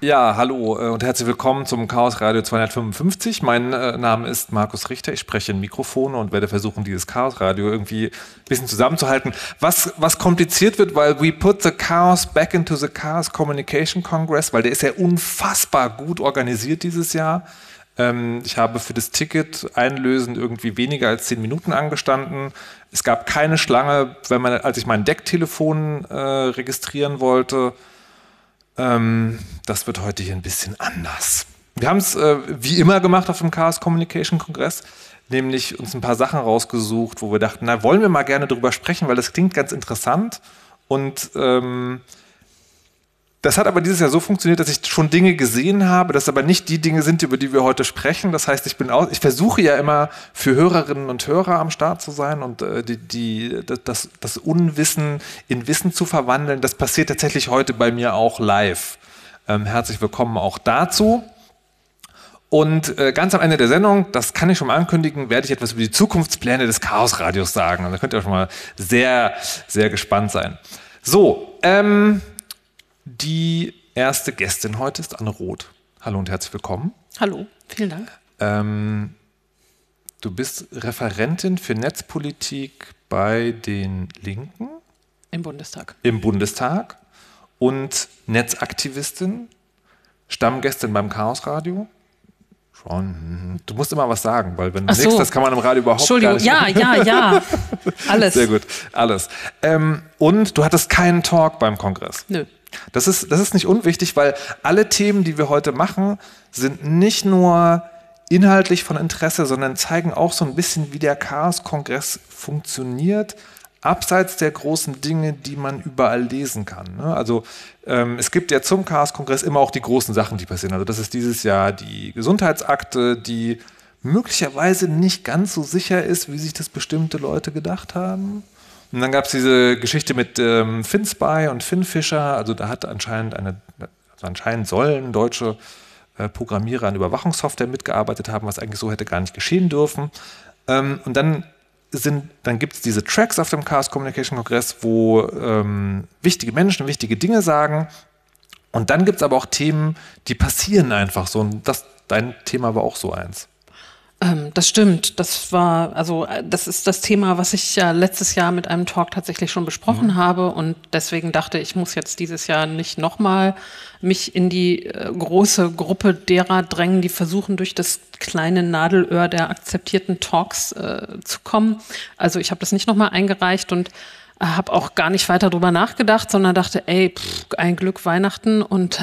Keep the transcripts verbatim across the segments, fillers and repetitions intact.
Ja, hallo äh, und herzlich willkommen zum Chaos Radio zweihundertfünfundfünfzig. Mein äh, Name ist Markus Richter, ich spreche in Mikrofone und werde versuchen, dieses Chaos Radio irgendwie ein bisschen zusammenzuhalten. Was, was kompliziert wird, weil we put the chaos back into the Chaos Communication Congress, weil der ist ja unfassbar gut organisiert dieses Jahr. Ähm, ich habe für das Ticket einlösen irgendwie weniger als zehn Minuten angestanden. Es gab keine Schlange, wenn man, als ich mein Decktelefon äh, registrieren wollte. Ähm, das wird heute hier ein bisschen anders. Wir haben es äh, wie immer gemacht auf dem Chaos Communication Kongress, nämlich uns ein paar Sachen rausgesucht, wo wir dachten, na, wollen wir mal gerne drüber sprechen, weil das klingt ganz interessant. Und ähm, das hat aber dieses Jahr so funktioniert, dass ich schon Dinge gesehen habe, dass aber nicht die Dinge sind, über die wir heute sprechen. Das heißt, ich bin auch, ich versuche ja immer für Hörerinnen und Hörer am Start zu sein und äh, die, die, das, das Unwissen in Wissen zu verwandeln. Das passiert tatsächlich heute bei mir auch live. Ähm, herzlich willkommen auch dazu. Und äh, ganz am Ende der Sendung, das kann ich schon mal ankündigen, werde ich etwas über die Zukunftspläne des Chaos-Radios sagen. Und da könnt ihr auch schon mal sehr, sehr gespannt sein. So, ähm... die erste Gästin heute ist Anne Roth. Hallo und herzlich willkommen. Hallo, vielen Dank. Ähm, du bist Referentin für Netzpolitik bei den Linken. Im Bundestag. Im Bundestag. Und Netzaktivistin, Stammgästin beim Chaos Radio. Schon. Du musst immer was sagen, weil wenn du so. nichts, das kann man im Radio überhaupt gar nicht. Ja, ja, ja. Alles. Sehr gut, alles. Ähm, und du hattest keinen Talk beim Kongress. Nö. Das ist, das ist nicht unwichtig, weil alle Themen, die wir heute machen, sind nicht nur inhaltlich von Interesse, sondern zeigen auch so ein bisschen, wie der Chaos-Kongress funktioniert, abseits der großen Dinge, die man überall lesen kann. Ne? Also ähm, es gibt ja zum Chaos-Kongress immer auch die großen Sachen, die passieren. Also das ist dieses Jahr die Gesundheitsakte, die möglicherweise nicht ganz so sicher ist, wie sich das bestimmte Leute gedacht haben. Und dann gab es diese Geschichte mit ähm, FinSpy und FinFisher. Also da hat anscheinend eine, also anscheinend sollen deutsche äh, Programmierer an Überwachungssoftware mitgearbeitet haben, was eigentlich so hätte gar nicht geschehen dürfen. Ähm, und dann sind, dann gibt es diese Tracks auf dem Chaos Communication Kongress, wo ähm, wichtige Menschen wichtige Dinge sagen. Und dann gibt es aber auch Themen, die passieren einfach so. Und das, dein Thema war auch so eins. Das stimmt. Das war, also das ist das Thema, was ich ja letztes Jahr mit einem Talk tatsächlich schon besprochen mhm. habe und deswegen dachte ich, muss jetzt dieses Jahr nicht nochmal mich in die äh, große Gruppe derer drängen, die versuchen, durch das kleine Nadelöhr der akzeptierten Talks äh, zu kommen. Also ich habe das nicht nochmal eingereicht und habe auch gar nicht weiter drüber nachgedacht, sondern dachte, ey, pff, ein Glück Weihnachten und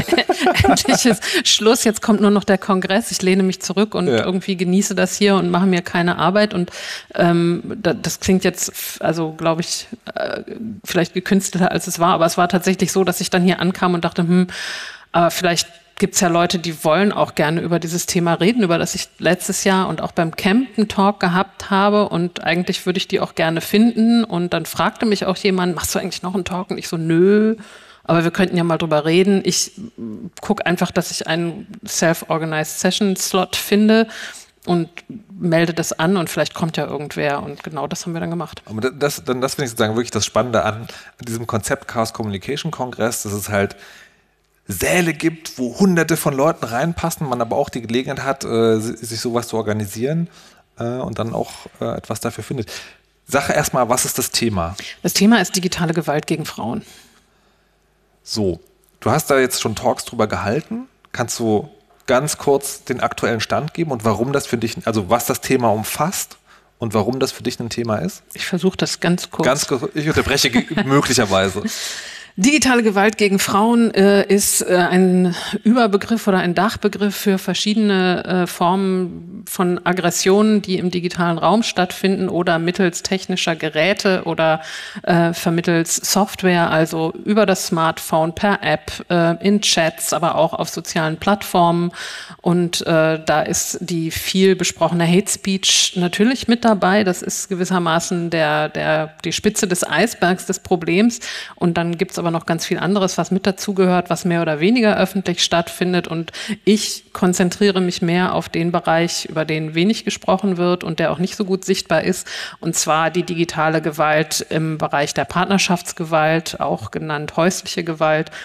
endlich ist Schluss, jetzt kommt nur noch der Kongress, ich lehne mich zurück und ja. irgendwie genieße das hier und mache mir keine Arbeit und ähm, da, das klingt jetzt, also glaube ich, äh, vielleicht gekünstelter als es war, aber es war tatsächlich so, dass ich dann hier ankam und dachte, hm, aber vielleicht gibt es ja Leute, die wollen auch gerne über dieses Thema reden, über das ich letztes Jahr und auch beim Camp einen Talk gehabt habe und eigentlich würde ich die auch gerne finden und dann fragte mich auch jemand, machst du eigentlich noch einen Talk? Und ich so, nö, aber wir könnten ja mal drüber reden. Ich gucke einfach, dass ich einen Self-Organized Session Slot finde und melde das an und vielleicht kommt ja irgendwer und genau das haben wir dann gemacht. Aber das, dann, das finde ich sozusagen wirklich das Spannende an, an diesem Konzept Chaos Communication Kongress, das ist halt Säle gibt, wo hunderte von Leuten reinpassen, man aber auch die Gelegenheit hat, äh, sich sowas zu organisieren äh, und dann auch äh, etwas dafür findet. Sag erstmal, was ist das Thema? Das Thema ist digitale Gewalt gegen Frauen. So, du hast da jetzt schon Talks drüber gehalten. Kannst du ganz kurz den aktuellen Stand geben und warum das für dich, also was das Thema umfasst und warum das für dich ein Thema ist? Ich versuche das ganz kurz. Ganz kurz, ich unterbreche möglicherweise. Digitale Gewalt gegen Frauen äh, ist äh, ein Überbegriff oder ein Dachbegriff für verschiedene äh, Formen von Aggressionen, die im digitalen Raum stattfinden oder mittels technischer Geräte oder äh, vermittels Software, also über das Smartphone, per App, äh, in Chats, aber auch auf sozialen Plattformen. Und äh, da ist die viel besprochene Hate Speech natürlich mit dabei. Das ist gewissermaßen der, der, die Spitze des Eisbergs des Problems. Und dann gibt es aber noch ganz viel anderes, was mit dazugehört, was mehr oder weniger öffentlich stattfindet. Und ich konzentriere mich mehr auf den Bereich, über den wenig gesprochen wird und der auch nicht so gut sichtbar ist. Und zwar die digitale Gewalt im Bereich der Partnerschaftsgewalt, auch genannt häusliche Gewalt.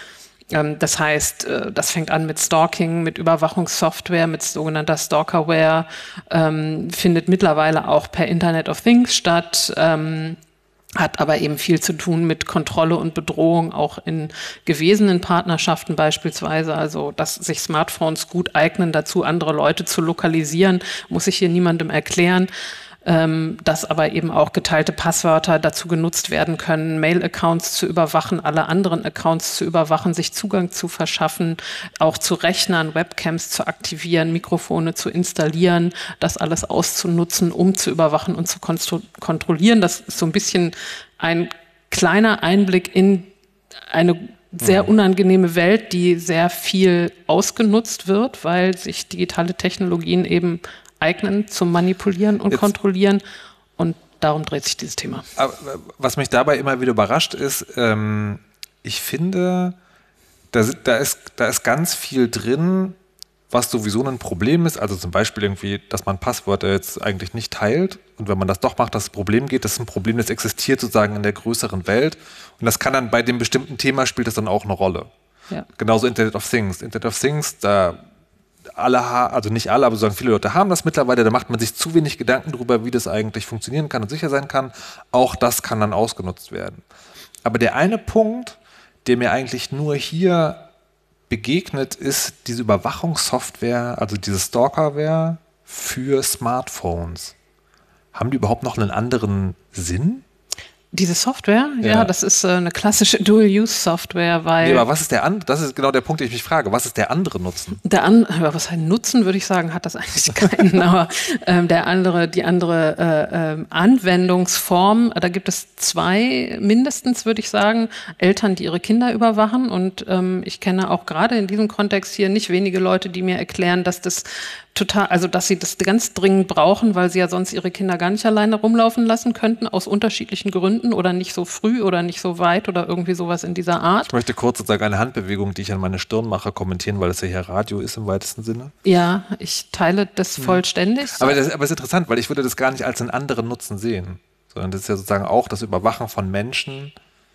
Das heißt, das fängt an mit Stalking, mit Überwachungssoftware, mit sogenannter Stalkerware, ähm, findet mittlerweile auch per Internet of Things statt, ähm, hat aber eben viel zu tun mit Kontrolle und Bedrohung, auch in gewesenen Partnerschaften beispielsweise. Also, dass sich Smartphones gut eignen dazu, andere Leute zu lokalisieren, muss ich hier niemandem erklären. Ähm, dass aber eben auch geteilte Passwörter dazu genutzt werden können, Mail-Accounts zu überwachen, alle anderen Accounts zu überwachen, sich Zugang zu verschaffen, auch zu Rechnern, Webcams zu aktivieren, Mikrofone zu installieren, das alles auszunutzen, um zu überwachen und zu konstru- kontrollieren. Das ist so ein bisschen ein kleiner Einblick in eine sehr unangenehme Welt, die sehr viel ausgenutzt wird, weil sich digitale Technologien eben eignen zum Manipulieren und Jetzt, Kontrollieren. Und darum dreht sich dieses Thema. Was mich dabei immer wieder überrascht ist, ähm, ich finde, da, da, ist, da ist ganz viel drin, was sowieso ein Problem ist. Also zum Beispiel irgendwie, dass man Passwörter jetzt eigentlich nicht teilt. Und wenn man das doch macht, dass es ein Problem geht, das ist ein Problem, das existiert sozusagen in der größeren Welt. Und das kann dann bei dem bestimmten Thema spielt das dann auch eine Rolle. Ja. Genauso Internet of Things. Internet of Things, da alle, also nicht alle, aber sozusagen viele Leute haben das mittlerweile, da macht man sich zu wenig Gedanken darüber, wie das eigentlich funktionieren kann und sicher sein kann. Auch das kann dann ausgenutzt werden. Aber der eine Punkt, der mir eigentlich nur hier begegnet, ist diese Überwachungssoftware, also diese Stalkerware für Smartphones. Haben die überhaupt noch einen anderen Sinn? Diese Software, ja, ja das ist äh, eine klassische Dual-Use-Software, weil... Nee, aber was ist der andere, das ist genau der Punkt, den ich mich frage, was ist der andere Nutzen? Der an, was heißt Nutzen, würde ich sagen, hat das eigentlich keinen, aber ähm, der andere, die andere äh, äh, Anwendungsform, da gibt es zwei mindestens, würde ich sagen, Eltern, die ihre Kinder überwachen und ähm, ich kenne auch gerade in diesem Kontext hier nicht wenige Leute, die mir erklären, dass das total, also dass sie das ganz dringend brauchen, weil sie ja sonst ihre Kinder gar nicht alleine rumlaufen lassen könnten, aus unterschiedlichen Gründen oder nicht so früh oder nicht so weit oder irgendwie sowas in dieser Art. Ich möchte kurz sozusagen eine Handbewegung, die ich an meine Stirn mache, kommentieren, weil es ja hier Radio ist im weitesten Sinne. Ja, ich teile das hm. vollständig. Aber das aber ist interessant, weil ich würde das gar nicht als einen anderen Nutzen sehen, sondern das ist ja sozusagen auch das Überwachen von Menschen,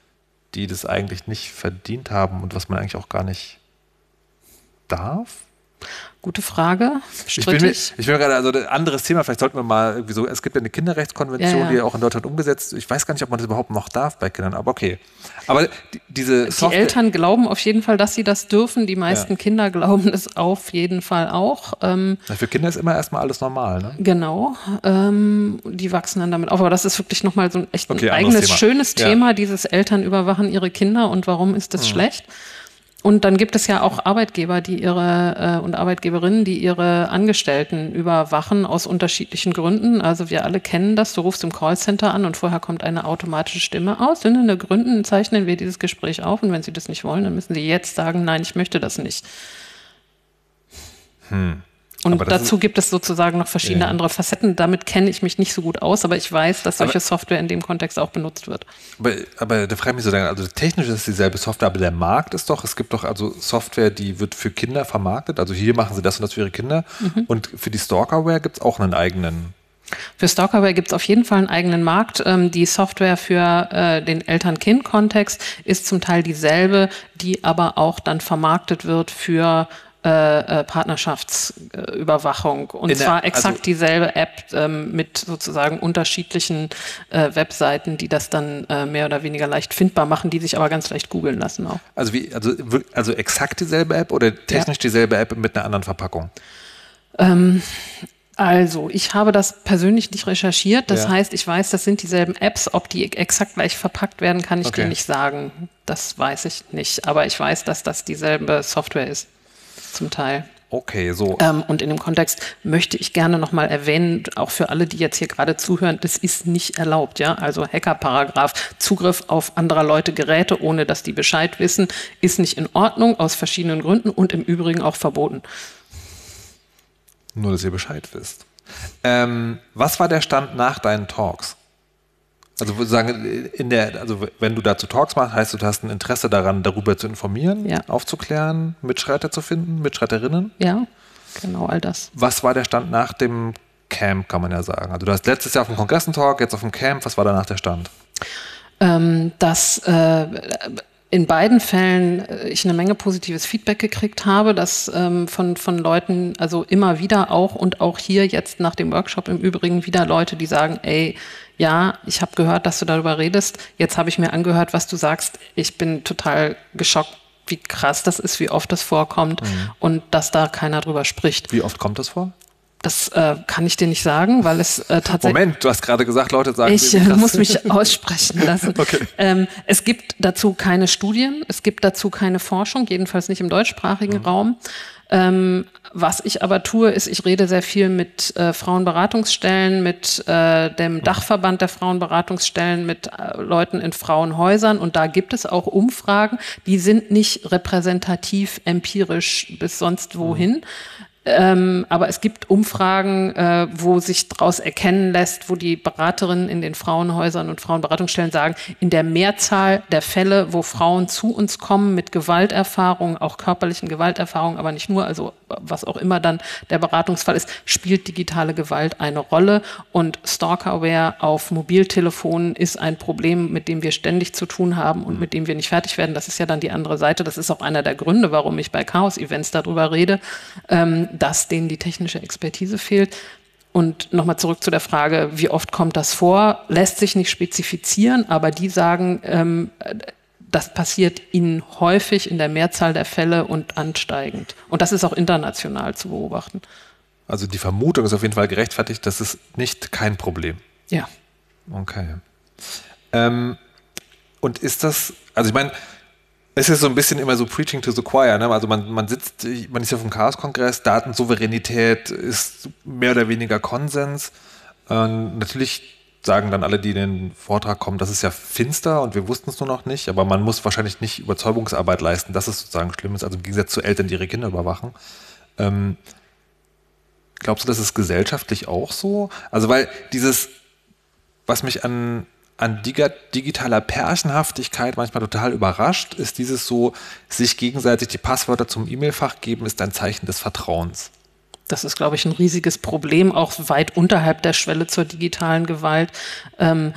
die das eigentlich nicht verdient haben und was man eigentlich auch gar nicht darf. Gute Frage. Ich bin, mir, ich bin mir gerade, also ein anderes Thema, vielleicht sollten wir mal irgendwie so, es gibt ja eine Kinderrechtskonvention, ja, ja. die ja auch in Deutschland umgesetzt ist. Ich weiß gar nicht, ob man das überhaupt noch darf bei Kindern, aber okay. Aber die, diese Die Eltern glauben auf jeden Fall, dass sie das dürfen. Die meisten ja. Kinder glauben es auf jeden Fall auch. Ähm, Na, für Kinder ist immer erstmal alles normal, ne? Genau. Ähm, die wachsen dann damit auf. Aber das ist wirklich nochmal so ein echt okay, ein eigenes, Thema. schönes ja. Thema, dieses Eltern überwachen ihre Kinder und warum ist das mhm. schlecht. Und dann gibt es ja auch Arbeitgeber, die ihre äh, und Arbeitgeberinnen, die ihre Angestellten überwachen aus unterschiedlichen Gründen. Also wir alle kennen das. Du rufst im Callcenter an und vorher kommt eine automatische Stimme aus. Sind in den Gründen zeichnen wir dieses Gespräch auf und wenn Sie das nicht wollen, dann müssen Sie jetzt sagen, nein, ich möchte das nicht. Hm. Und dazu gibt es sozusagen noch verschiedene ja. andere Facetten. Damit kenne ich mich nicht so gut aus, aber ich weiß, dass solche aber, Software in dem Kontext auch benutzt wird. Aber, aber da frage ich mich so, also technisch ist es dieselbe Software, aber der Markt ist doch, es gibt doch also Software, die wird für Kinder vermarktet. Also hier machen sie das und das für ihre Kinder. Mhm. Und für die Stalkerware gibt es auch einen eigenen. Für Stalkerware gibt es auf jeden Fall einen eigenen Markt. Ähm, die Software für äh, den Eltern-Kind-Kontext ist zum Teil dieselbe, die aber auch dann vermarktet wird für Äh, Partnerschaftsüberwachung. Und der, zwar exakt also, dieselbe App ähm, mit sozusagen unterschiedlichen äh, Webseiten, die das dann äh, mehr oder weniger leicht findbar machen, die sich aber ganz leicht googeln lassen auch. Also, wie, also, also exakt dieselbe App oder technisch ja. dieselbe App mit einer anderen Verpackung? Ähm, Also, ich habe das persönlich nicht recherchiert. Das ja. heißt, ich weiß, das sind dieselben Apps. Ob die exakt gleich verpackt werden, kann ich okay. dir nicht sagen. Das weiß ich nicht. Aber ich weiß, dass das dieselbe Software ist. Zum Teil. Okay, so. Ähm, und in dem Kontext möchte ich gerne nochmal erwähnen, auch für alle, die jetzt hier gerade zuhören, das ist nicht erlaubt, ja. Also Hackerparagraph, Zugriff auf anderer Leute Geräte, ohne dass die Bescheid wissen, ist nicht in Ordnung, aus verschiedenen Gründen und im Übrigen auch verboten. Nur, dass ihr Bescheid wisst. Ähm, was war der Stand nach deinen Talks? Also sozusagen in der, also wenn du dazu Talks machst, heißt du, du hast ein Interesse daran, darüber zu informieren, ja. aufzuklären, Mitstreiter zu finden, Mitstreiterinnen? Ja, genau, all das. Was war der Stand nach dem Camp, kann man ja sagen? Also du hast letztes Jahr auf dem Kongress einen Talk, jetzt auf dem Camp, was war danach der Stand? Ähm, das äh, in beiden Fällen ich eine Menge positives Feedback gekriegt habe, dass ähm, von, von Leuten, also immer wieder auch und auch hier jetzt nach dem Workshop im Übrigen wieder Leute, die sagen, ey, ja, ich habe gehört, dass du darüber redest, jetzt habe ich mir angehört, was du sagst, ich bin total geschockt, wie krass das ist, wie oft das vorkommt mhm. und dass da keiner drüber spricht. Wie oft kommt das vor? Das äh, kann ich dir nicht sagen, weil es äh, tatsächlich... Moment, du hast gerade gesagt, Leute sagen... Ich äh, muss mich aussprechen lassen. Okay. Ähm, es gibt dazu keine Studien, es gibt dazu keine Forschung, jedenfalls nicht im deutschsprachigen mhm. Raum. Ähm, was ich aber tue, ist, ich rede sehr viel mit äh, Frauenberatungsstellen, mit äh, dem Dachverband der Frauenberatungsstellen, mit äh, Leuten in Frauenhäusern und da gibt es auch Umfragen, die sind nicht repräsentativ, empirisch bis sonst wohin. Mhm. Ähm, aber es gibt Umfragen, äh, wo sich daraus erkennen lässt, wo die Beraterinnen in den Frauenhäusern und Frauenberatungsstellen sagen, in der Mehrzahl der Fälle, wo Frauen zu uns kommen mit Gewalterfahrung, auch körperlichen Gewalterfahrungen, aber nicht nur, also was auch immer dann der Beratungsfall ist, spielt digitale Gewalt eine Rolle und Stalkerware auf Mobiltelefonen ist ein Problem, mit dem wir ständig zu tun haben und mit dem wir nicht fertig werden. Das ist ja dann die andere Seite. Das ist auch einer der Gründe, warum ich bei Chaos-Events darüber rede, ähm, dass denen die technische Expertise fehlt. Und nochmal zurück zu der Frage, wie oft kommt das vor? Lässt sich nicht spezifizieren, aber die sagen, ähm, das passiert ihnen häufig in der Mehrzahl der Fälle und ansteigend. Und das ist auch international zu beobachten. Also die Vermutung ist auf jeden Fall gerechtfertigt, das ist nicht kein Problem. Ja. Okay. Ähm, und ist das, also ich meine, es ist so ein bisschen immer so Preaching to the Choir, ne? Also man, man sitzt, man ist ja auf dem Chaos-Kongress, Datensouveränität ist mehr oder weniger Konsens. Ähm, natürlich sagen dann alle, die in den Vortrag kommen, das ist ja finster und wir wussten es nur noch nicht, aber man muss wahrscheinlich nicht Überzeugungsarbeit leisten, dass es sozusagen schlimm ist, also im Gegensatz zu Eltern, die ihre Kinder überwachen. Ähm, glaubst du, das ist gesellschaftlich auch so? Also weil dieses, was mich an an digitaler Pärchenhaftigkeit manchmal total überrascht, ist dieses so, sich gegenseitig die Passwörter zum E-Mail-Fach geben, ist ein Zeichen des Vertrauens. Das ist, glaube ich, ein riesiges Problem, auch weit unterhalb der Schwelle zur digitalen Gewalt. Ähm,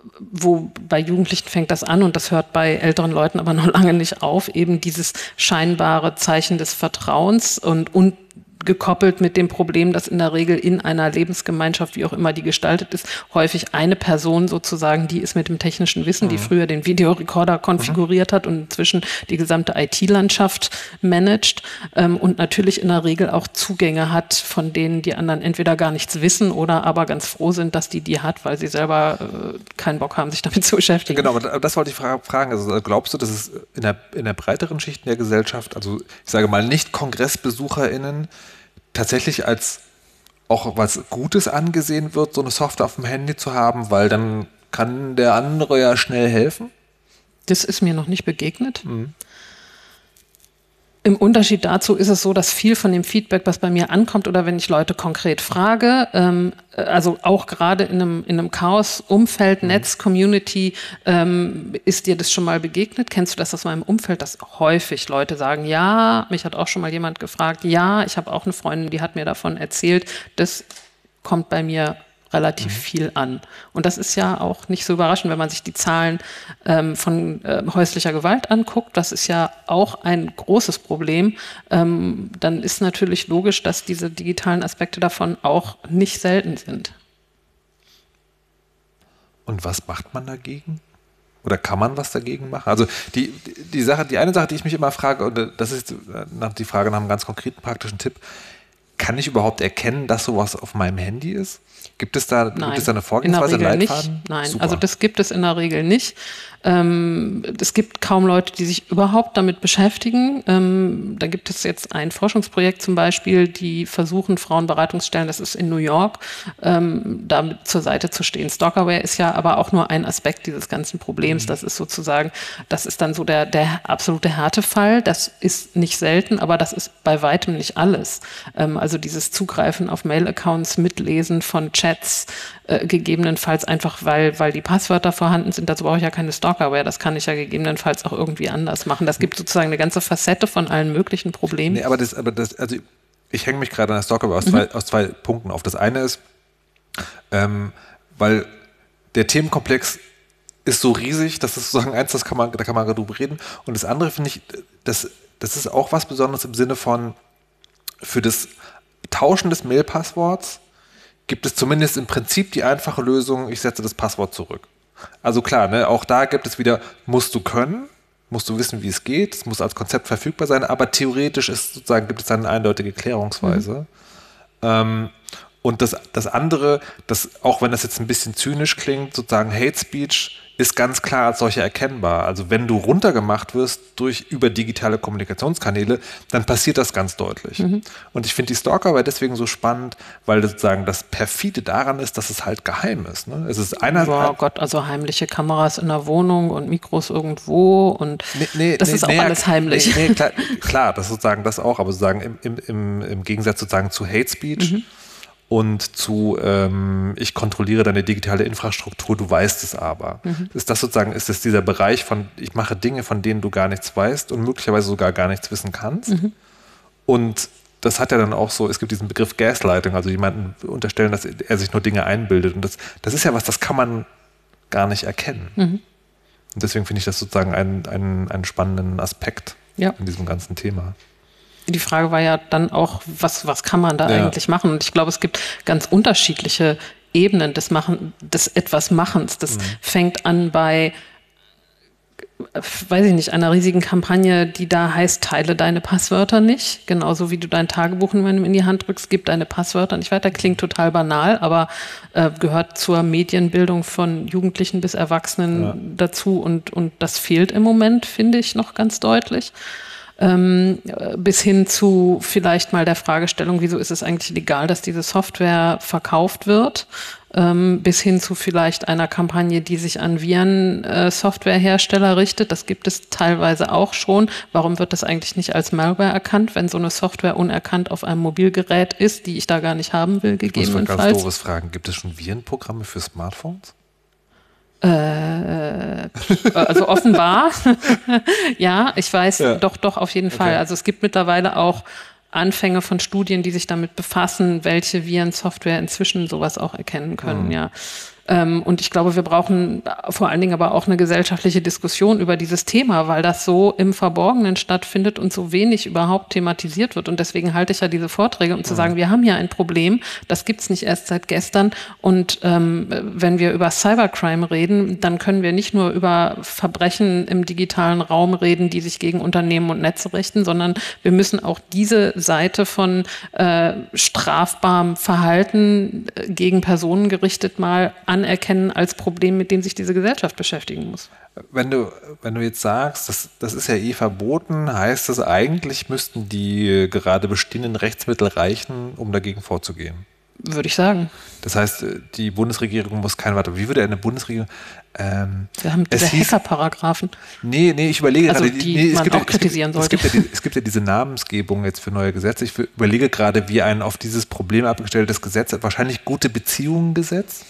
wo bei Jugendlichen fängt das an und das hört bei älteren Leuten aber noch lange nicht auf, eben dieses scheinbare Zeichen des Vertrauens und, und gekoppelt mit dem Problem, dass in der Regel in einer Lebensgemeinschaft, wie auch immer die gestaltet ist, häufig eine Person sozusagen, die ist mit dem technischen Wissen, mhm. die früher den Videorekorder konfiguriert mhm. hat und inzwischen die gesamte I T-Landschaft managt ähm, und natürlich in der Regel auch Zugänge hat, von denen die anderen entweder gar nichts wissen oder aber ganz froh sind, dass die die hat, weil sie selber äh, keinen Bock haben, sich damit zu beschäftigen. Genau, aber das wollte ich fra- fragen. Also glaubst du, dass es in der, in der breiteren Schicht der Gesellschaft, also ich sage mal nicht KongressbesucherInnen, tatsächlich als auch was Gutes angesehen wird, so eine Software auf dem Handy zu haben, weil dann kann der andere ja schnell helfen? Das ist mir noch nicht begegnet. Mhm. Im Unterschied dazu ist es so, dass viel von dem Feedback, was bei mir ankommt oder wenn ich Leute konkret frage, ähm, also auch gerade in einem, in einem Chaos-Umfeld, mhm. Netz, Community, ähm, ist dir das schon mal begegnet? Kennst du das aus meinem Umfeld, dass häufig Leute sagen, ja, mich hat auch schon mal jemand gefragt, ja, ich habe auch eine Freundin, die hat mir davon erzählt, das kommt bei mir relativ mhm. viel an. Und das ist ja auch nicht so überraschend, wenn man sich die Zahlen ähm, von äh, häuslicher Gewalt anguckt. Das ist ja auch ein großes Problem. Ähm, dann ist natürlich logisch, dass diese digitalen Aspekte davon auch nicht selten sind. Und was macht man dagegen? Oder kann man was dagegen machen? Also die, die Sache, die eine Sache, die ich mich immer frage, und das ist die Frage nach einem ganz konkreten praktischen Tipp, kann ich überhaupt erkennen, dass sowas auf meinem Handy ist? Gibt es da, Nein, gibt es da eine Vorgehensweise, in der Regel Leitfaden? Nicht. Nein, Super. Also das gibt es in der Regel nicht. Ähm, es gibt kaum Leute, die sich überhaupt damit beschäftigen. Ähm, da gibt es jetzt ein Forschungsprojekt zum Beispiel, die versuchen, Frauenberatungsstellen, das ist in New York, ähm, damit zur Seite zu stehen. Stalkerware ist ja aber auch nur ein Aspekt dieses ganzen Problems. Mhm. Das ist sozusagen, das ist dann so der, der absolute Härtefall. Das ist nicht selten, aber das ist bei weitem nicht alles. Ähm, also dieses Zugreifen auf Mail-Accounts, Mitlesen von Chats, äh, gegebenenfalls einfach, weil, weil die Passwörter vorhanden sind. Dazu brauche ich ja keine Stalkerware. Das kann ich ja gegebenenfalls auch irgendwie anders machen. Das gibt sozusagen eine ganze Facette von allen möglichen Problemen. Nee, aber das, aber das, also ich hänge mich gerade an der Stalkerware aus, mhm. zwei, aus zwei Punkten auf. Das eine ist, ähm, weil der Themenkomplex ist so riesig, das ist sozusagen eins, das kann man, da kann man drüber reden. Und das andere finde ich, das, das ist auch was Besonderes im Sinne von, für das Tauschen des Mail-Passworts gibt es zumindest im Prinzip die einfache Lösung, ich setze das Passwort zurück. Also klar, ne, auch da gibt es wieder, musst du können, musst du wissen, wie es geht, es muss als Konzept verfügbar sein, aber theoretisch ist sozusagen, gibt es dann eine eindeutige Klärungsweise. Mhm. Ähm, und das, das andere, das, auch wenn das jetzt ein bisschen zynisch klingt, sozusagen Hate Speech ist ganz klar als solcher erkennbar. Also wenn du runtergemacht wirst durch über digitale Kommunikationskanäle, dann passiert das ganz deutlich. Mhm. Und ich finde die Stalkerarbeit deswegen so spannend, weil sozusagen das Perfide daran ist, dass es halt geheim ist. Ne? Es ist einerseits. Oh Gott, also heimliche Kameras in der Wohnung und Mikros irgendwo und nee, nee, das nee, ist auch nee, alles heimlich. Nee, nee, klar, klar, das sozusagen das auch, aber sozusagen im, im, im, im Gegensatz sozusagen zu Hate Speech. Mhm. Und zu, ähm, ich kontrolliere deine digitale Infrastruktur, du weißt es aber. Mhm. Ist das sozusagen, ist es dieser Bereich von, ich mache Dinge, von denen du gar nichts weißt und möglicherweise sogar gar nichts wissen kannst. Mhm. Und das hat ja dann auch so, es gibt diesen Begriff Gaslighting, also jemanden unterstellen, dass er sich nur Dinge einbildet. Und das, das ist ja was, das kann man gar nicht erkennen. Mhm. Und deswegen finde ich das sozusagen einen, einen, einen spannenden Aspekt ja. in diesem ganzen Thema. Die Frage war ja dann auch, was, was kann man da ja. eigentlich machen? Und ich glaube, es gibt ganz unterschiedliche Ebenen des, Machen, des Etwas-Machens. Das mhm. fängt an bei, weiß ich nicht, einer riesigen Kampagne, die da heißt, teile deine Passwörter nicht. Genauso wie du dein Tagebuch in die Hand drückst, gib deine Passwörter nicht weiter. Klingt total banal, aber äh, gehört zur Medienbildung von Jugendlichen bis Erwachsenen ja. dazu. Und, und das fehlt im Moment, finde ich, noch ganz deutlich. Ähm, bis hin zu vielleicht mal der Fragestellung, wieso ist es eigentlich legal, dass diese Software verkauft wird, ähm, bis hin zu vielleicht einer Kampagne, die sich an Viren-Softwarehersteller äh, richtet. Das gibt es teilweise auch schon. Warum wird das eigentlich nicht als Malware erkannt, wenn so eine Software unerkannt auf einem Mobilgerät ist, die ich da gar nicht haben will, gegebenenfalls? Ich muss mal ganz doofes fragen, gibt es schon Virenprogramme für Smartphones? Äh, also offenbar, ja, ich weiß, ja. doch, doch, auf jeden okay. Fall. Also es gibt mittlerweile auch Anfänge von Studien, die sich damit befassen, welche Virensoftware inzwischen sowas auch erkennen können, mhm. ja. Ähm, und ich glaube, wir brauchen vor allen Dingen aber auch eine gesellschaftliche Diskussion über dieses Thema, weil das so im Verborgenen stattfindet und so wenig überhaupt thematisiert wird. Und deswegen halte ich ja diese Vorträge, um mhm. zu sagen, wir haben hier ein Problem, das gibt's nicht erst seit gestern. Und ähm, wenn wir über Cybercrime reden, dann können wir nicht nur über Verbrechen im digitalen Raum reden, die sich gegen Unternehmen und Netze richten, sondern wir müssen auch diese Seite von äh, strafbarem Verhalten gegen Personen gerichtet mal anerkennen als Problem, mit dem sich diese Gesellschaft beschäftigen muss. Wenn du, wenn du jetzt sagst, das, das ist ja eh verboten, heißt das eigentlich, müssten die gerade bestehenden Rechtsmittel reichen, um dagegen vorzugehen? Würde ich sagen. Das heißt, die Bundesregierung muss kein, warte, wie würde eine Bundesregierung... Ähm, Wir haben diese Hacker-Paragraphen. Nee, nee, ich überlege also gerade... die nee, es man gibt auch ja, kritisieren es gibt, sollte. Es gibt, ja die, es gibt ja diese Namensgebung jetzt für neue Gesetze. Ich überlege gerade, wie ein auf dieses Problem abgestelltes Gesetz, wahrscheinlich gute Beziehungen-Gesetz.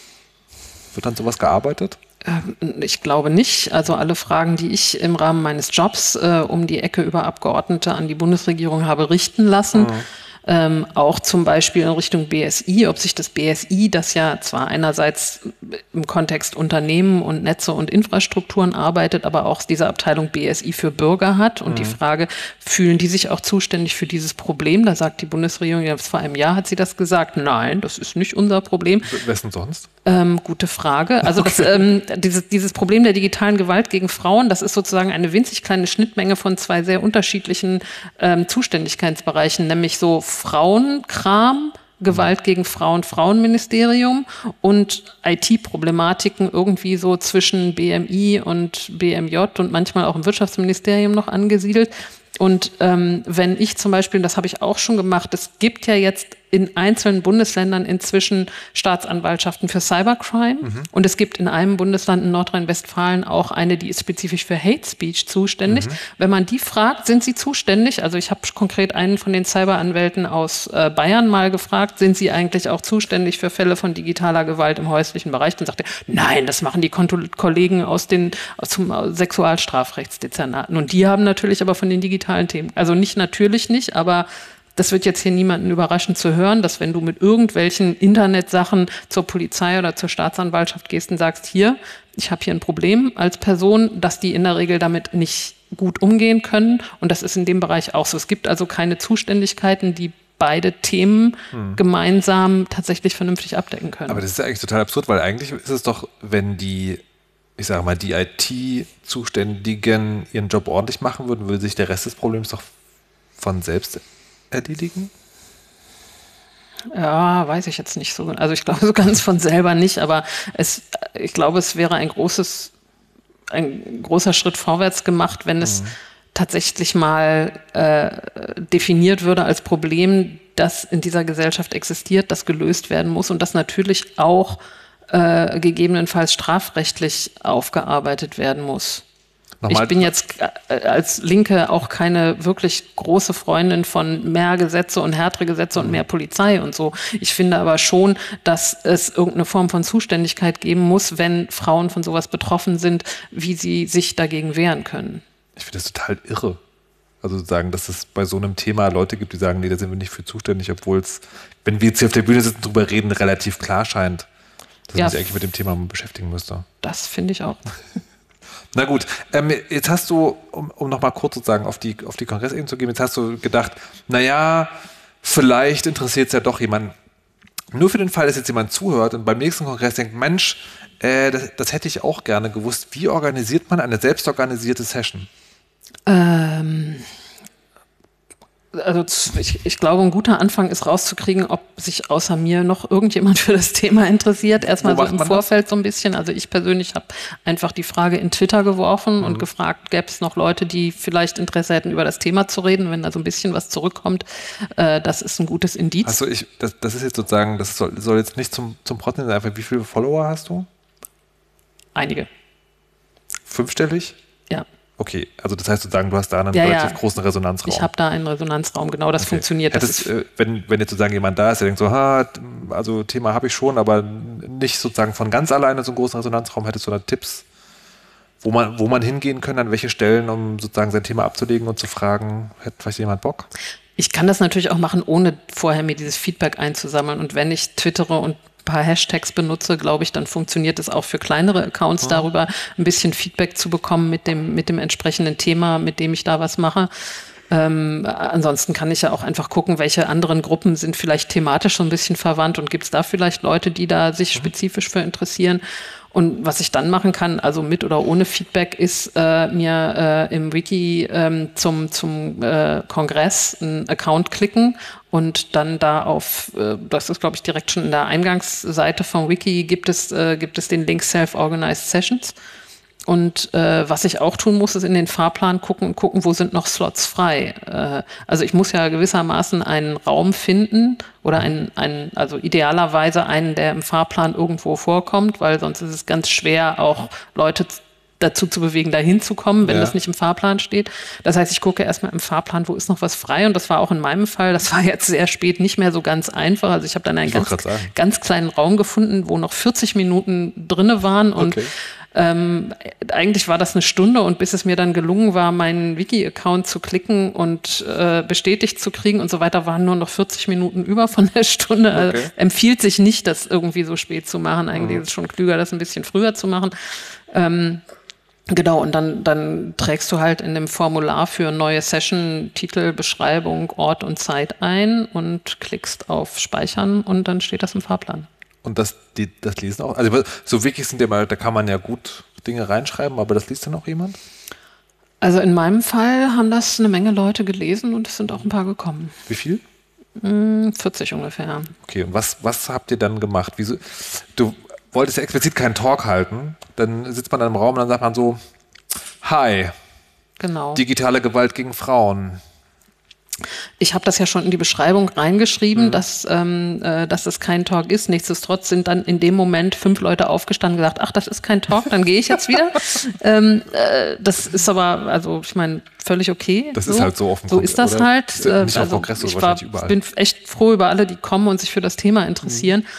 Wird an sowas gearbeitet? Ich glaube nicht. Also alle Fragen, die ich im Rahmen meines Jobs äh, um die Ecke über Abgeordnete an die Bundesregierung habe richten lassen, mhm. ähm, auch zum Beispiel in Richtung B S I, ob sich das B S I, das ja zwar einerseits im Kontext Unternehmen und Netze und Infrastrukturen arbeitet, aber auch diese Abteilung B S I für Bürger hat. Und mhm. die Frage, fühlen die sich auch zuständig für dieses Problem? Da sagt die Bundesregierung, ja, vor einem Jahr hat sie das gesagt. Nein, das ist nicht unser Problem. Wessen sonst? Ähm, gute Frage. Also das, ähm, dieses, dieses Problem der digitalen Gewalt gegen Frauen, das ist sozusagen eine winzig kleine Schnittmenge von zwei sehr unterschiedlichen ähm, Zuständigkeitsbereichen, nämlich so Frauenkram, Gewalt gegen Frauen, Frauenministerium und I T-Problematiken irgendwie so zwischen B M I und B M J und manchmal auch im Wirtschaftsministerium noch angesiedelt. Und ähm, wenn ich zum Beispiel, das habe ich auch schon gemacht, es gibt ja jetzt in einzelnen Bundesländern inzwischen Staatsanwaltschaften für Cybercrime. Mhm. Und es gibt in einem Bundesland in Nordrhein-Westfalen auch eine, die ist spezifisch für Hate Speech zuständig. Mhm. Wenn man die fragt, sind sie zuständig? Also ich habe konkret einen von den Cyberanwälten aus äh, Bayern mal gefragt, sind sie eigentlich auch zuständig für Fälle von digitaler Gewalt im häuslichen Bereich? Dann sagte er, nein, das machen die Konto- Kollegen aus den aus zum Sexualstrafrechtsdezernaten. Und die haben natürlich aber von den digitalen Themen, also nicht natürlich nicht, aber das wird jetzt hier niemanden überraschen zu hören, dass wenn du mit irgendwelchen Internetsachen zur Polizei oder zur Staatsanwaltschaft gehst und sagst, hier, ich habe hier ein Problem als Person, dass die in der Regel damit nicht gut umgehen können. Und das ist in dem Bereich auch so. Es gibt also keine Zuständigkeiten, die beide Themen hm. gemeinsam tatsächlich vernünftig abdecken können. Aber das ist ja eigentlich total absurd, weil eigentlich ist es doch, wenn die, ich sage mal, die I T-Zuständigen ihren Job ordentlich machen würden, würde sich der Rest des Problems doch von selbst erledigen? Ja, weiß ich jetzt nicht so. Also ich glaube so ganz von selber nicht, aber es, ich glaube, es wäre ein großes, ein großer Schritt vorwärts gemacht, wenn es mhm. tatsächlich mal äh, definiert würde als Problem, das in dieser Gesellschaft existiert, das gelöst werden muss und das natürlich auch äh, gegebenenfalls strafrechtlich aufgearbeitet werden muss. Nochmal. Ich bin jetzt als Linke auch keine wirklich große Freundin von mehr Gesetze und härtere Gesetze mhm. und mehr Polizei und so. Ich finde aber schon, dass es irgendeine Form von Zuständigkeit geben muss, wenn Frauen von sowas betroffen sind, wie sie sich dagegen wehren können. Ich finde das total irre. Also sagen, dass es bei so einem Thema Leute gibt, die sagen, nee, da sind wir nicht für zuständig, obwohl es, wenn wir jetzt hier auf der Bühne sitzen, drüber reden, relativ klar scheint, dass ja, man sich eigentlich mit dem Thema beschäftigen müsste. Das finde ich auch. Na gut, ähm, jetzt hast du, um, um nochmal kurz sozusagen auf die, auf die Kongressebene zu gehen, jetzt hast du gedacht, naja, vielleicht interessiert es ja doch jemanden. Nur für den Fall, dass jetzt jemand zuhört und beim nächsten Kongress denkt, Mensch, äh, das, das hätte ich auch gerne gewusst. Wie organisiert man eine selbstorganisierte Session? Ähm, also ich, ich glaube, ein guter Anfang ist rauszukriegen, ob sich außer mir noch irgendjemand für das Thema interessiert. Erstmal so im Vorfeld das? so ein bisschen. Also ich persönlich habe einfach die Frage in Twitter geworfen mhm. und gefragt, gäbe es noch Leute, die vielleicht Interesse hätten, über das Thema zu reden, wenn da so ein bisschen was zurückkommt. Äh, das ist ein gutes Indiz. Also ich, das, das ist jetzt sozusagen, das soll, soll jetzt nicht zum, zum Protzen sein, einfach wie viele Follower hast du? Einige. Fünfstellig? Ja. Okay, also das heißt sozusagen, du hast da einen ja, relativ ja. großen Resonanzraum. Ich habe da einen Resonanzraum, genau, das okay. funktioniert. Hättest, das ist, äh, wenn, wenn jetzt sozusagen jemand da ist, der denkt so, ha, also Thema habe ich schon, aber nicht sozusagen von ganz alleine so einen großen Resonanzraum, hättest du da Tipps, wo man, wo man hingehen kann, an welche Stellen, um sozusagen sein Thema abzulegen und zu fragen, hätte vielleicht jemand Bock? Ich kann das natürlich auch machen, ohne vorher mir dieses Feedback einzusammeln. Und wenn ich twittere und paar Hashtags benutze, glaube ich, dann funktioniert es auch für kleinere Accounts, ja. darüber ein bisschen Feedback zu bekommen mit dem, mit dem entsprechenden Thema, mit dem ich da was mache. Ähm, ansonsten kann ich ja auch einfach gucken, welche anderen Gruppen sind vielleicht thematisch so ein bisschen verwandt und gibt es da vielleicht Leute, die da sich spezifisch für interessieren. Und was ich dann machen kann, also mit oder ohne Feedback, ist äh, mir äh, im Wiki ähm, zum, zum äh, Kongress einen Account klicken und dann da auf, äh, das ist glaube ich direkt schon in der Eingangsseite vom Wiki, gibt es, äh, gibt es den Link Self-Organized Sessions. Und äh, was ich auch tun muss, ist in den Fahrplan gucken und gucken, wo sind noch Slots frei. Äh, also ich muss ja gewissermaßen einen Raum finden oder einen, einen, also idealerweise einen, der im Fahrplan irgendwo vorkommt, weil sonst ist es ganz schwer, auch Leute dazu zu bewegen, da hinzukommen, wenn ja. das nicht im Fahrplan steht. Das heißt, ich gucke erstmal im Fahrplan, wo ist noch was frei. Und das war auch in meinem Fall, das war jetzt sehr spät nicht mehr so ganz einfach. Also ich habe dann einen ganz, ganz kleinen Raum gefunden, wo noch vierzig Minuten drinne waren und okay. Ähm, eigentlich war das eine Stunde und bis es mir dann gelungen war, meinen Wiki-Account zu klicken und äh, bestätigt zu kriegen und so weiter, waren nur noch vierzig Minuten über von der Stunde. Okay. Also, empfiehlt sich nicht, das irgendwie so spät zu machen. Eigentlich mhm. ist es schon klüger, das ein bisschen früher zu machen. Ähm, genau, und dann, dann trägst du halt in dem Formular für neue Session Titel, Beschreibung, Ort und Zeit ein und klickst auf Speichern und dann steht das im Fahrplan. Und das, die, das lesen auch, also so Wikis sind ja mal, da kann man ja gut Dinge reinschreiben, aber das liest dann auch jemand? Also in meinem Fall haben das eine Menge Leute gelesen und es sind auch ein paar gekommen. Wie viel? vierzig ungefähr. Okay, und was, was habt ihr dann gemacht? Wieso? Du wolltest ja explizit keinen Talk halten, dann sitzt man in einem Raum und dann sagt man so, hi, genau. digitale Gewalt gegen Frauen. Ich habe das ja schon in die Beschreibung reingeschrieben, mhm. dass, ähm, äh, dass das kein Talk ist. Nichtsdestotrotz sind dann in dem Moment fünf Leute aufgestanden und gesagt, ach, das ist kein Talk, dann gehe ich jetzt wieder. ähm, äh, das ist aber, also ich meine, völlig okay. Das so. ist halt so offen. So ist das halt. Ist ja nicht also, auf Kongress, ich war, bin echt froh über alle, die kommen und sich für das Thema interessieren. Mhm.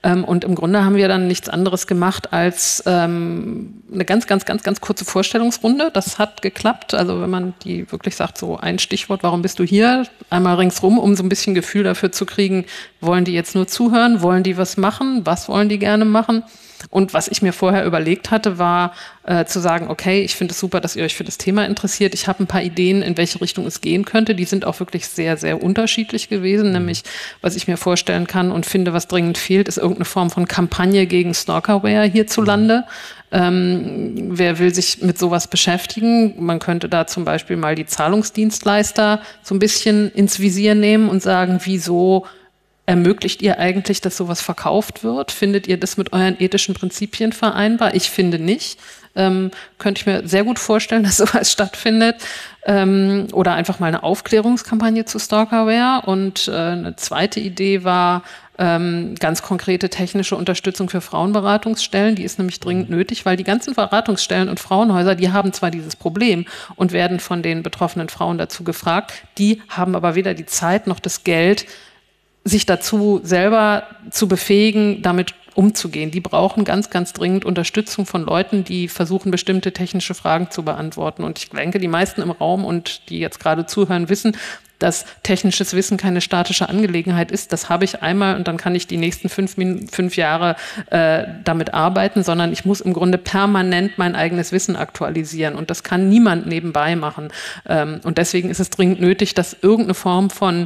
Ähm, und im Grunde haben wir dann nichts anderes gemacht als ähm, eine ganz, ganz, ganz, ganz kurze Vorstellungsrunde. Das hat geklappt. Also wenn man die wirklich sagt, so ein Stichwort, warum bist du hier? Einmal ringsrum, um so ein bisschen Gefühl dafür zu kriegen, wollen die jetzt nur zuhören? Wollen die was machen? Was wollen die gerne machen? Und was ich mir vorher überlegt hatte, war äh, zu sagen, okay, ich finde es super, dass ihr euch für das Thema interessiert. Ich habe ein paar Ideen, in welche Richtung es gehen könnte. Die sind auch wirklich sehr, sehr unterschiedlich gewesen. Mhm. Nämlich, was ich mir vorstellen kann und finde, was dringend fehlt, ist irgendeine Form von Kampagne gegen Stalkerware hierzulande. Mhm. Ähm, wer will sich mit sowas beschäftigen? Man könnte da zum Beispiel mal die Zahlungsdienstleister so ein bisschen ins Visier nehmen und sagen, wieso ermöglicht ihr eigentlich, dass sowas verkauft wird? Findet ihr das mit euren ethischen Prinzipien vereinbar? Ich finde nicht. Ähm, könnte ich mir sehr gut vorstellen, dass sowas stattfindet. Ähm, oder einfach mal eine Aufklärungskampagne zu Stalkerware. Und äh, eine zweite Idee war ähm, ganz konkrete technische Unterstützung für Frauenberatungsstellen. Die ist nämlich dringend nötig, weil die ganzen Beratungsstellen und Frauenhäuser, die haben zwar dieses Problem und werden von den betroffenen Frauen dazu gefragt, die haben aber weder die Zeit noch das Geld, sich dazu selber zu befähigen, damit umzugehen. Die brauchen ganz, ganz dringend Unterstützung von Leuten, die versuchen, bestimmte technische Fragen zu beantworten. Und ich denke, die meisten im Raum und die jetzt gerade zuhören, wissen, dass technisches Wissen keine statische Angelegenheit ist. Das habe ich einmal und dann kann ich die nächsten fünf, fünf Jahre äh, damit arbeiten, sondern ich muss im Grunde permanent mein eigenes Wissen aktualisieren. Und das kann niemand nebenbei machen. Ähm, und deswegen ist es dringend nötig, dass irgendeine Form von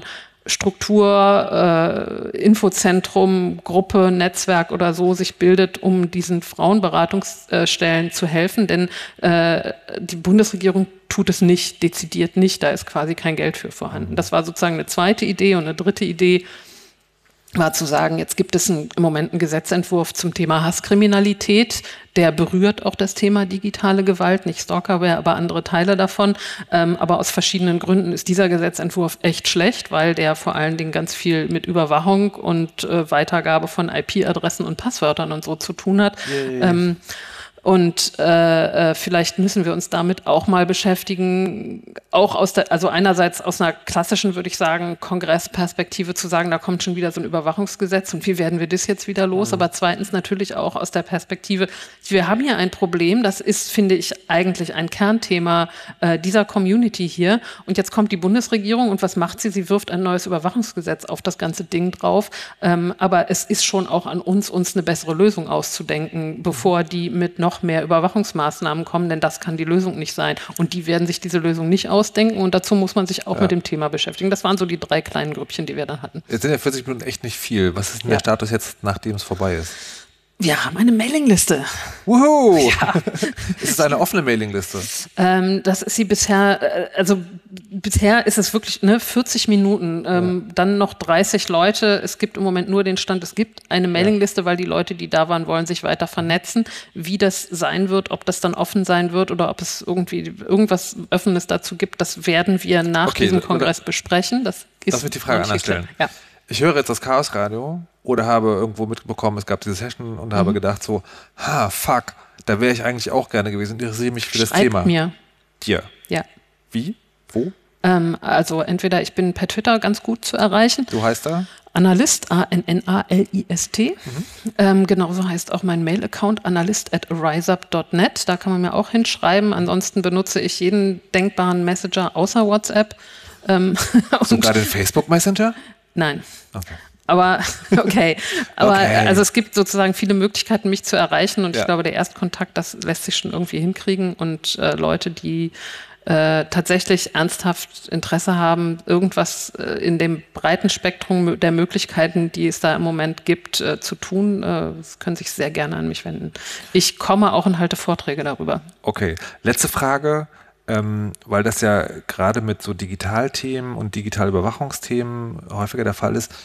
Struktur, äh, Infozentrum, Gruppe, Netzwerk oder so sich bildet, um diesen Frauenberatungsstellen zu helfen. Denn äh, die Bundesregierung tut es nicht, dezidiert nicht. Da ist quasi kein Geld für vorhanden. Das war sozusagen eine zweite Idee. Und eine dritte Idee war zu sagen, jetzt gibt es ein, im Moment einen Gesetzentwurf zum Thema Hasskriminalität. Der berührt auch das Thema digitale Gewalt, nicht Stalkerware, aber andere Teile davon. Ähm, aber aus verschiedenen Gründen ist dieser Gesetzentwurf echt schlecht, weil der vor allen Dingen ganz viel mit Überwachung und äh, Weitergabe von I P-Adressen und Passwörtern und so zu tun hat. Yeah. Ähm, Und äh, vielleicht müssen wir uns damit auch mal beschäftigen, auch aus der, also einerseits aus einer klassischen, würde ich sagen, Kongressperspektive zu sagen, da kommt schon wieder so ein Überwachungsgesetz und wie werden wir das jetzt wieder los? Mhm. Aber zweitens natürlich auch aus der Perspektive, wir haben hier ein Problem, das ist, finde ich, eigentlich ein Kernthema äh, dieser Community hier. Und jetzt kommt die Bundesregierung und was macht sie? Sie wirft ein neues Überwachungsgesetz auf das ganze Ding drauf. Ähm, aber es ist schon auch an uns, uns eine bessere Lösung auszudenken, bevor die mit noch mehr Überwachungsmaßnahmen kommen, denn das kann die Lösung nicht sein. Und die werden sich diese Lösung nicht ausdenken und dazu muss man sich auch ja. mit dem Thema beschäftigen. Das waren so die drei kleinen Grüppchen, die wir dann hatten. Jetzt sind ja vierzig Minuten echt nicht viel. Was ist denn ja. der Status jetzt, nachdem es vorbei ist? Wir haben eine Mailingliste. Wuhu! Ja. Ist es eine offene Mailingliste? Ähm, das ist sie bisher, also bisher ist es wirklich ne, vierzig Minuten, ähm, ja. dann noch dreißig Leute. Es gibt im Moment nur den Stand, es gibt eine Mailingliste, ja. weil die Leute, die da waren, wollen sich weiter vernetzen. Wie das sein wird, ob das dann offen sein wird oder ob es irgendwie irgendwas Offenes dazu gibt, das werden wir nach okay, diesem Kongress oder, besprechen. Das ist das wird die Frage anders stellen. Ja. Ich höre jetzt das Chaos Radio oder habe irgendwo mitbekommen, es gab diese Session und mhm. habe gedacht so, ha, fuck, da wäre ich eigentlich auch gerne gewesen und interessiere mich für das Schreib Thema. mir. Dir? Ja. Wie? Wo? Ähm, also entweder ich bin per Twitter ganz gut zu erreichen. Du heißt da? Analyst, A N N A L I S T. Mhm. Ähm, genauso heißt auch mein Mail-Account, analyst at riseup dot net. Da kann man mir auch hinschreiben. Ansonsten benutze ich jeden denkbaren Messenger außer WhatsApp. Ähm, Sogar den Facebook Messenger? Nein. Okay. Aber, okay. Aber, okay. also es gibt sozusagen viele Möglichkeiten, mich zu erreichen. Und ja. ich glaube, der Erstkontakt, das lässt sich schon irgendwie hinkriegen. Und äh, Leute, die äh, tatsächlich ernsthaft Interesse haben, irgendwas äh, in dem breiten Spektrum der Möglichkeiten, die es da im Moment gibt, äh, zu tun, äh, können sich sehr gerne an mich wenden. Ich komme auch und halte Vorträge darüber. Okay. Letzte Frage. Ähm, weil das ja gerade mit so Digitalthemen und Digitalüberwachungsthemen häufiger der Fall ist.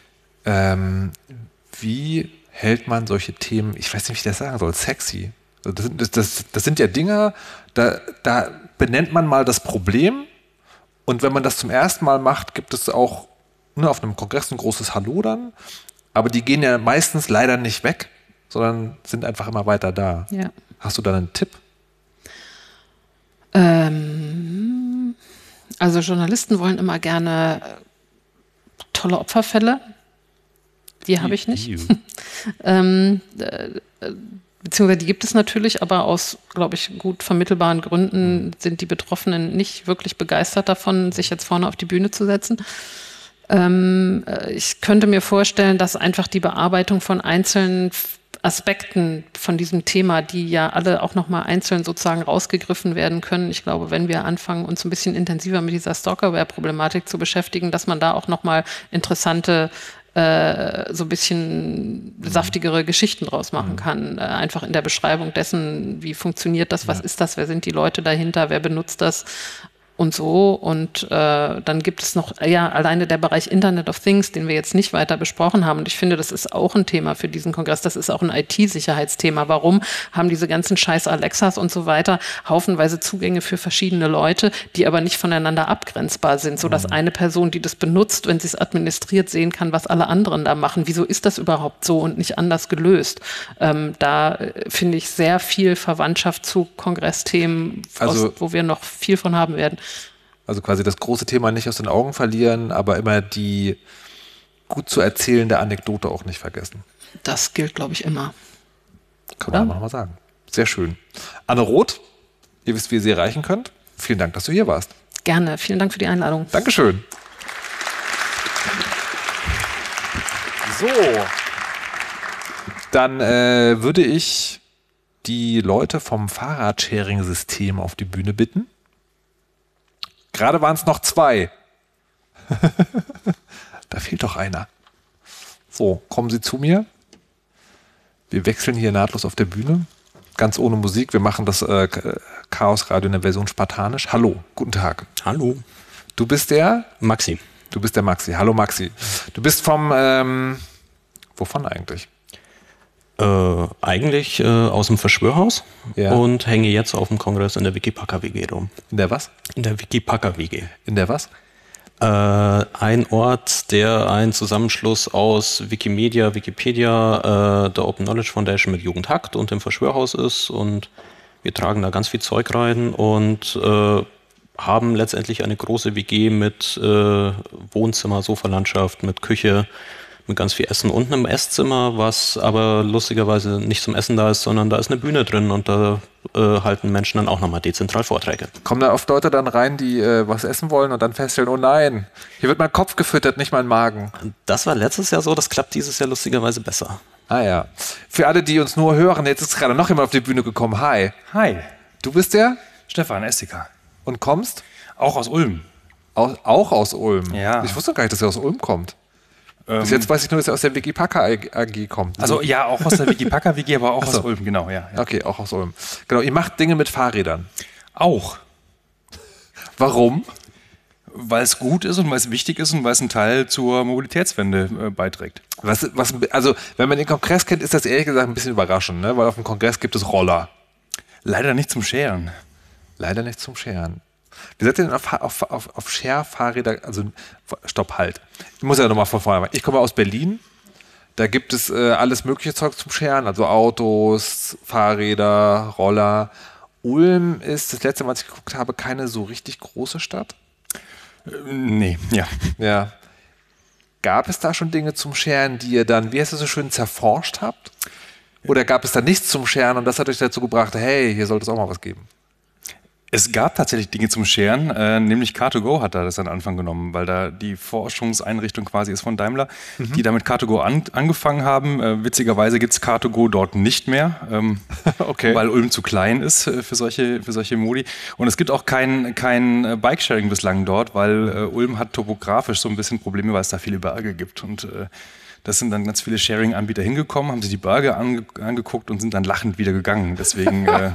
Ähm, wie hält man solche Themen, ich weiß nicht, wie ich das sagen soll, sexy? Das, das, das, das sind ja Dinge, da, da benennt man mal das Problem und wenn man das zum ersten Mal macht, gibt es auch ne, auf einem Kongress ein großes Hallo dann, aber die gehen ja meistens leider nicht weg, sondern sind einfach immer weiter da. Ja. Hast du da einen Tipp? Ähm, also Journalisten wollen immer gerne tolle Opferfälle. Die habe ich nicht. Ähm, äh, beziehungsweise die gibt es natürlich, aber aus, glaube ich, gut vermittelbaren Gründen sind die Betroffenen nicht wirklich begeistert davon, sich jetzt vorne auf die Bühne zu setzen. Ähm, ich könnte mir vorstellen, dass einfach die Bearbeitung von einzelnen Aspekten von diesem Thema, die ja alle auch nochmal einzeln sozusagen rausgegriffen werden können. Ich glaube, wenn wir anfangen, uns ein bisschen intensiver mit dieser Stalkerware-Problematik zu beschäftigen, dass man da auch nochmal interessante, äh, so ein bisschen saftigere Geschichten draus machen kann. Äh, einfach in der Beschreibung dessen, wie funktioniert das, was ja. ist das, wer sind die Leute dahinter, wer benutzt das und so. Und äh, dann gibt es noch, ja, alleine der Bereich Internet of Things, den wir jetzt nicht weiter besprochen haben. Und ich finde, das ist auch ein Thema für diesen Kongress. Das ist auch ein I T-Sicherheitsthema. Warum haben diese ganzen scheiß Alexas und so weiter haufenweise Zugänge für verschiedene Leute, die aber nicht voneinander abgrenzbar sind, sodass mhm. eine Person, die das benutzt, wenn sie es administriert, sehen kann, was alle anderen da machen. Wieso ist das überhaupt so und nicht anders gelöst? Ähm, da äh, finde ich sehr viel Verwandtschaft zu Kongressthemen, also, aus, wo wir noch viel von haben werden. Also quasi das große Thema nicht aus den Augen verlieren, aber immer die gut zu erzählende Anekdote auch nicht vergessen. Das gilt, glaube ich, immer. Kann man nochmal sagen. Sehr schön. Anne Roth, ihr wisst, wie ihr sie erreichen könnt. Vielen Dank, dass du hier warst. Gerne. Vielen Dank für die Einladung. Dankeschön. So. Dann äh, würde ich die Leute vom Fahrradsharing-System auf die Bühne bitten. Gerade waren es noch zwei. Da fehlt doch einer. So, kommen Sie zu mir. Wir wechseln hier nahtlos auf der Bühne. Ganz ohne Musik. Wir machen das äh, Chaos Radio in der Version spartanisch. Hallo, guten Tag. Hallo. Du bist der? Maxi. Du bist der Maxi. Hallo Maxi. Du bist vom, ähm, wovon eigentlich? Äh, eigentlich äh, aus dem Verschwörhaus ja. und hänge jetzt auf dem Kongress in der Wikipacker-W G rum. In der was? In der Wikipacker-W G. In der was? Äh, ein Ort, der ein Zusammenschluss aus Wikimedia, Wikipedia, äh, der Open Knowledge Foundation mit Jugendhakt und dem Verschwörhaus ist, und wir tragen da ganz viel Zeug rein und äh, haben letztendlich eine große W G mit äh, Wohnzimmer, Sofalandschaft, mit Küche, mit ganz viel Essen und einem Esszimmer, was aber lustigerweise nicht zum Essen da ist, sondern da ist eine Bühne drin und da äh, halten Menschen dann auch nochmal dezentral Vorträge. Kommen da oft Leute dann rein, die äh, was essen wollen und dann feststellen, oh nein, hier wird mein Kopf gefüttert, nicht mein Magen. Das war letztes Jahr so, das klappt dieses Jahr lustigerweise besser. Ah ja. Für alle, die uns nur hören, jetzt ist gerade noch jemand auf die Bühne gekommen. Hi. Hi. Du bist der? Stefan Estiker. Und kommst? Auch aus Ulm. Aus, auch aus Ulm? Ja. Ich wusste gar nicht, dass er aus Ulm kommt. Bis jetzt weiß ich nur, dass er aus der Wikipacker A G kommt. Also ja, auch aus der Wikipacker W G, aber auch so. aus Ulm, genau. Ja, ja. Okay, auch aus Ulm. Genau, ihr macht Dinge mit Fahrrädern. Auch. Warum? Weil es gut ist und weil es wichtig ist und weil es einen Teil zur Mobilitätswende äh, beiträgt. Was, was, also, wenn man den Kongress kennt, ist das ehrlich gesagt ein bisschen überraschend, ne? Weil auf dem Kongress gibt es Roller. Leider nicht zum Scheren. Leider nicht zum Scheren. Wie seid ihr denn auf, auf, auf, auf Share-Fahrräder, also stopp, halt. Ich muss ja nochmal von vorne machen. Ich komme aus Berlin, da gibt es äh, alles mögliche Zeug zum Sharen, also Autos, Fahrräder, Roller. Ulm ist das letzte Mal, als ich geguckt habe, keine so richtig große Stadt. Äh, nee, ja. Ja. Gab es da schon Dinge zum Sharen, die ihr dann, wie heißt das so schön, zerforscht habt? Oder gab es da nichts zum Sharen und das hat euch dazu gebracht, hey, hier sollte es auch mal was geben? Es gab tatsächlich Dinge zum Scheren, äh, nämlich Car to Go hat da das an Anfang genommen, weil da die Forschungseinrichtung quasi ist von Daimler, mhm. die damit Car to Go an, angefangen haben. Äh, witzigerweise gibt es Car to Go dort nicht mehr, ähm, okay. weil Ulm zu klein ist äh, für solche, für solche Modi. Und es gibt auch kein, kein Bikesharing bislang dort, weil äh, Ulm hat topografisch so ein bisschen Probleme, weil es da viele Berge gibt. Und äh, das sind dann ganz viele Sharing-Anbieter hingekommen, haben sich die Berge ange angeguckt und sind dann lachend wieder gegangen. Deswegen... Äh,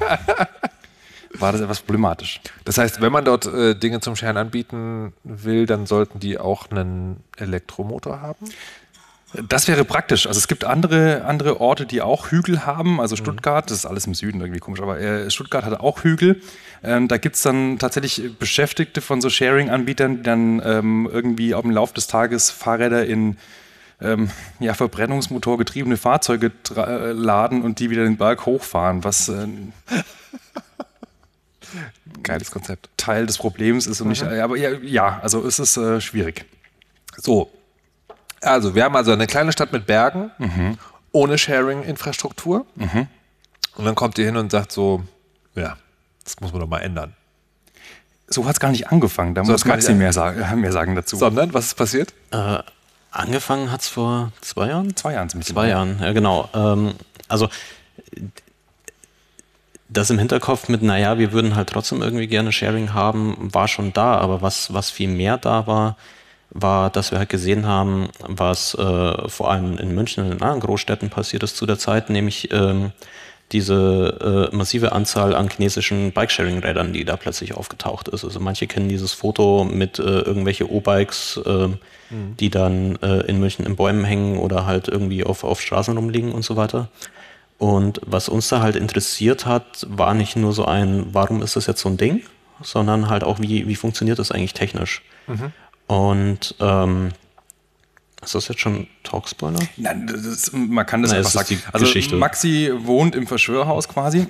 war das etwas problematisch. Das heißt, wenn man dort äh, Dinge zum Sharen anbieten will, dann sollten die auch einen Elektromotor haben? Das wäre praktisch. Also es gibt andere, andere Orte, die auch Hügel haben. Also Stuttgart, das ist alles im Süden irgendwie komisch, aber äh, Stuttgart hat auch Hügel. Ähm, da gibt es dann tatsächlich Beschäftigte von so Sharing-Anbietern, die dann ähm, irgendwie auf dem Lauf des Tages Fahrräder in ähm, ja, verbrennungsmotorgetriebene Fahrzeuge äh, laden und die wieder den Berg hochfahren, was... Äh, Geiles Konzept. Teil des Problems ist und nicht, aber ja, ja, also es ist äh, schwierig. So, also wir haben also eine kleine Stadt mit Bergen. Mhm. ohne Sharing-Infrastruktur. Mhm. Und dann kommt ihr hin und sagt so, ja, das muss man doch mal ändern. So hat es gar nicht angefangen. Da so muss Maxi mehr sagen, mehr sagen dazu. Sondern, was ist passiert? Äh, angefangen hat es vor zwei Jahren? Zwei Jahren ziemlich Zwei Jahren, ja genau. Ähm, also das im Hinterkopf mit, naja, wir würden halt trotzdem irgendwie gerne Sharing haben, war schon da. Aber was, was viel mehr da war, war, dass wir halt gesehen haben, was äh, vor allem in München und in anderen Großstädten passiert ist zu der Zeit, nämlich ähm, diese äh, massive Anzahl an chinesischen Bikesharing-Rädern, die da plötzlich aufgetaucht ist. Also manche kennen dieses Foto mit äh, irgendwelche O-Bikes, äh, mhm. die dann äh, in München in Bäumen hängen oder halt irgendwie auf, auf Straßen rumliegen und so weiter. Und was uns da halt interessiert hat, war nicht nur so ein, warum ist das jetzt so ein Ding, sondern halt auch, wie, wie funktioniert das eigentlich technisch. Mhm. Und ähm, ist das jetzt schon Talkspoiler? Nein, das ist, man kann das Nein, einfach das sagen. Also Geschichte. Maxi wohnt im Verschwörhaus quasi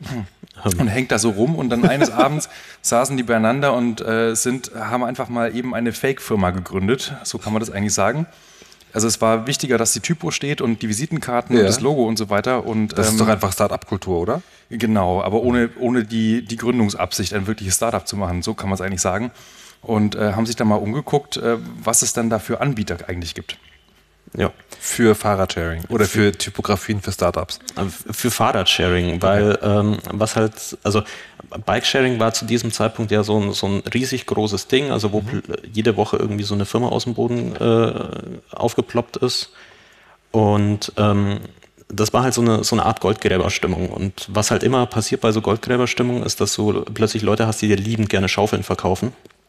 und hängt da so rum und dann eines Abends saßen die beieinander und äh, sind, haben einfach mal eben eine Fake-Firma gegründet, so kann man das eigentlich sagen. Also es war wichtiger, dass die Typo steht und die Visitenkarten ja. und das Logo und so weiter. Und, das ähm, ist doch einfach Start-up-Kultur, oder? Genau, aber ohne, ohne die, die Gründungsabsicht, ein wirkliches Startup zu machen, so kann man es eigentlich sagen. Und äh, haben sich dann mal umgeguckt, äh, was es dann da für Anbieter eigentlich gibt. Ja. Für Fahrradsharing oder für, für Typografien für Startups? Für Fahrradsharing, weil okay. ähm, was halt, also Bikesharing war zu diesem Zeitpunkt ja so ein, so ein riesig großes Ding, also wo mhm. jede Woche irgendwie so eine Firma aus dem Boden äh, aufgeploppt ist. Und ähm, das war halt so eine, so eine Art Goldgräberstimmung. Und was halt immer passiert bei so Goldgräberstimmung ist, dass du plötzlich Leute hast, die dir liebend gerne Schaufeln verkaufen.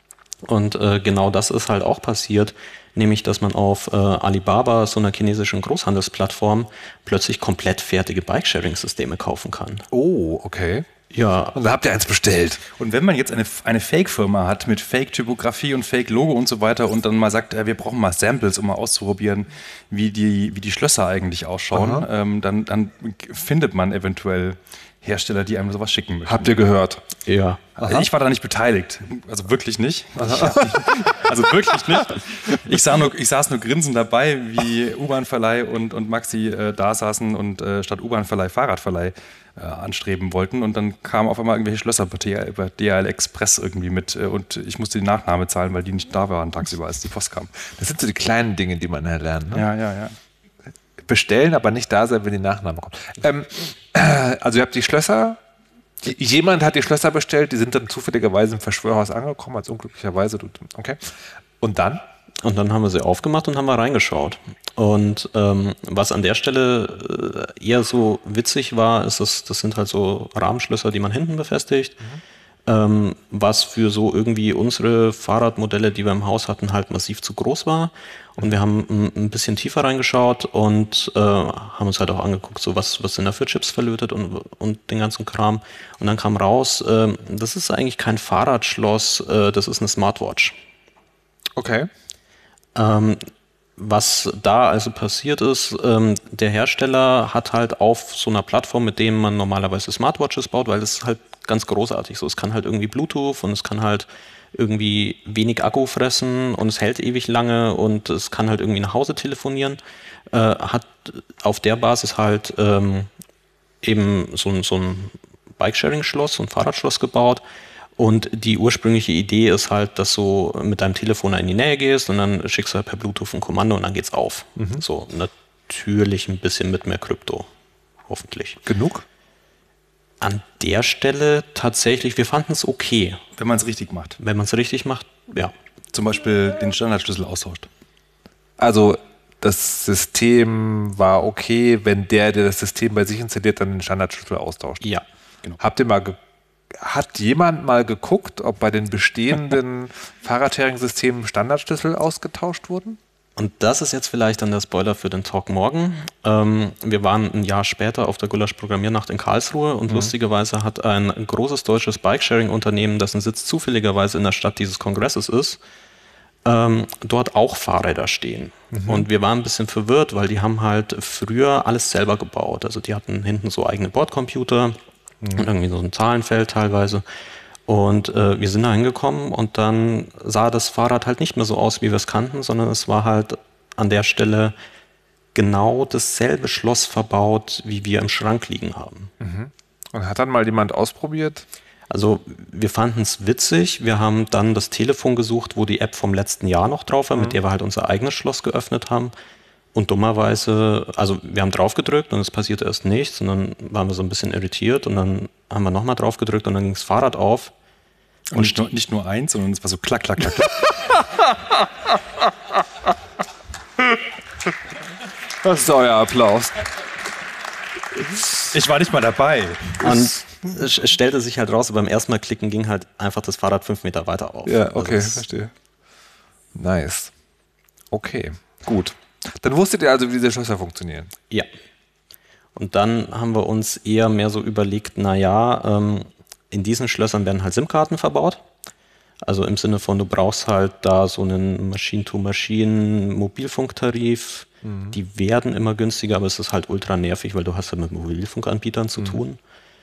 Und äh, genau das ist halt auch passiert, nämlich dass man auf äh, Alibaba, so einer chinesischen Großhandelsplattform, plötzlich komplett fertige Bikesharing-Systeme kaufen kann. Oh, okay. Ja. Und da habt ihr eins bestellt. Und wenn man jetzt eine, eine Fake-Firma hat mit Fake-Typografie und Fake-Logo und so weiter und dann mal sagt, äh, wir brauchen mal Samples, um mal auszuprobieren, wie die, wie die Schlösser eigentlich ausschauen, ähm, dann, dann findet man eventuell Hersteller, die einem sowas schicken möchten. Habt ihr gehört? Ja. Aha. Ich war da nicht beteiligt. Also wirklich nicht. Also wirklich nicht. Ich, sah nur, ich saß nur grinsend dabei, wie U-Bahn-Verleih und, und Maxi äh, da saßen und äh, statt U-Bahn-Verleih Fahrradverleih äh, anstreben wollten. Und dann kamen auf einmal irgendwelche Schlösser über D H L Express irgendwie mit äh, und ich musste die Nachname zahlen, weil die nicht da waren tagsüber, als die Post kam. Das sind so die kleinen Dinge, die man lernt. Ne? Ja, ja, ja. Bestellen, aber nicht da sein, wenn die Nachname kommt. Ähm, äh, also ihr habt die Schlösser, die, jemand hat die Schlösser bestellt, die sind dann zufälligerweise im Verschwörhaus angekommen, als unglücklicherweise. Okay. Und dann? Und dann haben wir sie aufgemacht und haben mal reingeschaut. Und ähm, was an der Stelle eher so witzig war, ist, dass das sind halt so Rahmenschlösser, die man hinten befestigt. Mhm. Ähm, was für so irgendwie unsere Fahrradmodelle, die wir im Haus hatten, halt massiv zu groß war. Und wir haben ein, ein bisschen tiefer reingeschaut und äh, haben uns halt auch angeguckt, so was, was sind da für Chips verlötet und, und den ganzen Kram. Und dann kam raus, äh, das ist eigentlich kein Fahrradschloss, äh, das ist eine Smartwatch. Okay. Ähm, was da also passiert ist, ähm, der Hersteller hat halt auf so einer Plattform, mit dem man normalerweise Smartwatches baut, weil das ist halt ganz großartig so. Es kann halt irgendwie Bluetooth und es kann halt irgendwie wenig Akku fressen und es hält ewig lange und es kann halt irgendwie nach Hause telefonieren. Äh, hat auf der Basis halt ähm, eben so ein, so ein Bikesharing-Schloss, so ein Fahrradschloss gebaut. Und die ursprüngliche Idee ist halt, dass du mit deinem Telefon in die Nähe gehst und dann schickst du halt per Bluetooth ein Kommando und dann geht's auf. Mhm. So, natürlich ein bisschen mit mehr Krypto. Hoffentlich. Genug? An der Stelle tatsächlich, wir fanden es okay. Wenn man es richtig macht. Wenn man es richtig macht, ja. Zum Beispiel den Standardschlüssel austauscht. Also das System war okay, wenn der, der das System bei sich installiert, dann den Standardschlüssel austauscht. Ja. Genau. Habt ihr mal ge- Hat jemand mal geguckt, ob bei den bestehenden Fahrradsharing-Systemen Standardschlüssel ausgetauscht wurden? Und das ist jetzt vielleicht dann der Spoiler für den Talk morgen. Ähm, wir waren ein Jahr später auf der Gulasch-Programmiernacht in Karlsruhe und mhm. lustigerweise hat ein großes deutsches Bikesharing-Unternehmen, dessen Sitz zufälligerweise in der Stadt dieses Kongresses ist, ähm, dort auch Fahrräder stehen. Mhm. Und wir waren ein bisschen verwirrt, weil die haben halt früher alles selber gebaut. Also die hatten hinten so eigene Bordcomputer mhm. und irgendwie so ein Zahlenfeld teilweise. Und äh, wir sind da hingekommen und dann sah das Fahrrad halt nicht mehr so aus, wie wir es kannten, sondern es war halt an der Stelle genau dasselbe Schloss verbaut, wie wir im Schrank liegen haben. Mhm. Und hat dann mal jemand ausprobiert? Also wir fanden es witzig. Wir haben dann das Telefon gesucht, wo die App vom letzten Jahr noch drauf war, mhm. mit der wir halt unser eigenes Schloss geöffnet haben. Und dummerweise, also wir haben drauf gedrückt und es passierte erst nichts. Und dann waren wir so ein bisschen irritiert und dann haben wir nochmal drauf gedrückt und dann ging das Fahrrad auf. Und, und nicht, nur, nicht nur eins, sondern es war so klack, klack, klack, klack. Das ist euer Applaus. Ich war nicht mal dabei. Und es stellte sich halt raus, beim ersten Mal klicken ging halt einfach das Fahrrad fünf Meter weiter auf. Ja, okay, also verstehe. Nice. Okay, gut. Dann wusstet ihr also, wie diese Schlösser funktionieren? Ja. Und dann haben wir uns eher mehr so überlegt, naja, ähm, in diesen Schlössern werden halt SIM-Karten verbaut. Also im Sinne von, du brauchst halt da so einen Machine-to-Machine-Mobilfunktarif. Mhm. Die werden immer günstiger, aber es ist halt ultra nervig, weil du hast ja mit Mobilfunkanbietern zu mhm. tun.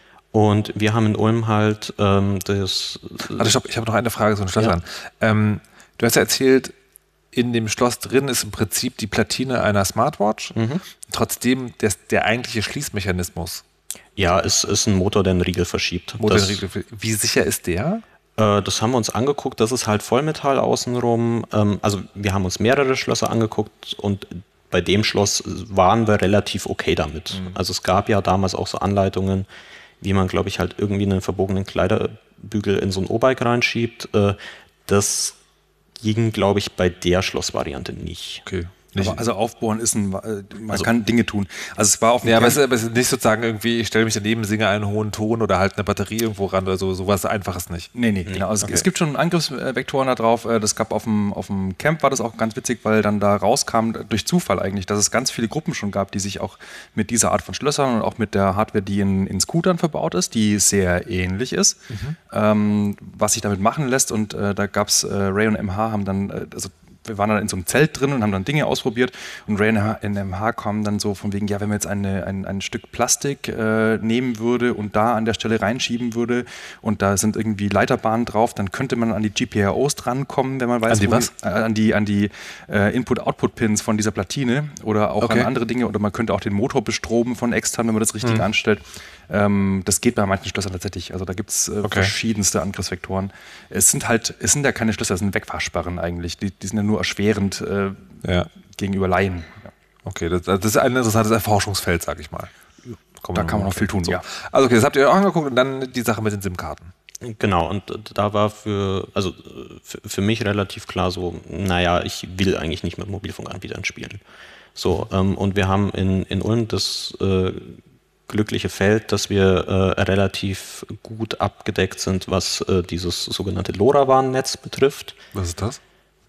Und wir haben in Ulm halt ähm, das... Also stopp, ich habe noch eine Frage zu den Schlössern. Ja. Ähm, du hast ja erzählt, in dem Schloss drin ist im Prinzip die Platine einer Smartwatch. Mhm. Trotzdem der, der eigentliche Schließmechanismus. Ja, es ist ein Motor, der einen Riegel verschiebt. Motor, das, Riegel, wie sicher ist der? Äh, das haben wir uns angeguckt. Das ist halt Vollmetall außenrum. Ähm, also wir haben uns mehrere Schlösser angeguckt und bei dem Schloss waren wir relativ okay damit. Mhm. Also es gab ja damals auch so Anleitungen, wie man, glaube ich, halt irgendwie einen verbogenen Kleiderbügel in so ein O-Bike reinschiebt. Äh, das ging, glaube ich, bei der Schlossvariante nicht. Okay. Nicht. Aber also aufbohren ist ein, man also, kann Dinge tun. Also es war auf dem Ja, aber es, aber es ist nicht sozusagen irgendwie, ich stelle mich daneben, singe einen hohen Ton oder halt eine Batterie irgendwo ran oder so, sowas Einfaches nicht. Nee, nee, genau. Also okay. Es gibt schon Angriffsvektoren da drauf. Das gab auf dem, auf dem Camp, war das auch ganz witzig, weil dann da rauskam, durch Zufall eigentlich, dass es ganz viele Gruppen schon gab, die sich auch mit dieser Art von Schlössern und auch mit der Hardware, die in, in Scootern verbaut ist, die sehr ähnlich ist, mhm. ähm, was sich damit machen lässt. Und äh, da gab es, äh, Ray und M H haben dann, äh, also wir waren dann in so einem Zelt drin und haben dann Dinge ausprobiert und Ray und M H kamen dann so von wegen, ja, wenn man jetzt eine, ein, ein Stück Plastik äh, nehmen würde und da an der Stelle reinschieben würde und da sind irgendwie Leiterbahnen drauf, dann könnte man an die G P R Os drankommen, wenn man weiß, an die, was? Äh, an die, an die äh, Input-Output-Pins von dieser Platine oder auch okay. an andere Dinge oder man könnte auch den Motor bestromen von extern, wenn man das richtig mhm. anstellt. Ähm, das geht bei manchen Schlössern tatsächlich. Also da gibt es äh, okay. verschiedenste Angriffsvektoren. Es sind halt, es sind ja keine Schlösser, es sind Wegfahrsperren eigentlich. Die, die sind ja nur erschwerend äh, ja. gegenüber Laien. Ja. Okay, das, das ist ein interessantes Erforschungsfeld, sag ich mal. Kommen da kann man noch viel tun, so. Ja. Also okay, das habt ihr auch angeguckt und dann die Sache mit den SIM-Karten. Genau, und da war für, also für, für mich relativ klar so, naja, ich will eigentlich nicht mit Mobilfunkanbietern spielen. So, ähm, und wir haben in, in Ulm das äh, glückliche Feld, dass wir äh, relativ gut abgedeckt sind, was äh, dieses sogenannte LoRaWAN-Netz betrifft. Was ist das?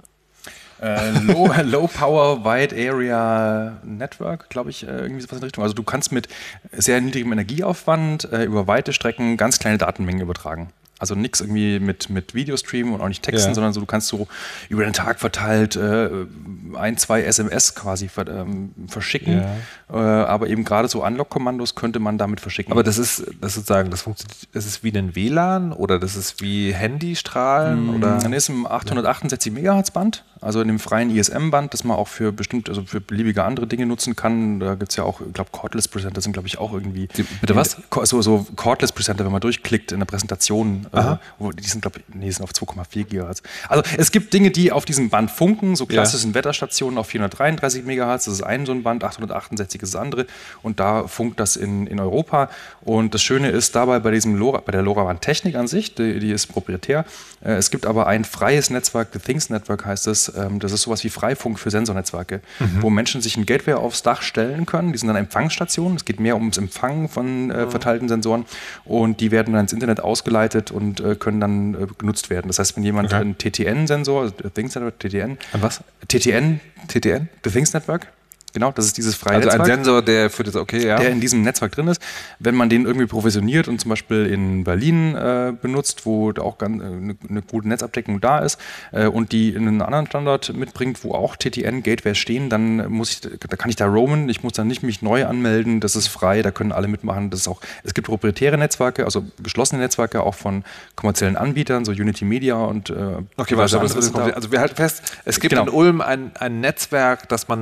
Äh, Low, Low Power Wide Area Network, glaube ich, äh, irgendwie sowas in der Richtung. Also du kannst mit sehr niedrigem Energieaufwand äh, über weite Strecken ganz kleine Datenmengen übertragen. Also nichts irgendwie mit, mit Videostream und auch nicht Texten, ja. sondern so, du kannst so über den Tag verteilt äh, ein, zwei S M S quasi ver, ähm, verschicken. Ja. Äh, aber eben gerade so Unlock-Kommandos könnte man damit verschicken. Aber das ist, das sozusagen, das funktioniert, das ist wie ein W L A N oder das ist wie Handystrahlen? Mm, oder? Dann ist im achthundertachtundsechzig Megahertz Band, also in dem freien I S M-Band, das man auch für bestimmt, also für beliebige andere Dinge nutzen kann. Da gibt es ja auch, ich glaube, Cordless Presenter sind, glaube ich, auch irgendwie. Die, bitte was? So, so Cordless Presenter, wenn man durchklickt in der Präsentation. Aha. Äh, die sind, glaube ich, nee, sind auf zwei Komma vier Gigahertz. Also es gibt Dinge, die auf diesem Band funken, so klassischen ja. Wetterstationen auf vierhundertdreiunddreißig Megahertz, das ist ein so ein Band, achthundertachtundsechzig ist das andere und da funkt das in, in Europa. Und das Schöne ist dabei bei diesem LoRa, bei der LoRaWAN-Technik an sich, die, die ist proprietär. Äh, es gibt aber ein freies Netzwerk, The Things Network heißt es, ähm, das ist sowas wie Freifunk für Sensornetzwerke, mhm. wo Menschen sich ein Gateway aufs Dach stellen können. Die sind dann Empfangsstationen, es geht mehr ums Empfangen von äh, verteilten Sensoren und die werden dann ins Internet ausgeleitet und äh, können dann äh, genutzt werden. Das heißt, wenn jemand okay. einen T T N-Sensor, The Things Network, T T N, an was? T T N, T T N, The Things Network, genau, das ist dieses freie also Netzwerk. Also ein Sensor, der für das, okay, ja. Der in diesem Netzwerk drin ist. Wenn man den irgendwie provisioniert und zum Beispiel in Berlin äh, benutzt, wo auch ganz, äh, eine, eine gute Netzabdeckung da ist äh, und die in einen anderen Standort mitbringt, wo auch T T N-Gateways stehen, dann muss ich, da kann ich da roamen, ich muss dann nicht mich neu anmelden, das ist frei, da können alle mitmachen. Das ist auch, es gibt proprietäre Netzwerke, also geschlossene Netzwerke auch von kommerziellen Anbietern, so Unity Media und äh, okay, was, aber das ist also wir halten fest, es gibt genau. in Ulm ein, ein Netzwerk, das man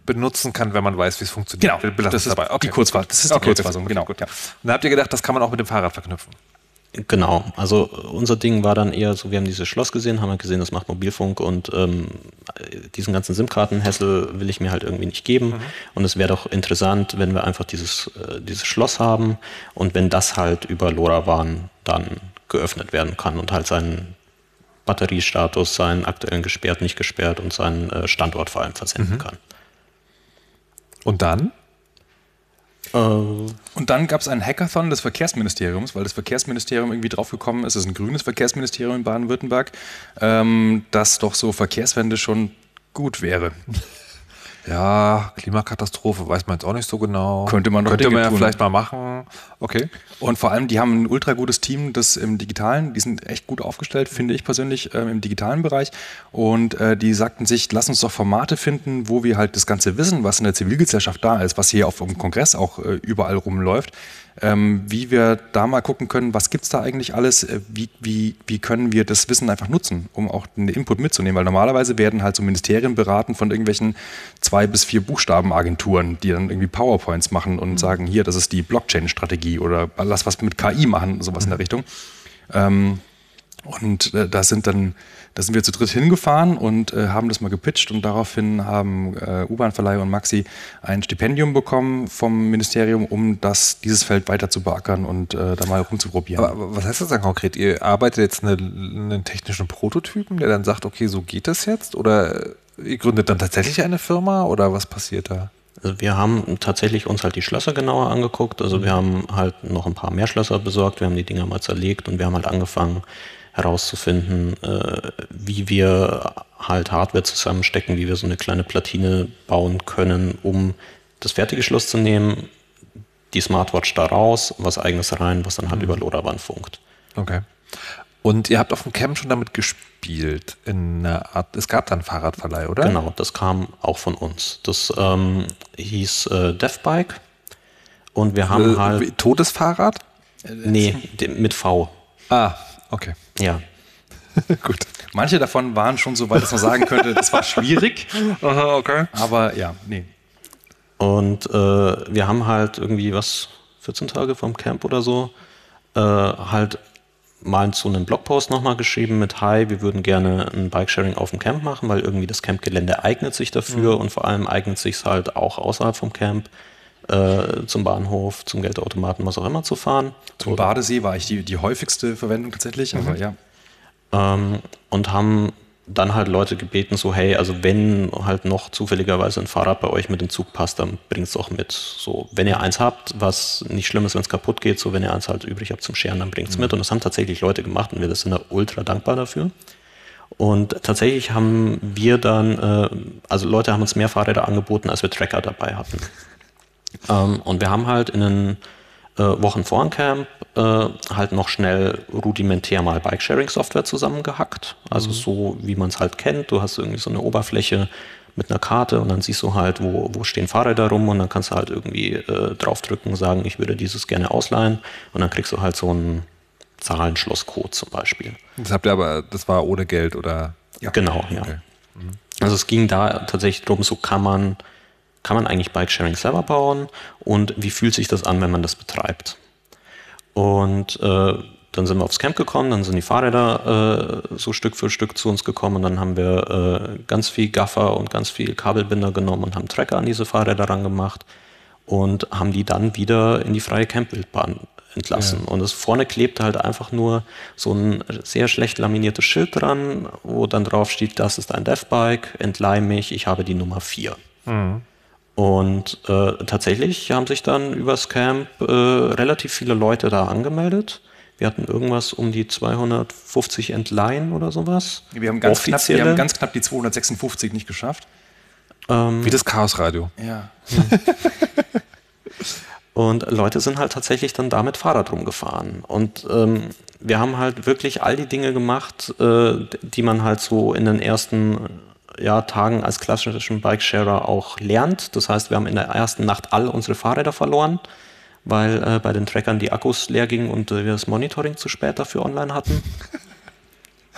benutzen kann, wenn man weiß, wie es funktioniert. Genau, das ist dabei. Okay. die Kurzfassung. Das ist die okay, Kurzfassung, okay, genau. Gut. Ja. Und dann habt ihr gedacht, das kann man auch mit dem Fahrrad verknüpfen. Genau, also unser Ding war dann eher so, wir haben dieses Schloss gesehen, haben wir gesehen, das macht Mobilfunk und ähm, diesen ganzen SIM-Kartenhässel will ich mir halt irgendwie nicht geben. Mhm. Und es wäre doch interessant, wenn wir einfach dieses, äh, dieses Schloss haben und wenn das halt über LoRaWAN dann geöffnet werden kann und halt seinen Batteriestatus, seinen aktuellen gesperrt, nicht gesperrt und seinen äh, Standort vor allem versenden mhm. kann. Und dann? Und dann gab es einen Hackathon des Verkehrsministeriums, weil das Verkehrsministerium irgendwie draufgekommen ist, es ist ein grünes Verkehrsministerium in Baden-Württemberg, ähm, dass doch so Verkehrswende schon gut wäre. Ja, Klimakatastrophe, weiß man jetzt auch nicht so genau. Könnte man doch Könnte Dinge man ja tun. vielleicht mal machen. Okay. Und vor allem, die haben ein ultra gutes Team, das im Digitalen, die sind echt gut aufgestellt, finde ich persönlich, ähm, im digitalen Bereich. Und äh, die sagten sich, lass uns doch Formate finden, wo wir halt das ganze Wissen, was in der Zivilgesellschaft da ist, was hier auf dem Kongress auch äh, überall rumläuft, ähm, wie wir da mal gucken können, was gibt es da eigentlich alles, äh, wie, wie, wie können wir das Wissen einfach nutzen, um auch den Input mitzunehmen. Weil normalerweise werden halt so Ministerien beraten von irgendwelchen zwei bis vier Buchstabenagenturen, die dann irgendwie PowerPoints machen und mhm. sagen, hier, das ist die Blockchain-Strategie oder lass was mit K I machen, sowas in der Richtung. Ähm, und äh, da sind dann, da sind wir zu dritt hingefahren und äh, haben das mal gepitcht und daraufhin haben äh, U-Bahn-Verleih und Maxi ein Stipendium bekommen vom Ministerium, um das, dieses Feld weiter zu beackern und äh, da mal rumzuprobieren. Aber was heißt das dann konkret? Ihr arbeitet jetzt eine, einen technischen Prototypen, der dann sagt, okay, so geht das jetzt? Oder ihr gründet dann tatsächlich eine Firma oder was passiert da? Also wir haben tatsächlich uns halt die Schlösser genauer angeguckt. Also wir haben halt noch ein paar mehr Schlösser besorgt, wir haben die Dinger mal zerlegt und wir haben halt angefangen herauszufinden, äh, wie wir halt Hardware zusammenstecken, wie wir so eine kleine Platine bauen können, um das fertige Schloss zu nehmen, die Smartwatch da raus, was eigenes rein, was dann halt mhm. über LoRaWAN funkt. Okay. Und ihr habt auf dem Camp schon damit gespielt, in einer Art, es gab dann Fahrradverleih, oder? Genau, das kam auch von uns. Das ähm, hieß äh, DevBike und wir haben äh, halt... Totes Fahrrad? Nee, mit V. Ah, okay. Ja. Gut. Manche davon waren schon so weit, dass man sagen könnte, das war schwierig. Aha, okay. Aber ja, nee. Und äh, wir haben halt irgendwie was, vierzehn Tage vom Camp oder so, äh, halt mal zu einem Blogpost nochmal geschrieben mit Hi, wir würden gerne ein Bikesharing auf dem Camp machen, weil irgendwie das Campgelände eignet sich dafür mhm. und vor allem eignet sich es halt auch außerhalb vom Camp äh, zum Bahnhof, zum Geldautomaten, was auch immer zu fahren. Zum Oder Badesee war ich die, die häufigste Verwendung tatsächlich, mhm. aber ja. Ähm, und haben dann halt Leute gebeten, so hey, also wenn halt noch zufälligerweise ein Fahrrad bei euch mit dem Zug passt, dann bringt es doch mit. So, wenn ihr eins habt, was nicht schlimm ist, wenn es kaputt geht, so wenn ihr eins halt übrig habt zum Scheren, dann bringt es mhm. mit. Und das haben tatsächlich Leute gemacht und wir sind da ultra dankbar dafür. Und tatsächlich haben wir dann, äh, also Leute haben uns mehr Fahrräder angeboten, als wir Tracker dabei hatten. ähm, und wir haben halt in den äh, Wochen vor dem Camp äh, halt noch schnell rudimentär mal Bikesharing-Software zusammengehackt. Also mhm. so, wie man es halt kennt. Du hast irgendwie so eine Oberfläche mit einer Karte und dann siehst du halt, wo, wo stehen Fahrräder rum und dann kannst du halt irgendwie äh, draufdrücken, sagen, ich würde dieses gerne ausleihen und dann kriegst du halt so einen Zahlenschlosscode zum Beispiel. Das habt ihr aber, das war ohne Geld oder? Ja. Genau, ja. Okay. Mhm. Also es ging da tatsächlich darum, so kann man, kann man eigentlich Bikesharing selber bauen und wie fühlt sich das an, wenn man das betreibt? Und äh, dann sind wir aufs Camp gekommen, dann sind die Fahrräder äh, so Stück für Stück zu uns gekommen und dann haben wir äh, ganz viel Gaffer und ganz viel Kabelbinder genommen und haben Tracker an diese Fahrräder rangemacht und haben die dann wieder in die freie Campwildbahn entlassen. Ja. Und es vorne klebte halt einfach nur so ein sehr schlecht laminiertes Schild dran, wo dann drauf steht, das ist ein DevBike, entleih mich, ich habe die Nummer vier. Mhm. Und äh, tatsächlich haben sich dann übers Camp äh, relativ viele Leute da angemeldet. Wir hatten irgendwas um die zweihundertfünfzig Entleihen oder sowas. Wir haben ganz, knapp, wir haben ganz knapp die zweihundertsechsundfünfzig nicht geschafft. Ähm, Wie das Chaosradio. Ja. Und Leute sind halt tatsächlich dann da mit Fahrrad rumgefahren. Und ähm, wir haben halt wirklich all die Dinge gemacht, äh, die man halt so in den ersten ja, Tagen als klassischen Bikesharer auch lernt. Das heißt, wir haben in der ersten Nacht all unsere Fahrräder verloren, weil äh, bei den Trackern die Akkus leer gingen und äh, wir das Monitoring zu spät dafür online hatten.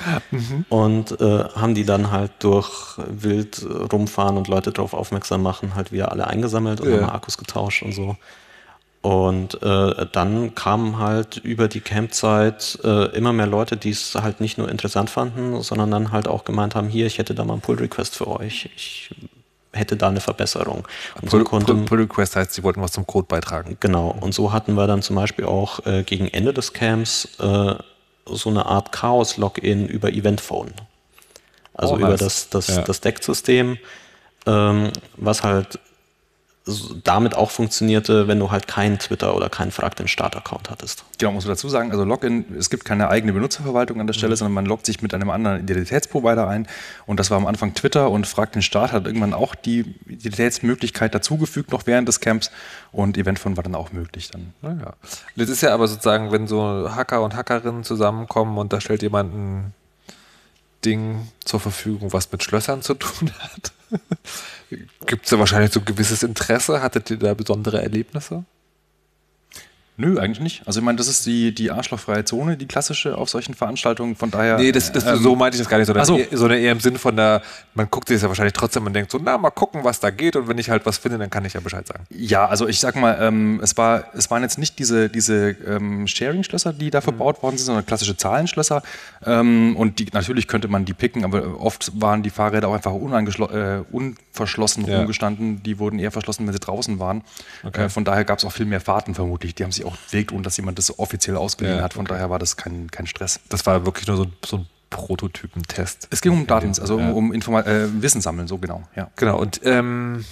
mhm. und äh, haben die dann halt durch wild rumfahren und Leute darauf aufmerksam machen, halt wieder alle eingesammelt und ja. haben Akkus getauscht und so. Und äh, dann kamen halt über die Campzeit äh, immer mehr Leute, die es halt nicht nur interessant fanden, sondern dann halt auch gemeint haben, hier, ich hätte da mal einen Pull-Request für euch. Ich hätte da eine Verbesserung. Und Pull, so konnte, Pull, Pull Request heißt, sie wollten was zum Code beitragen. Genau. Und so hatten wir dann zum Beispiel auch äh, gegen Ende des Camps äh, so eine Art Chaos-Login über Eventphone. Also oh, über nice. das, das, ja. das D E C-System, ähm, was halt damit auch funktionierte, wenn du halt keinen Twitter oder keinen Frag den Start-Account hattest. Genau, muss man dazu sagen, also Login, es gibt keine eigene Benutzerverwaltung an der Stelle, mhm. sondern man loggt sich mit einem anderen Identitätsprovider ein und das war am Anfang Twitter und Frag den Start hat irgendwann auch die Identitätsmöglichkeit dazugefügt, noch während des Camps und Eventphone war dann auch möglich dann. Ja. Das ist ja aber sozusagen, wenn so Hacker und Hackerinnen zusammenkommen und da stellt jemand ein Ding zur Verfügung, was mit Schlössern zu tun hat. Gibt es da wahrscheinlich so ein gewisses Interesse? Hattet ihr da besondere Erlebnisse? Nö, eigentlich nicht. Also ich meine, das ist die, die arschlochfreie Zone, die klassische auf solchen Veranstaltungen, von daher... Nee, das, das, ähm, so meinte ich das gar nicht, sondern, so. eher, sondern eher im Sinn von der, man guckt sich das ja wahrscheinlich trotzdem und denkt so, na, mal gucken, was da geht und wenn ich halt was finde, dann kann ich ja Bescheid sagen. Ja, also ich sag mal, ähm, es, war, es waren jetzt nicht diese, diese ähm, Sharing-Schlösser, die da verbaut mhm. worden sind, sondern klassische Zahlenschlösser ähm, und die, natürlich könnte man die picken, aber oft waren die Fahrräder auch einfach äh, unverschlossen ja. rumgestanden, die wurden eher verschlossen, wenn sie draußen waren. Okay. Äh, von daher gab es auch viel mehr Fahrten vermutlich, die haben sich auch bewegt, ohne dass jemand das offiziell ausgeliehen ja, hat. Von okay. daher war das kein, kein Stress. Das war wirklich nur so, so ein Prototypentest. Es ging um Daten, also ja. um, um Informa- äh, Wissen sammeln, so genau. Ja. Genau. Und ähm,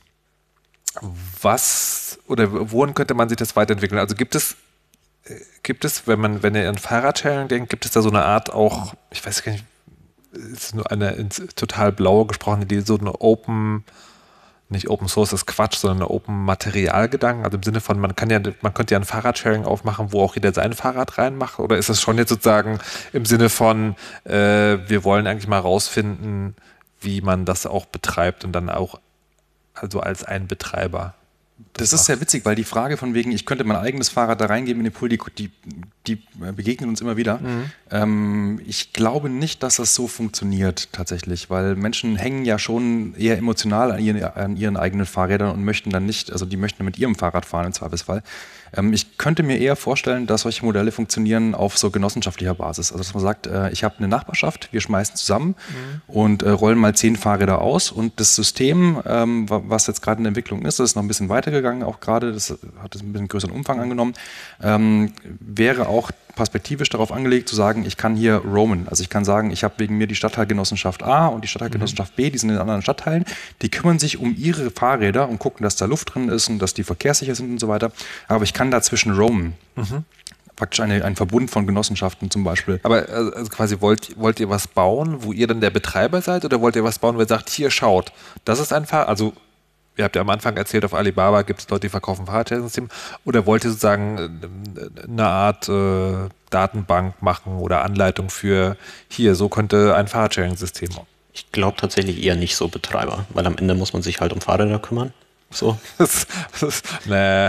was oder wohin könnte man sich das weiterentwickeln? Also gibt es, gibt es, wenn man, wenn ihr an Fahrradsharing denkt, gibt es da so eine Art auch, ich weiß gar nicht, ist nur eine ins total blaue gesprochene Idee, so eine Open nicht Open Source ist Quatsch, sondern eine Open Materialgedanken, also im Sinne von, man kann ja, man könnte ja ein Fahrradsharing aufmachen, wo auch jeder sein Fahrrad reinmacht, oder ist das schon jetzt sozusagen im Sinne von, äh, wir wollen eigentlich mal rausfinden, wie man das auch betreibt und dann auch, also als ein Betreiber. Das, das ist sehr witzig, weil die Frage von wegen, ich könnte mein eigenes Fahrrad da reingeben in den Pool, die, die, die begegnen uns immer wieder. Mhm. Ähm, ich glaube nicht, dass das so funktioniert tatsächlich, weil Menschen hängen ja schon eher emotional an ihren, an ihren eigenen Fahrrädern und möchten dann nicht, also die möchten mit ihrem Fahrrad fahren im Zweifelsfall. Ähm, ich könnte mir eher vorstellen, dass solche Modelle funktionieren auf so genossenschaftlicher Basis. Also dass man sagt, äh, ich habe eine Nachbarschaft, wir schmeißen zusammen mhm. und äh, rollen mal zehn Fahrräder aus und das System, ähm, was jetzt gerade in der Entwicklung ist, das ist noch ein bisschen weitergegangen, auch gerade, das hat das ein bisschen größeren Umfang angenommen, ähm, wäre auch perspektivisch darauf angelegt zu sagen, ich kann hier roamen. Also ich kann sagen, ich habe wegen mir die Stadtteilgenossenschaft A und die Stadtteilgenossenschaft B, die sind in anderen Stadtteilen, die kümmern sich um ihre Fahrräder und gucken, dass da Luft drin ist und dass die verkehrssicher sind und so weiter. Aber ich kann dazwischen roamen. Mhm. Praktisch eine, ein Verbund von Genossenschaften zum Beispiel. Aber also quasi wollt, wollt ihr was bauen, wo ihr dann der Betreiber seid, oder wollt ihr was bauen, wo ihr sagt, hier schaut, das ist ein Fahrrad, also ihr habt ja am Anfang erzählt, auf Alibaba gibt es Leute, die verkaufen Fahrradsystem. Oder wollt ihr sozusagen eine Art äh, Datenbank machen oder Anleitung für hier, so könnte ein Fahrradsharing-System. Ich glaube tatsächlich eher nicht so Betreiber, weil am Ende muss man sich halt um Fahrräder kümmern. So. Das, das, nee.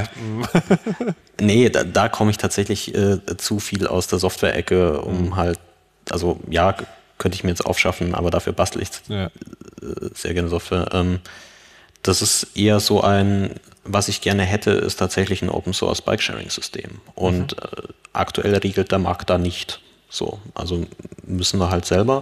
nee, da, da komme ich tatsächlich äh, zu viel aus der Software-Ecke, um mhm. halt, also ja, könnte ich mir jetzt aufschaffen, aber dafür bastel ich ja. äh, sehr gerne Software. Ähm, Das ist eher so ein, was ich gerne hätte, ist tatsächlich ein Open-Source Bike-Sharing-System. Und mhm. äh, aktuell riegelt der Markt da nicht so. Also müssen wir halt selber.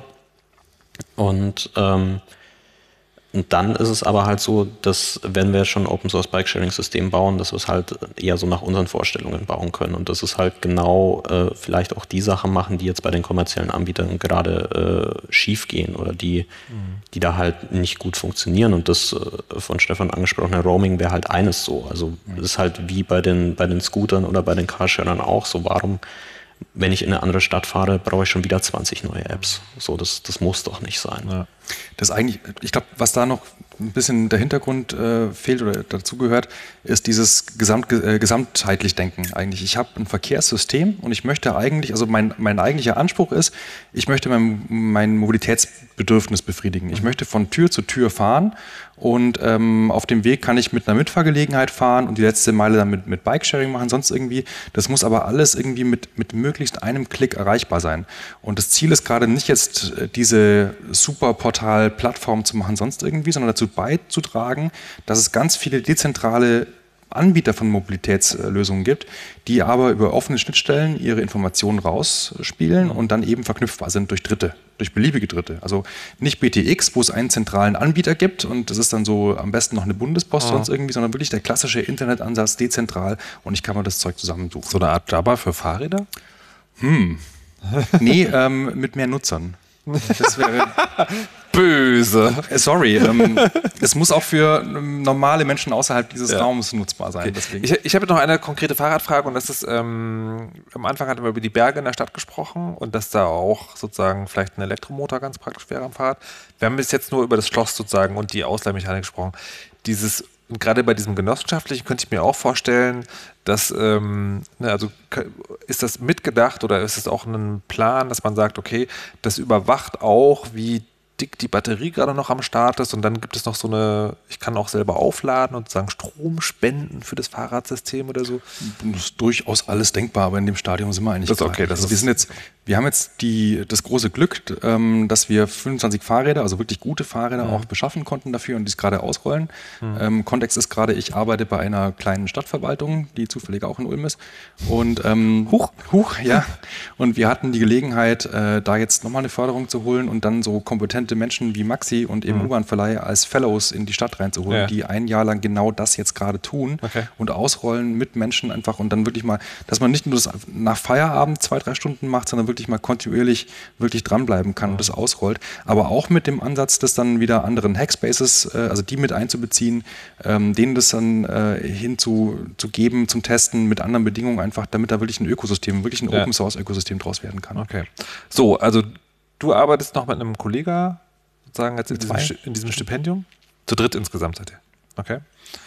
Und, ähm, und dann ist es aber halt so, dass wenn wir schon ein Open-Source Bike-Sharing-System bauen, dass wir es halt eher so nach unseren Vorstellungen bauen können. Und das ist halt genau äh, vielleicht auch die Sachen machen, die jetzt bei den kommerziellen Anbietern gerade äh, schief gehen oder die, mhm. die da halt nicht gut funktionieren. Und das äh, von Stefan angesprochene Roaming wäre halt eines so. Also es mhm. ist halt wie bei den, bei den Scootern oder bei den Carsharern auch so. Warum, wenn ich in eine andere Stadt fahre, brauche ich schon wieder zwanzig neue Apps? So, das, das muss doch nicht sein. Ja. Das eigentlich, ich glaube, was da noch ein bisschen der Hintergrund äh, fehlt oder dazugehört, ist dieses Gesamt, äh, gesamtheitlich Denken eigentlich. Ich habe ein Verkehrssystem und ich möchte eigentlich, also mein, mein eigentlicher Anspruch ist, ich möchte mein, mein Mobilitätsbedürfnis befriedigen. Ich möchte von Tür zu Tür fahren und ähm, auf dem Weg kann ich mit einer Mitfahrgelegenheit fahren und die letzte Meile dann mit, mit Bikesharing machen, sonst irgendwie. Das muss aber alles irgendwie mit, mit möglichst einem Klick erreichbar sein. Und das Ziel ist gerade nicht jetzt diese Superportal-Plattform zu machen, sonst irgendwie, sondern dazu beizutragen, dass es ganz viele dezentrale Anbieter von Mobilitätslösungen gibt, die aber über offene Schnittstellen ihre Informationen rausspielen und dann eben verknüpfbar sind durch Dritte, durch beliebige Dritte. Also nicht B T X, wo es einen zentralen Anbieter gibt und das ist dann so am besten noch eine Bundespost, sonst irgendwie, sondern wirklich der klassische Internetansatz dezentral und ich kann mir das Zeug zusammensuchen. So eine Art Jabba für Fahrräder? Hm. Nee, ähm, mit mehr Nutzern. Das wäre böse. Äh, sorry, ähm, es muss auch für ähm, normale Menschen außerhalb dieses ja. Raums nutzbar sein. Okay. Deswegen. Ich, ich habe noch eine konkrete Fahrradfrage und das ist, ähm, am Anfang hatten wir über die Berge in der Stadt gesprochen und dass da auch sozusagen vielleicht ein Elektromotor ganz praktisch wäre am Fahrrad. Wir haben bis jetzt nur über das Schloss sozusagen und die Ausleihmechanik gesprochen. Dieses Und gerade bei diesem Genossenschaftlichen könnte ich mir auch vorstellen, dass, ähm, ne, also ist das mitgedacht oder ist es auch ein Plan, dass man sagt, okay, das überwacht auch, wie dick die Batterie gerade noch am Start ist und dann gibt es noch so eine, ich kann auch selber aufladen und sagen Strom spenden für das Fahrradsystem oder so. Das ist durchaus alles denkbar, aber in dem Stadium sind wir eigentlich. Das ist okay. Das also wir sind jetzt, wir haben jetzt die, das große Glück, ähm, dass wir fünfundzwanzig Fahrräder, also wirklich gute Fahrräder, mhm. auch beschaffen konnten dafür und die es gerade ausrollen. Mhm. Ähm, Kontext ist gerade, ich arbeite bei einer kleinen Stadtverwaltung, die zufällig auch in Ulm ist. Und ähm, Huch, Huch, ja. Und wir hatten die Gelegenheit, äh, da jetzt nochmal eine Förderung zu holen und dann so kompetente Menschen wie Maxi und eben mhm. U-Bahn-Verleih als Fellows in die Stadt reinzuholen, ja. die ein Jahr lang genau das jetzt gerade tun okay. und ausrollen mit Menschen einfach und dann wirklich mal, dass man nicht nur das nach Feierabend zwei, drei Stunden macht, sondern wirklich mal kontinuierlich wirklich dranbleiben kann mhm. und das ausrollt. Aber auch mit dem Ansatz, das dann wieder anderen Hackspaces, äh, also die mit einzubeziehen, ähm, denen das dann äh, hinzugeben zum Testen mit anderen Bedingungen einfach, damit da wirklich ein Ökosystem, wirklich ein ja. Open-Source-Ökosystem draus werden kann. Okay. So, also du arbeitest noch mit einem Kollegen, sozusagen jetzt in diesem, in diesem Stipendium? Zu dritt insgesamt seid ihr. Okay.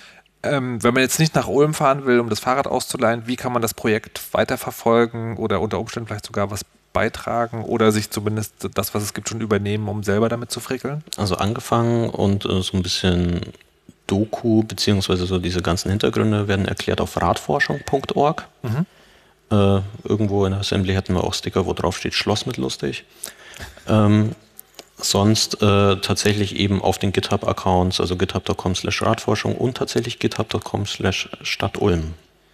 Ähm, wenn man jetzt nicht nach Ulm fahren will, um das Fahrrad auszuleihen, wie kann man das Projekt weiterverfolgen oder unter Umständen vielleicht sogar was beitragen oder sich zumindest das, was es gibt, schon übernehmen, um selber damit zu frickeln? Also angefangen und äh, so ein bisschen Doku, beziehungsweise so diese ganzen Hintergründe werden erklärt auf radforschung punkt org. Mhm. Äh, irgendwo in der Assembly hatten wir auch Sticker, wo drauf steht Schloss mit lustig. Ähm, sonst äh, tatsächlich eben auf den GitHub-Accounts, also github punkt com slash radforschung und tatsächlich github punkt com slash Stadt Ulm.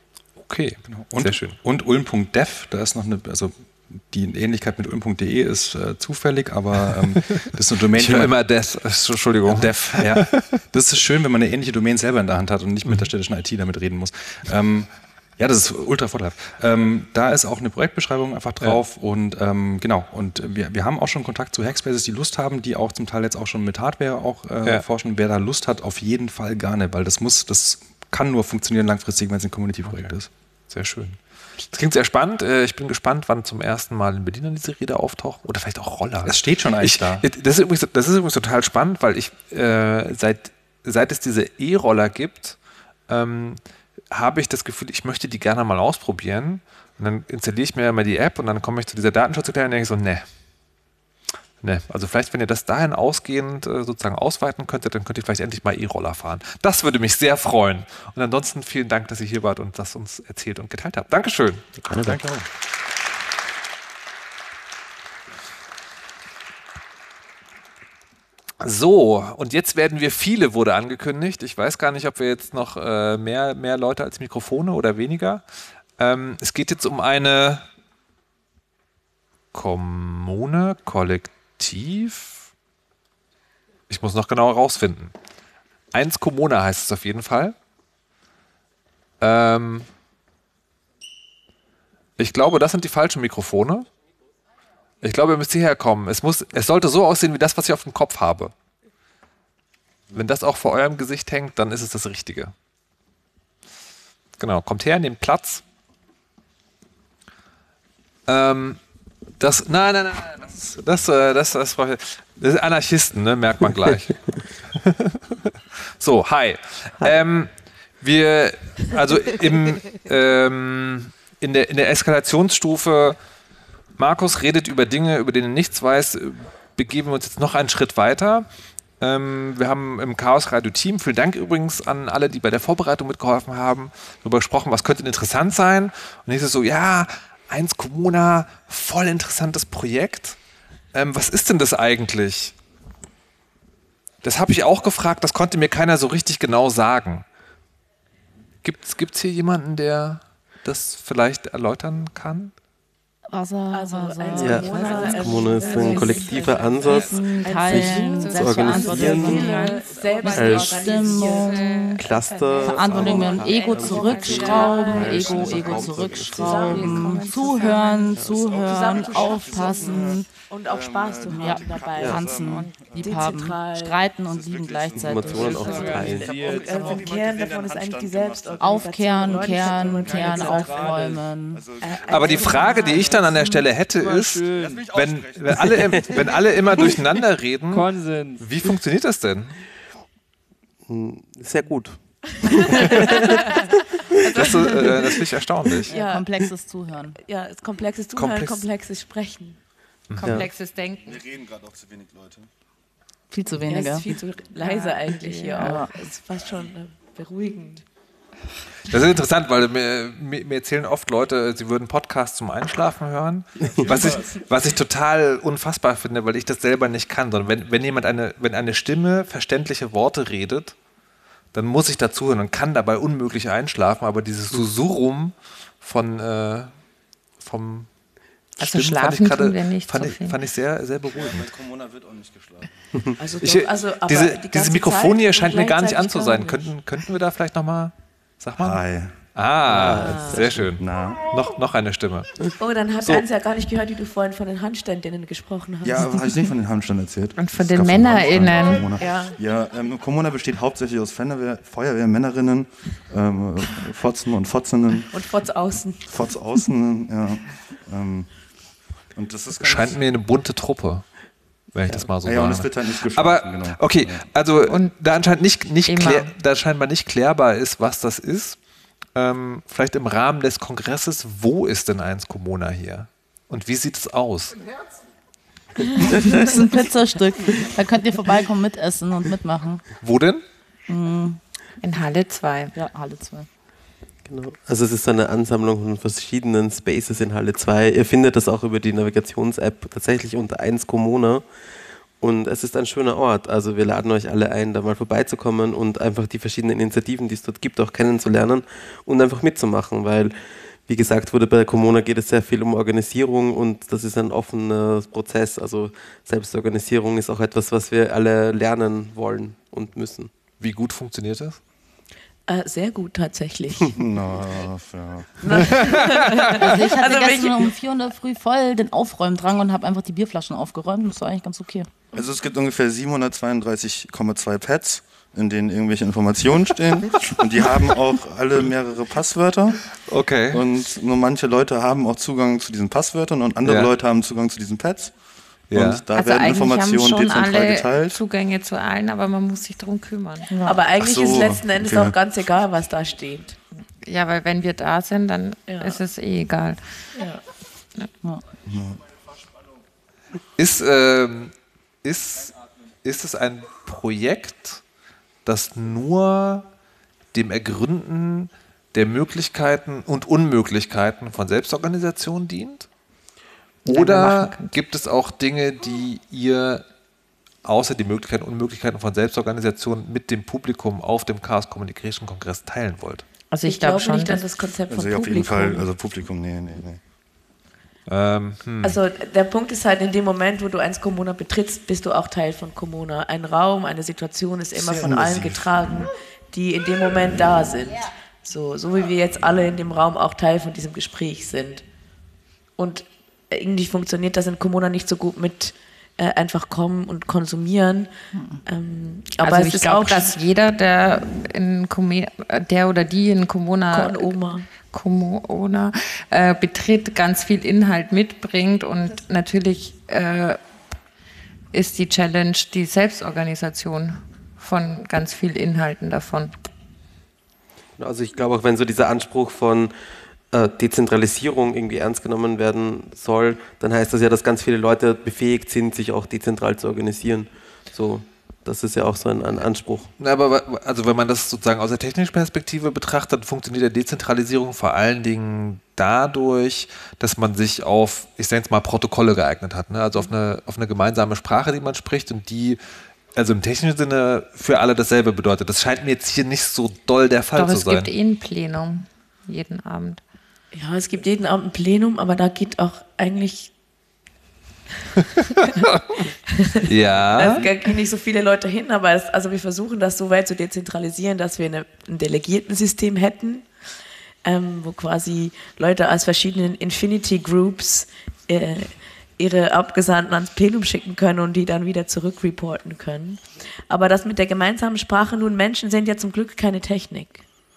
Okay, genau. Und, sehr schön. Und ulm punkt dev, da ist noch eine, also die Ähnlichkeit mit ulm punkt de ist äh, zufällig, aber ähm, das ist eine Domain. Ich höre immer Dev, Entschuldigung. Dev, ja. Das ist schön, wenn man eine ähnliche Domain selber in der Hand hat und nicht mit der städtischen I T damit reden muss. Ähm, Ja, das ist ultra vorteilhaft. Ähm, da ist auch eine Projektbeschreibung einfach drauf ja. und ähm, genau. Und wir, wir haben auch schon Kontakt zu Hackspaces, die Lust haben, die auch zum Teil jetzt auch schon mit Hardware auch äh, ja. forschen. Wer da Lust hat, auf jeden Fall gerne, weil das muss, das kann nur funktionieren langfristig, wenn es ein Community-Projekt okay. ist. Sehr schön. Das klingt sehr spannend. Ich bin gespannt, wann zum ersten Mal in Berlin diese Räder auftauchen oder vielleicht auch Roller. Es steht schon eigentlich ich, da. Das ist, übrigens, das ist übrigens total spannend, weil ich äh, seit, seit es diese E-Roller gibt, ähm, habe ich das Gefühl, ich möchte die gerne mal ausprobieren. Und dann installiere ich mir mal die App und dann komme ich zu dieser Datenschutzerklärung und denke so, ne. Ne, also vielleicht, wenn ihr das dahin ausgehend äh, sozusagen ausweiten könntet, dann könnt ihr vielleicht endlich mal E-Roller fahren. Das würde mich sehr freuen. Und ansonsten vielen Dank, dass ihr hier wart und das uns erzählt und geteilt habt. Dankeschön. Keine Danke. So, und jetzt werden wir viele, wurde angekündigt. Ich weiß gar nicht, ob wir jetzt noch äh, mehr, mehr Leute als Mikrofone oder weniger. Ähm, es geht jetzt um eine Kommune, Kollektiv. Ich muss noch genauer rausfinden. Eins Kommune heißt es auf jeden Fall. Ähm, ich glaube, das sind die falschen Mikrofone. Ich glaube, ihr müsst hierher kommen. Es, muss, es sollte so aussehen wie das, was ich auf dem Kopf habe. Wenn das auch vor eurem Gesicht hängt, dann ist es das Richtige. Genau, kommt her, nehmt Platz. Ähm, Das, nein, nein, nein, das, das, das, das, das, das ist Anarchisten, ne? Merkt man gleich. So, hi. Ähm, wir, also im, ähm, in, der, in der Eskalationsstufe, Markus redet über Dinge, über denen er nichts weiß, begeben wir uns jetzt noch einen Schritt weiter. Ähm, wir haben im Chaos Radio Team, vielen Dank übrigens an alle, die bei der Vorbereitung mitgeholfen haben, darüber gesprochen, was könnte interessant sein. Und dann ist es so, ja, eins Kommuna, voll interessantes Projekt. Ähm, was ist denn das eigentlich? Das habe ich auch gefragt, das konnte mir keiner so richtig genau sagen. Gibt es hier jemanden, der das vielleicht erläutern kann? Also, also, also ja, eins Kommuna ist ein kollektiver Ansatz, Teilen, sich zu organisieren, Selbstbestimmung, Cluster, Verantwortung mit dem Ego zurückschrauben, Ego, Ego zurückschrauben, zuhören, zuhören, aufpassen. Und auch Spaß zu haben ja, dabei. Tanzen, liebhaben, streiten und lieben gleichzeitig. Informationen auch zu teilen. Und also ein Kern davon ist eigentlich die Selbstorganisation. Aufkehren, kehren, kehren, aufräumen. Aber die Frage, die ich dann an der Stelle hätte, ist, wenn, wenn, alle, wenn alle immer durcheinander reden, wie funktioniert das denn? Sehr gut. Das, äh, das finde ich erstaunlich. Ja. Komplexes Zuhören. Ja, es komplexes Zuhören, Komplex. komplexes Sprechen. Komplexes ja. Denken. Wir reden gerade auch zu wenig Leute. Viel zu Ja, wenige. es ist viel zu leise eigentlich hier Ja. auch. Es ist fast schon äh, beruhigend. Das ist interessant, weil mir, mir, mir erzählen oft Leute, sie würden Podcasts zum Einschlafen hören, was ich, was ich total unfassbar finde, weil ich das selber nicht kann. Sondern wenn, wenn jemand eine, wenn eine Stimme verständliche Worte redet, dann muss ich dazuhören und kann dabei unmöglich einschlafen, aber dieses Susurrum von äh, vom Also Stimmen schlafen fand ich, grade, tun wir nicht fand, so ich, viel. fand ich sehr, sehr beruhigend. Mit Corona wird auch nicht geschlafen. Also, Ich, doch, also, aber diese, die ganze dieses Mikrofon hier Zeit scheint mir gar nicht an gleichzeitig zu sein. gar nicht. Könnten, könnten wir da vielleicht nochmal, sag mal? Hi. Ah, sehr schön. Na. Noch, noch eine Stimme. Oh, dann hat So. Hans ja gar nicht gehört, wie du vorhin von den Handständinnen gesprochen hast. Ja, habe ich nicht von den Handstand erzählt. Und von Es den gab MännerInnen. Handstand in Kommuna. Ja. Ja, ähm, Kommuna besteht hauptsächlich aus Feuerwehr, Feuerwehrmännerinnen, ähm, Fotzen und Fotzinnen, Und Fotz außen. Fotz außen, ja. Ähm, und das ist ganz Scheint mir eine bunte Truppe, wenn ich das mal so ja, ja, und es sage. wird halt nicht geschlafen, Aber genau. okay, also Und da anscheinend nicht, nicht immer. klär, da scheinbar nicht klärbar ist, was das ist. Ähm, vielleicht im Rahmen des Kongresses, wo ist denn eins Kommuna hier? Und wie sieht es aus? Das ist ein Pizzastück. Da könnt ihr vorbeikommen, mitessen und mitmachen. Wo denn? in Halle zwei. Ja, Halle zwei. Genau. Also es ist eine Ansammlung von verschiedenen Spaces in Halle zwei. Ihr findet das auch über die Navigations-App tatsächlich unter eins Kommuna. Und es ist ein schöner Ort. Also wir laden euch alle ein, da mal vorbeizukommen und einfach die verschiedenen Initiativen, die es dort gibt, auch kennenzulernen und einfach mitzumachen. Weil, wie gesagt wurde, bei der Kommuna geht es sehr viel um Organisierung und das ist ein offener Prozess. Also Selbstorganisierung ist auch etwas, was wir alle lernen wollen und müssen. Wie gut funktioniert das? Äh, sehr gut tatsächlich. Na, ja. Also ich hatte Also gestern welche- um vier Uhr in der Früh voll den Aufräumdrang und habe einfach die Bierflaschen aufgeräumt. Das war eigentlich ganz okay. Also es gibt ungefähr siebenhundertzweiunddreißig Komma zwei Pads, in denen irgendwelche Informationen stehen. Und die haben auch alle mehrere Passwörter. Okay. Und nur manche Leute haben auch Zugang zu diesen Passwörtern und andere Ja. Leute haben Zugang zu diesen Pads. Ja. Und da Also werden eigentlich haben Informationen schon dezentral alle geteilt. Zugänge zu allen, aber man muss sich darum kümmern. Aber eigentlich Ach so, ist letzten Endes okay. auch ganz egal, was da steht. Ja, weil wenn wir da sind, dann Ja. ist es eh egal. Ist, ähm, ist, ist es ein Projekt, das nur dem Ergründen der Möglichkeiten und Unmöglichkeiten von Selbstorganisation dient? wir Oder machen können. gibt es auch Dinge, die ihr außer die Möglichkeiten und Unmöglichkeiten von Selbstorganisation mit dem Publikum auf dem Chaos Communication Kongress teilen wollt? Also ich, Ich glaube glaube schon, nicht an dass das Konzept von Also ja, auf Publikum. jeden Fall, also Publikum, nee, nee, nee. Ähm, hm. Also der Punkt ist halt, in dem Moment, wo du eins Kommuna betrittst, bist du auch Teil von Kommuna. Ein Raum, eine Situation ist immer Sehr von allen immersiv. getragen, die in dem Moment da sind. So, so wie wir jetzt alle in dem Raum auch Teil von diesem Gespräch sind. Und irgendwie funktioniert das in Kommuna nicht so gut mit äh, einfach kommen und konsumieren. Ähm, aber also es ich ist glaube, auch dass jeder, der in Comé- der oder die in Kommuna Con Oma. Komona äh, betritt, ganz viel Inhalt mitbringt und natürlich äh, ist die Challenge die Selbstorganisation von ganz viel Inhalten davon. Also ich glaube auch, wenn so dieser Anspruch von äh, Dezentralisierung irgendwie ernst genommen werden soll, dann heißt das ja, dass ganz viele Leute befähigt sind, sich auch dezentral zu organisieren. So, das ist ja auch so ein, ein Anspruch. Na, aber also wenn man das sozusagen aus der technischen Perspektive betrachtet, funktioniert der Dezentralisierung vor allen Dingen dadurch, dass man sich auf, ich sage jetzt mal, Protokolle geeignet hat. Ne? Also auf eine, auf eine gemeinsame Sprache, die man spricht und die also im technischen Sinne für alle dasselbe bedeutet. Das scheint mir jetzt hier nicht so doll der Fall Doch, zu sein. Doch, es gibt eh ein Plenum jeden Abend. Ja, es gibt jeden Abend ein Plenum, aber da geht auch eigentlich ja. Da gehen nicht so viele Leute hin, aber es, also wir versuchen das so weit zu dezentralisieren, dass wir eine, ein Delegiertensystem hätten, ähm, wo quasi Leute aus verschiedenen Infinity Groups äh, ihre Abgesandten ans Plenum schicken können und die dann wieder zurückreporten können. Aber das mit der gemeinsamen Sprache, nun, Menschen sind ja zum Glück keine Technik.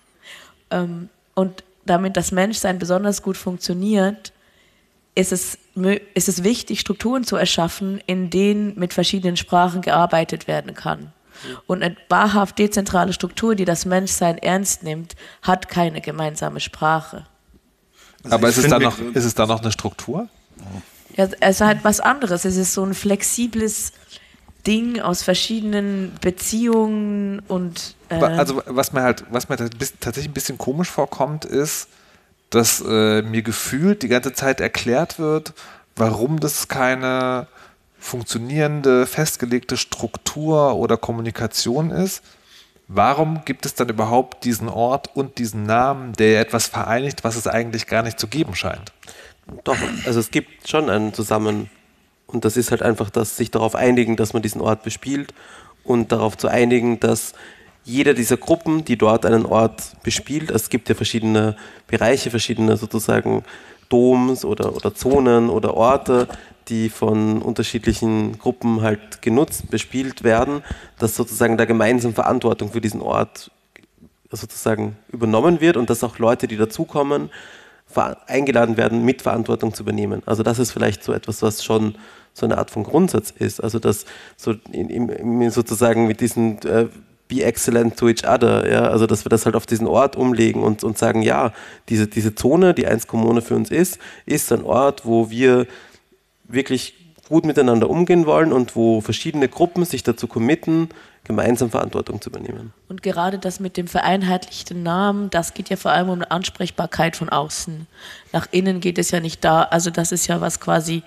Ähm, und damit das Menschsein besonders gut funktioniert, ist es, ist es wichtig, Strukturen zu erschaffen, in denen mit verschiedenen Sprachen gearbeitet werden kann. Und eine wahrhaft dezentrale Struktur, die das Menschsein ernst nimmt, hat keine gemeinsame Sprache. Also Aber ist es, da noch, ist es da noch eine Struktur? Ja, es ist halt was anderes. Es ist so ein flexibles Ding aus verschiedenen Beziehungen und äh also was mir halt, was mir tatsächlich ein bisschen komisch vorkommt, ist, dass äh, mir gefühlt die ganze Zeit erklärt wird, warum das keine funktionierende, festgelegte Struktur oder Kommunikation ist. Warum gibt es dann überhaupt diesen Ort und diesen Namen, der etwas vereinigt, was es eigentlich gar nicht zu geben scheint? Doch, also es gibt schon einen Zusammen, und das ist halt einfach, dass sich darauf einigen, dass man diesen Ort bespielt und darauf zu einigen, dass jeder dieser Gruppen, die dort einen Ort bespielt, es gibt ja verschiedene Bereiche, verschiedene sozusagen Doms oder, oder Zonen oder Orte, die von unterschiedlichen Gruppen halt genutzt, bespielt werden, dass sozusagen da gemeinsam Verantwortung für diesen Ort sozusagen übernommen wird und dass auch Leute, die dazukommen, eingeladen werden, Mitverantwortung zu übernehmen. Also das ist vielleicht so etwas, was schon so eine Art von Grundsatz ist. Also dass so in, in, sozusagen mit diesen äh, be excellent to each other, ja, also dass wir das halt auf diesen Ort umlegen und, und sagen, ja, diese, diese Zone, die eins Kommune für uns ist, ist ein Ort, wo wir wirklich gut miteinander umgehen wollen und wo verschiedene Gruppen sich dazu committen, gemeinsam Verantwortung zu übernehmen. Und gerade das mit dem vereinheitlichten Namen, das geht ja vor allem um eine Ansprechbarkeit von außen. Nach innen geht es ja nicht da, also das ist ja was quasi,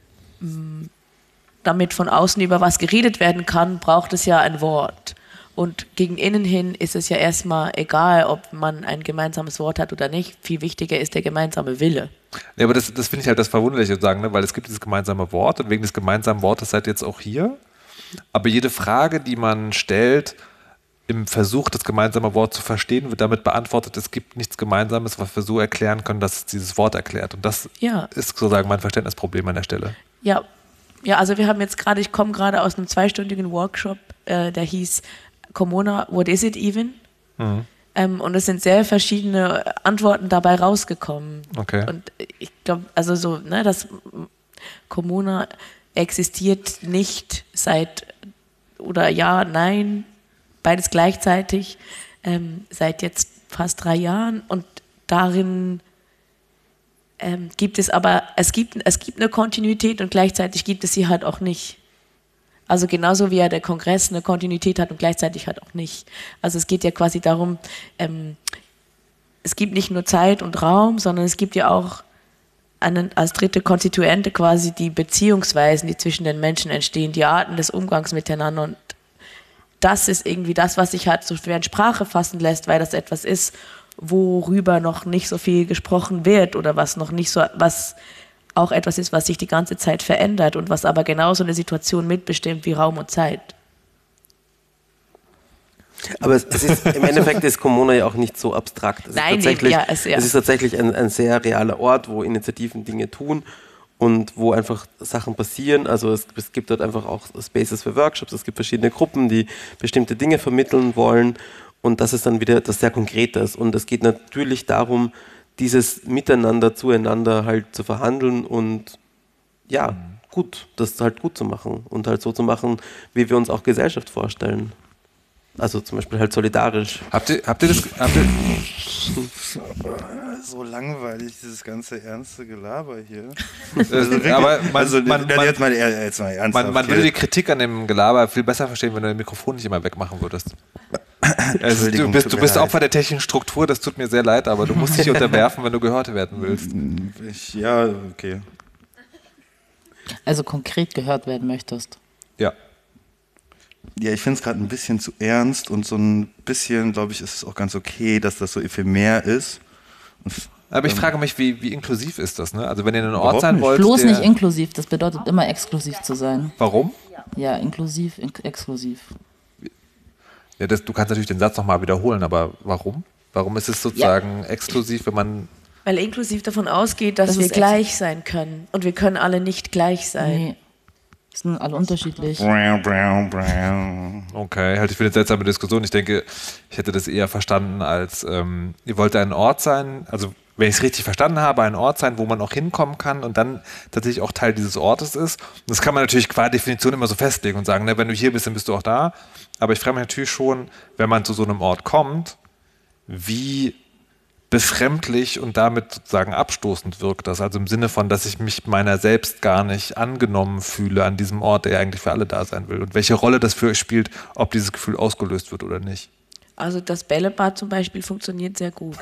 mh, damit von außen über was geredet werden kann, braucht es ja ein Wort. Und gegen innen hin ist es ja erstmal egal, ob man ein gemeinsames Wort hat oder nicht. Viel wichtiger ist der gemeinsame Wille. Ja, aber das, das finde ich halt das Verwunderliche, sagen, ne? Weil es gibt dieses gemeinsame Wort und wegen des gemeinsamen Wortes seid ihr jetzt auch hier. Aber jede Frage, die man stellt, im Versuch, das gemeinsame Wort zu verstehen, wird damit beantwortet, es gibt nichts Gemeinsames, was wir so erklären können, dass es dieses Wort erklärt. Und das ja. ist sozusagen mein Verständnisproblem an der Stelle. Ja, ja, also wir haben jetzt gerade, ich komme gerade aus einem zweistündigen Workshop, äh, der hieß Komona, what is it even? Mhm. Ähm, und es sind sehr verschiedene Antworten dabei rausgekommen. Okay. Und ich glaube, also so, ne, das Komona existiert nicht seit, oder ja, nein, beides gleichzeitig, ähm, seit jetzt fast drei Jahren. Und darin ähm, gibt es aber, es gibt, es gibt eine Kontinuität und gleichzeitig gibt es sie halt auch nicht. Also genauso wie ja der Kongress eine Kontinuität hat und gleichzeitig halt auch nicht. Also es geht ja quasi darum, ähm, es gibt nicht nur Zeit und Raum, sondern es gibt ja auch einen, als dritte Konstituente quasi die Beziehungsweisen, die zwischen den Menschen entstehen, die Arten des Umgangs miteinander. Und das ist irgendwie das, was sich halt so schwer in Sprache fassen lässt, weil das etwas ist, worüber noch nicht so viel gesprochen wird oder was noch nicht so, was auch etwas ist, was sich die ganze Zeit verändert und was aber genauso eine Situation mitbestimmt wie Raum und Zeit. Aber es, es ist, im Endeffekt ist Komona ja auch nicht so abstrakt. Es Nein, ist tatsächlich, ja, es, ja. es ist tatsächlich ein, ein sehr realer Ort, wo Initiativen Dinge tun und wo einfach Sachen passieren. Also es, es gibt dort einfach auch Spaces für Workshops, es gibt verschiedene Gruppen, die bestimmte Dinge vermitteln wollen und das ist dann wieder etwas sehr Konkretes. Und es geht natürlich darum, dieses Miteinander, zueinander halt zu verhandeln und ja, mhm. gut, das halt gut zu machen und halt so zu machen, wie wir uns auch Gesellschaft vorstellen. Also zum Beispiel halt solidarisch. Habt ihr, habt ihr das... Habt ihr so langweilig, dieses ganze ernste Gelaber hier. Also wirklich, aber man, also, man, man, jetzt mal, jetzt mal ernsthaft man, man würde die Kritik an dem Gelaber viel besser verstehen, wenn du das Mikrofon nicht immer wegmachen würdest. Also, du bist, du bist Opfer der technischen Struktur, das tut mir sehr leid, aber du musst dich unterwerfen, wenn du gehört werden willst. Ich, ja, okay. Also konkret gehört werden möchtest. Ja. Ja, ich finde es gerade ein bisschen zu ernst und so ein bisschen, glaube ich, ist es auch ganz okay, dass das so ephemer ist. Und, aber ich ähm, frage mich, wie, wie inklusiv ist das? Ne? Also wenn ihr in einen Ort sein wollt... Bloß nicht inklusiv, das bedeutet immer exklusiv zu sein. Warum? Ja, inklusiv, in- exklusiv. Ja, das, du kannst natürlich den Satz nochmal wiederholen, aber warum? Warum ist es sozusagen ja. exklusiv, wenn man... Weil inklusiv davon ausgeht, dass das wir gleich sein können. Und wir können alle nicht gleich sein. Nee. Sind alle unterschiedlich. Okay, halte ich für eine seltsame Diskussion. Ich denke, ich hätte das eher verstanden als, ähm, ihr wollt ein Ort sein, also wenn ich es richtig verstanden habe, ein Ort sein, wo man auch hinkommen kann und dann tatsächlich auch Teil dieses Ortes ist. Das kann man natürlich qua Definition immer so festlegen und sagen, ne, wenn du hier bist, dann bist du auch da. Aber ich frage mich natürlich schon, wenn man zu so einem Ort kommt, wie befremdlich und damit sozusagen abstoßend wirkt das. Also im Sinne von, dass ich mich meiner selbst gar nicht angenommen fühle an diesem Ort, der ja eigentlich für alle da sein will. Und welche Rolle das für euch spielt, ob dieses Gefühl ausgelöst wird oder nicht. Also das Bällebad zum Beispiel funktioniert sehr gut.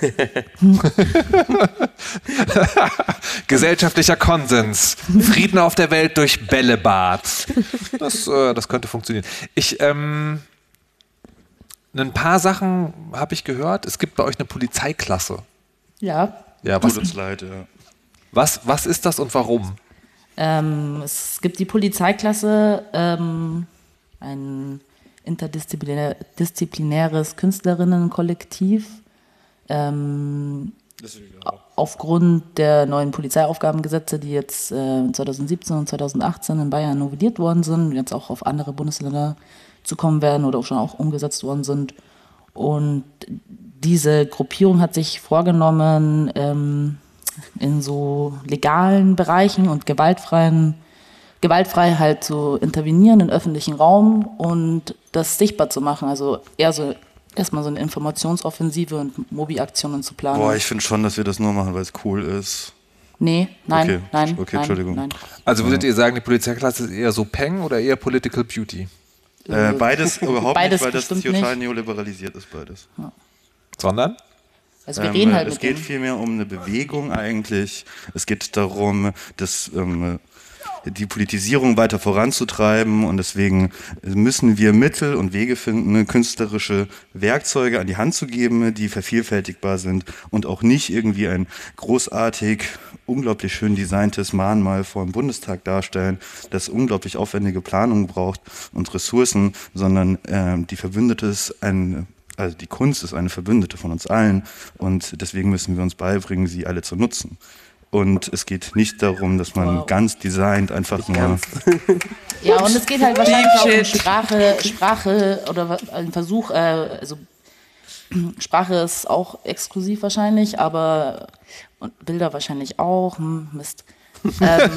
Gesellschaftlicher Konsens. Frieden auf der Welt durch Bällebad. Das, äh, das könnte funktionieren. Ich, ähm, ein paar Sachen habe ich gehört. Es gibt bei euch eine Polizeiklasse. Ja. Ja, was, Tut uns leid, ja. Was, was ist das und warum? Ähm, es gibt die Polizeiklasse, ähm, ein interdisziplinär, disziplinäres Künstlerinnenkollektiv. Ähm, aufgrund der neuen Polizeiaufgabengesetze, die jetzt äh, zwanzig siebzehn und zwanzig achtzehn in Bayern novelliert worden sind, jetzt auch auf andere Bundesländer zukommen werden oder auch schon auch umgesetzt worden sind. Und diese Gruppierung hat sich vorgenommen, ähm, in so legalen Bereichen und gewaltfreien, gewaltfrei halt zu intervenieren im öffentlichen Raum und das sichtbar zu machen. Also eher so erstmal so eine Informationsoffensive und Mobi-Aktionen zu planen. Boah, ich finde schon, dass wir das nur machen, weil es cool ist. Nee, nein, okay. nein, okay, nein, Entschuldigung. nein. Also würdet ihr sagen, die Polizeiklasse ist eher so Peng oder eher Political Beauty? Äh, beides überhaupt beides nicht, weil das total nicht. neoliberalisiert ist, beides. Ja. Sondern? Also wir reden ähm, halt es mit geht denen. vielmehr um eine Bewegung eigentlich. Es geht darum, dass ähm, die Politisierung weiter voranzutreiben und deswegen müssen wir Mittel und Wege finden, künstlerische Werkzeuge an die Hand zu geben, die vervielfältigbar sind und auch nicht irgendwie ein großartig, unglaublich schön designtes Mahnmal vor dem Bundestag darstellen, das unglaublich aufwendige Planung braucht und Ressourcen, sondern äh, die Verbündete ist ein Also die Kunst ist eine Verbündete von uns allen und deswegen müssen wir uns beibringen, sie alle zu nutzen. Und es geht nicht darum, dass man wow. ganz designt einfach nur... Ganz. Ja, und es geht halt wahrscheinlich auch um Sprache, Sprache oder ein Versuch, äh, also Sprache ist auch exklusiv wahrscheinlich, aber und Bilder wahrscheinlich auch, hm, Mist. Ähm,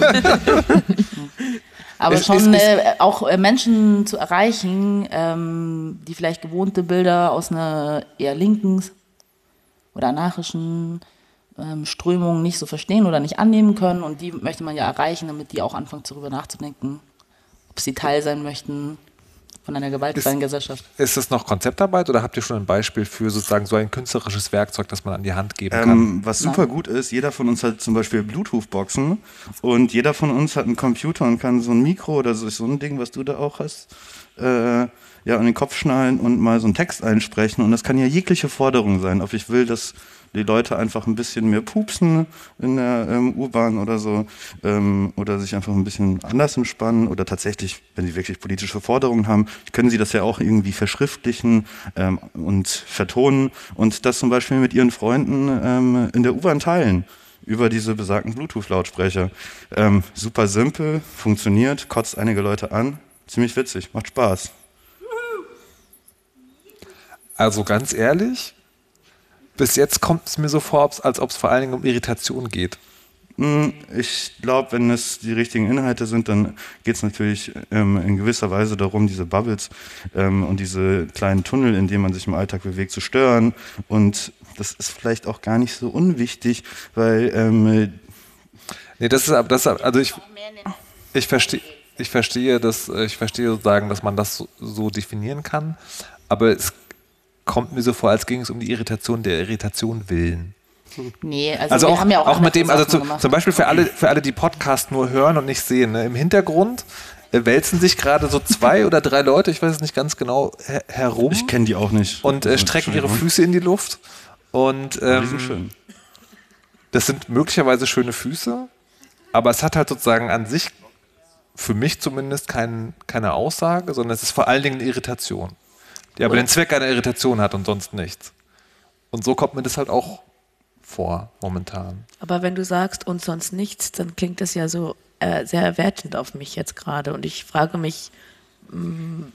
aber Es- schon es- es- äh, auch äh, Menschen zu erreichen, ähm, die vielleicht gewohnte Bilder aus einer eher linken oder anarchischen ähm, Strömung nicht so verstehen oder nicht annehmen können und die möchte man ja erreichen, damit die auch anfangen darüber nachzudenken, ob sie Teil sein möchten von einer gewaltfreien Gesellschaft. Ist das noch Konzeptarbeit oder habt ihr schon ein Beispiel für sozusagen so ein künstlerisches Werkzeug, das man an die Hand geben kann? Ähm, was super gut ist, jeder von uns hat zum Beispiel Bluetooth-Boxen und jeder von uns hat einen Computer und kann so ein Mikro oder so, so ein Ding, was du da auch hast, äh, ja, an den Kopf schnallen und mal so einen Text einsprechen und das kann ja jegliche Forderung sein, ob ich will, dass die Leute einfach ein bisschen mehr pupsen in der ähm, U-Bahn oder so ähm, oder sich einfach ein bisschen anders entspannen oder tatsächlich, wenn sie wirklich politische Forderungen haben, können sie das ja auch irgendwie verschriftlichen ähm, und vertonen und das zum Beispiel mit ihren Freunden ähm, in der U-Bahn teilen über diese besagten Bluetooth-Lautsprecher. Ähm, super simpel, funktioniert, kotzt einige Leute an, ziemlich witzig, macht Spaß. Also ganz ehrlich, bis jetzt kommt es mir so vor, als ob es vor allen Dingen um Irritation geht. Ich glaube, wenn es die richtigen Inhalte sind, dann geht es natürlich ähm, in gewisser Weise darum, diese Bubbles ähm, und diese kleinen Tunnel, in denen man sich im Alltag bewegt, zu stören. Und das ist vielleicht auch gar nicht so unwichtig, weil ähm, nee, das ist aber das also ich ich verstehe ich verstehe das ich verstehe sozusagen, dass man das so, so definieren kann, aber es kommt mir so vor, als ging es um die Irritation der Irritation willen. Nee, also, Also wir auch, haben ja auch, auch mit dem, also Sachen zu, gemacht. zum Beispiel für alle, für alle, die Podcast nur hören und nicht sehen, ne, im Hintergrund äh, wälzen sich gerade so zwei oder drei Leute, ich weiß es nicht ganz genau, her herum. Ich kenne die auch nicht. Und äh, strecken ihre Füße in die Luft. Und ähm, die sind schön. Das sind möglicherweise schöne Füße, aber es hat halt sozusagen an sich, für mich zumindest, kein, keine Aussage, sondern es ist vor allen Dingen eine Irritation, die aber den Zweck einer Irritation hat und sonst nichts. Und so kommt mir das halt auch vor, momentan. Aber wenn du sagst und sonst nichts, dann klingt das ja so äh, sehr wertend auf mich jetzt gerade. Und ich frage mich, mh,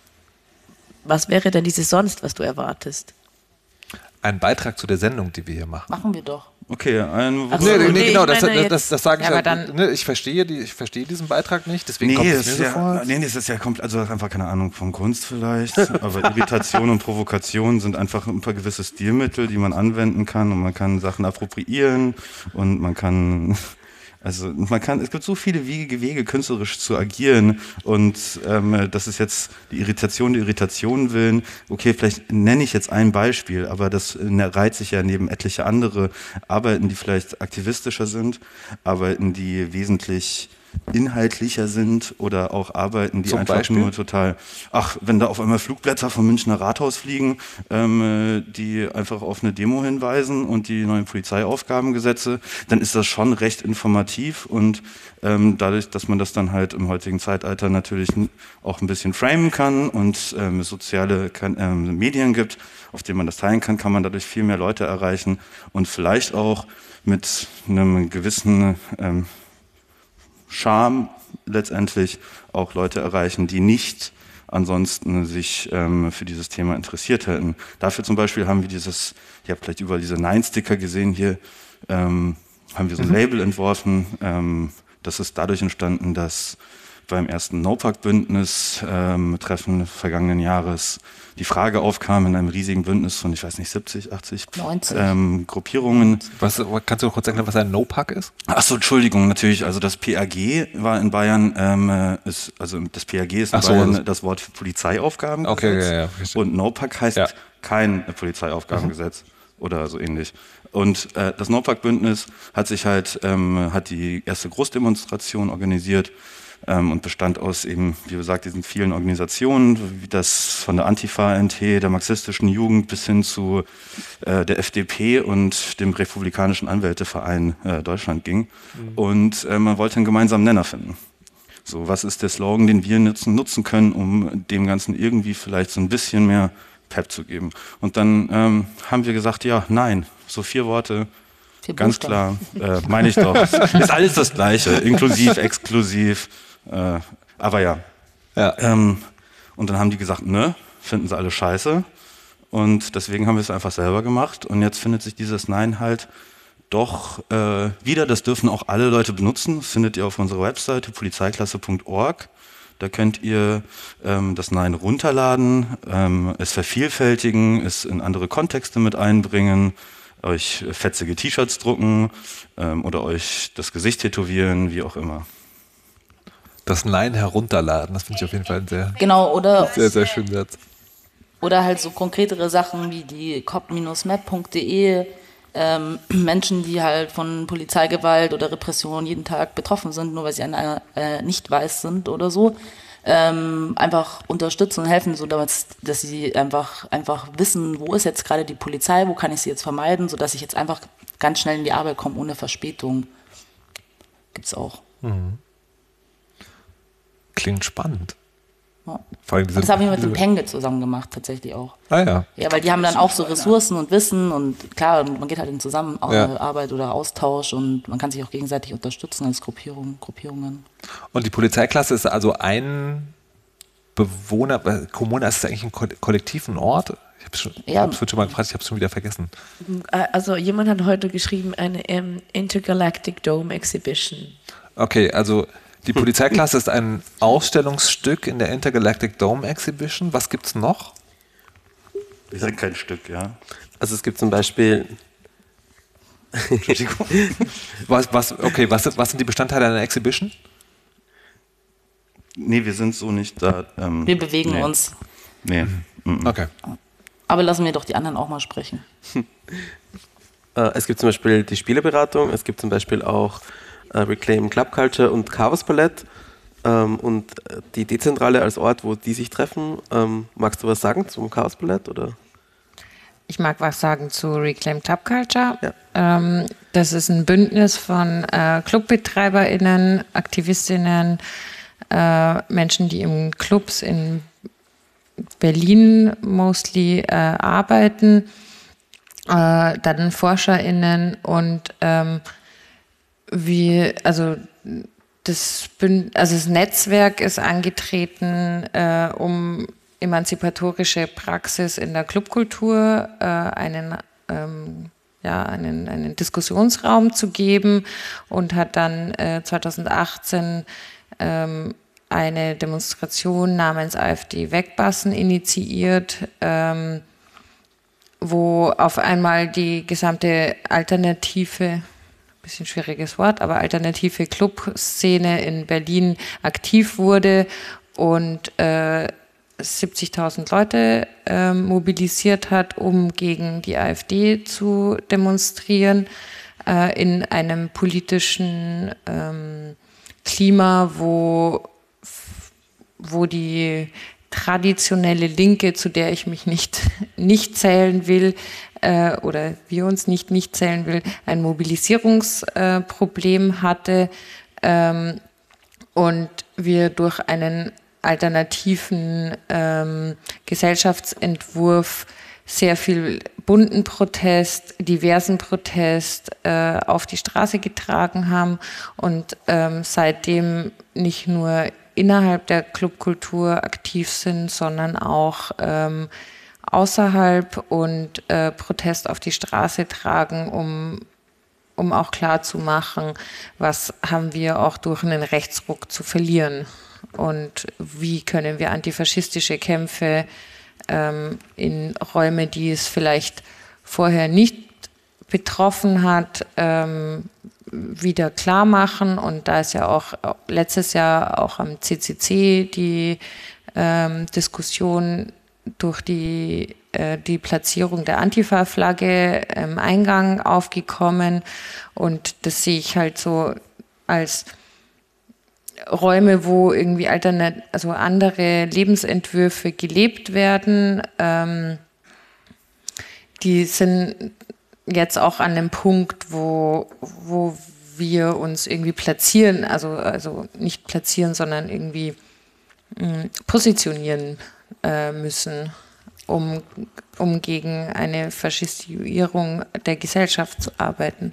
was wäre denn dieses sonst, was du erwartest? Ein Beitrag zu der Sendung, die wir hier machen. Machen wir doch. Okay, ein Ach Nee, so, nee, nee, nee, genau, ich das, meine das, das, das sage ich Ja, ja. aber dann- Ne, ich, verstehe die, ich verstehe diesen Beitrag nicht, deswegen Nee, kommt das es mir ist so ja, vor. nee, das ist ja komplett, also das ist einfach keine Ahnung von Kunst vielleicht, aber Irritation und Provokation sind einfach ein paar gewisse Stilmittel, die man anwenden kann und man kann Sachen appropriieren und man kann, also man kann, es gibt so viele Wege, Wege künstlerisch zu agieren und ähm, das ist jetzt die Irritation, die Irritation willen. Okay, vielleicht nenne ich jetzt ein Beispiel, aber das äh, reiht sich ja neben etliche andere Arbeiten, die vielleicht aktivistischer sind, Arbeiten, die wesentlich inhaltlicher sind oder auch Arbeiten, die Zum einfach Beispiel? nur total, ach, wenn da auf einmal Flugblätter vom Münchner Rathaus fliegen, ähm, die einfach auf eine Demo hinweisen und die neuen Polizeiaufgabengesetze, dann ist das schon recht informativ und ähm, dadurch, dass man das dann halt im heutigen Zeitalter natürlich auch ein bisschen framen kann und ähm, soziale kann, ähm, Medien gibt, auf denen man das teilen kann, kann man dadurch viel mehr Leute erreichen und vielleicht auch mit einem gewissen ähm, Charme letztendlich auch Leute erreichen, die nicht ansonsten sich ähm, für dieses Thema interessiert hätten. Dafür zum Beispiel haben wir dieses, ihr habt vielleicht überall diese Nein-Sticker gesehen hier, ähm, haben wir so ein Label entworfen. Ähm, das ist dadurch entstanden, dass beim ersten No-Pack-Bündnis-Treffen vergangenen Jahres die Frage aufkam in einem riesigen Bündnis von, ich weiß nicht, siebzig, achtzig neunzig Ähm, Gruppierungen. Was, kannst du noch kurz erklären, was ein No-Pack ist? Achso, Entschuldigung, natürlich. Also das P A G war in Bayern, ähm, ist, also das P A G ist in Ach so, Bayern das- das Wort für Polizeiaufgaben. Okay, ja, ja, verstehe. Und No-Pack heißt Ja. kein Polizeiaufgabengesetz oder so ähnlich. Und äh, das No-Pack-Bündnis hat sich halt, ähm, hat die erste Großdemonstration organisiert ähm, und bestand aus eben, wie gesagt, diesen vielen Organisationen, wie das von der Antifa N T, der marxistischen Jugend bis hin zu äh, der F D P und dem Republikanischen Anwälteverein äh, Deutschland ging. Und äh, man wollte einen gemeinsamen Nenner finden. So, was ist der Slogan, den wir nutzen, nutzen können, um dem Ganzen irgendwie vielleicht so ein bisschen mehr Pep zu geben? Und dann ähm, haben wir gesagt, ja, nein, so vier Worte, Vier ganz Buchstaben. klar, äh, meine ich doch. Ist alles das Gleiche, inklusiv, exklusiv, äh, aber ja. Ja. Ähm, und dann haben die gesagt, ne, finden sie alle scheiße. Und deswegen haben wir es einfach selber gemacht. Und jetzt findet sich dieses Nein halt doch äh, wieder. Das dürfen auch alle Leute benutzen. Das findet ihr auf unserer Webseite polizeiklasse punkt org. Da könnt ihr ähm, das Nein runterladen, ähm, es vervielfältigen, es in andere Kontexte mit einbringen, euch fetzige T-Shirts drucken ähm, oder euch das Gesicht tätowieren, wie auch immer. Das Nein herunterladen, das finde ich auf jeden Fall ein sehr, Genau, oder, sehr, sehr schönen Satz. oder halt so konkretere Sachen wie die cop map punkt de, ähm, Menschen, die halt von Polizeigewalt oder Repression jeden Tag betroffen sind, nur weil sie einer, äh, nicht weiß sind oder so, ähm, einfach unterstützen und helfen, so dass, dass sie einfach, einfach wissen, wo ist jetzt gerade die Polizei, wo kann ich sie jetzt vermeiden, sodass ich jetzt einfach ganz schnell in die Arbeit komme ohne Verspätung. Gibt's auch. Klingt spannend. Ja. Vor allem diese, Das habe ich mit dem diese- Penge zusammen gemacht, tatsächlich auch. Ah ja. Ja, weil die haben dann auch so Ressourcen und Wissen und klar, man geht halt in Zusammenarbeit Ja. oder Austausch und man kann sich auch gegenseitig unterstützen als Gruppierung, Gruppierungen. Und die Polizeiklasse ist also ein Bewohner, Kommune, ist das eigentlich ein Ko Kollektiv, ein Ort? Ich habe es schon, Ja. schon mal gefragt, ich habe es schon wieder vergessen. Also jemand hat heute geschrieben, eine um, Intergalactic Dome Exhibition. Okay, also die Polizeiklasse ist ein Ausstellungsstück in der Intergalactic Dome Exhibition. Was gibt es noch? Wir sind kein Stück, ja. Also es gibt zum Beispiel... Entschuldigung. Was, was, okay, was, was sind die Bestandteile einer Exhibition? Nee, wir sind so nicht da. Ähm, Wir bewegen nee. uns. Nee. Mhm. Okay. Aber lassen wir doch die anderen auch mal sprechen. Äh, es gibt zum Beispiel die Spieleberatung, es gibt zum Beispiel auch äh, Reclaim Club Culture und Chaos Ballett ähm, und äh, die Dezentrale als Ort, wo die sich treffen. Ähm, magst du was sagen zum Chaos Ballett, oder? Ich mag was sagen zu Reclaim Club Culture. Ja. Ähm, das ist ein Bündnis von äh, ClubbetreiberInnen, AktivistInnen, äh, Menschen, die in Clubs in Berlin mostly äh, arbeiten, äh, dann ForscherInnen und ähm, wie, also das, Bünd also das Netzwerk ist angetreten, äh, um emanzipatorische Praxis in der Clubkultur äh, einen, ähm, ja, einen, einen Diskussionsraum zu geben und hat dann äh, zweitausendachtzehn ähm, eine Demonstration namens AfD Wegbassen initiiert, ähm, wo auf einmal die gesamte alternative, bisschen schwieriges Wort, aber alternative Clubszene in Berlin aktiv wurde und äh, siebzigtausend Leute äh, mobilisiert hat, um gegen die AfD zu demonstrieren, äh, in einem politischen ähm, Klima, wo, wo die traditionelle Linke, zu der ich mich nicht, nicht zählen will, äh, oder wir uns nicht nicht zählen will, ein Mobilisierungsproblem äh, hatte ähm, und wir durch einen alternativen ähm, Gesellschaftsentwurf sehr viel bunten Protest, diversen Protest äh, auf die Straße getragen haben und ähm, seitdem nicht nur innerhalb der Clubkultur aktiv sind, sondern auch ähm, außerhalb und äh, Protest auf die Straße tragen, um, um auch klarzumachen, was haben wir auch durch einen Rechtsruck zu verlieren. Und wie können wir antifaschistische Kämpfe ähm, in Räume, die es vielleicht vorher nicht betroffen hat, ähm, wieder klar machen. Und da ist ja auch letztes Jahr auch am C C C die ähm, Diskussion durch die, äh, die Platzierung der Antifa-Flagge im Eingang aufgekommen. Und das sehe ich halt so als Räume, wo irgendwie alternat also andere Lebensentwürfe gelebt werden, ähm, die sind jetzt auch an dem Punkt, wo, wo wir uns irgendwie platzieren, also, also nicht platzieren, sondern irgendwie mh, positionieren äh, müssen, um, um gegen eine Faschistisierung der Gesellschaft zu arbeiten.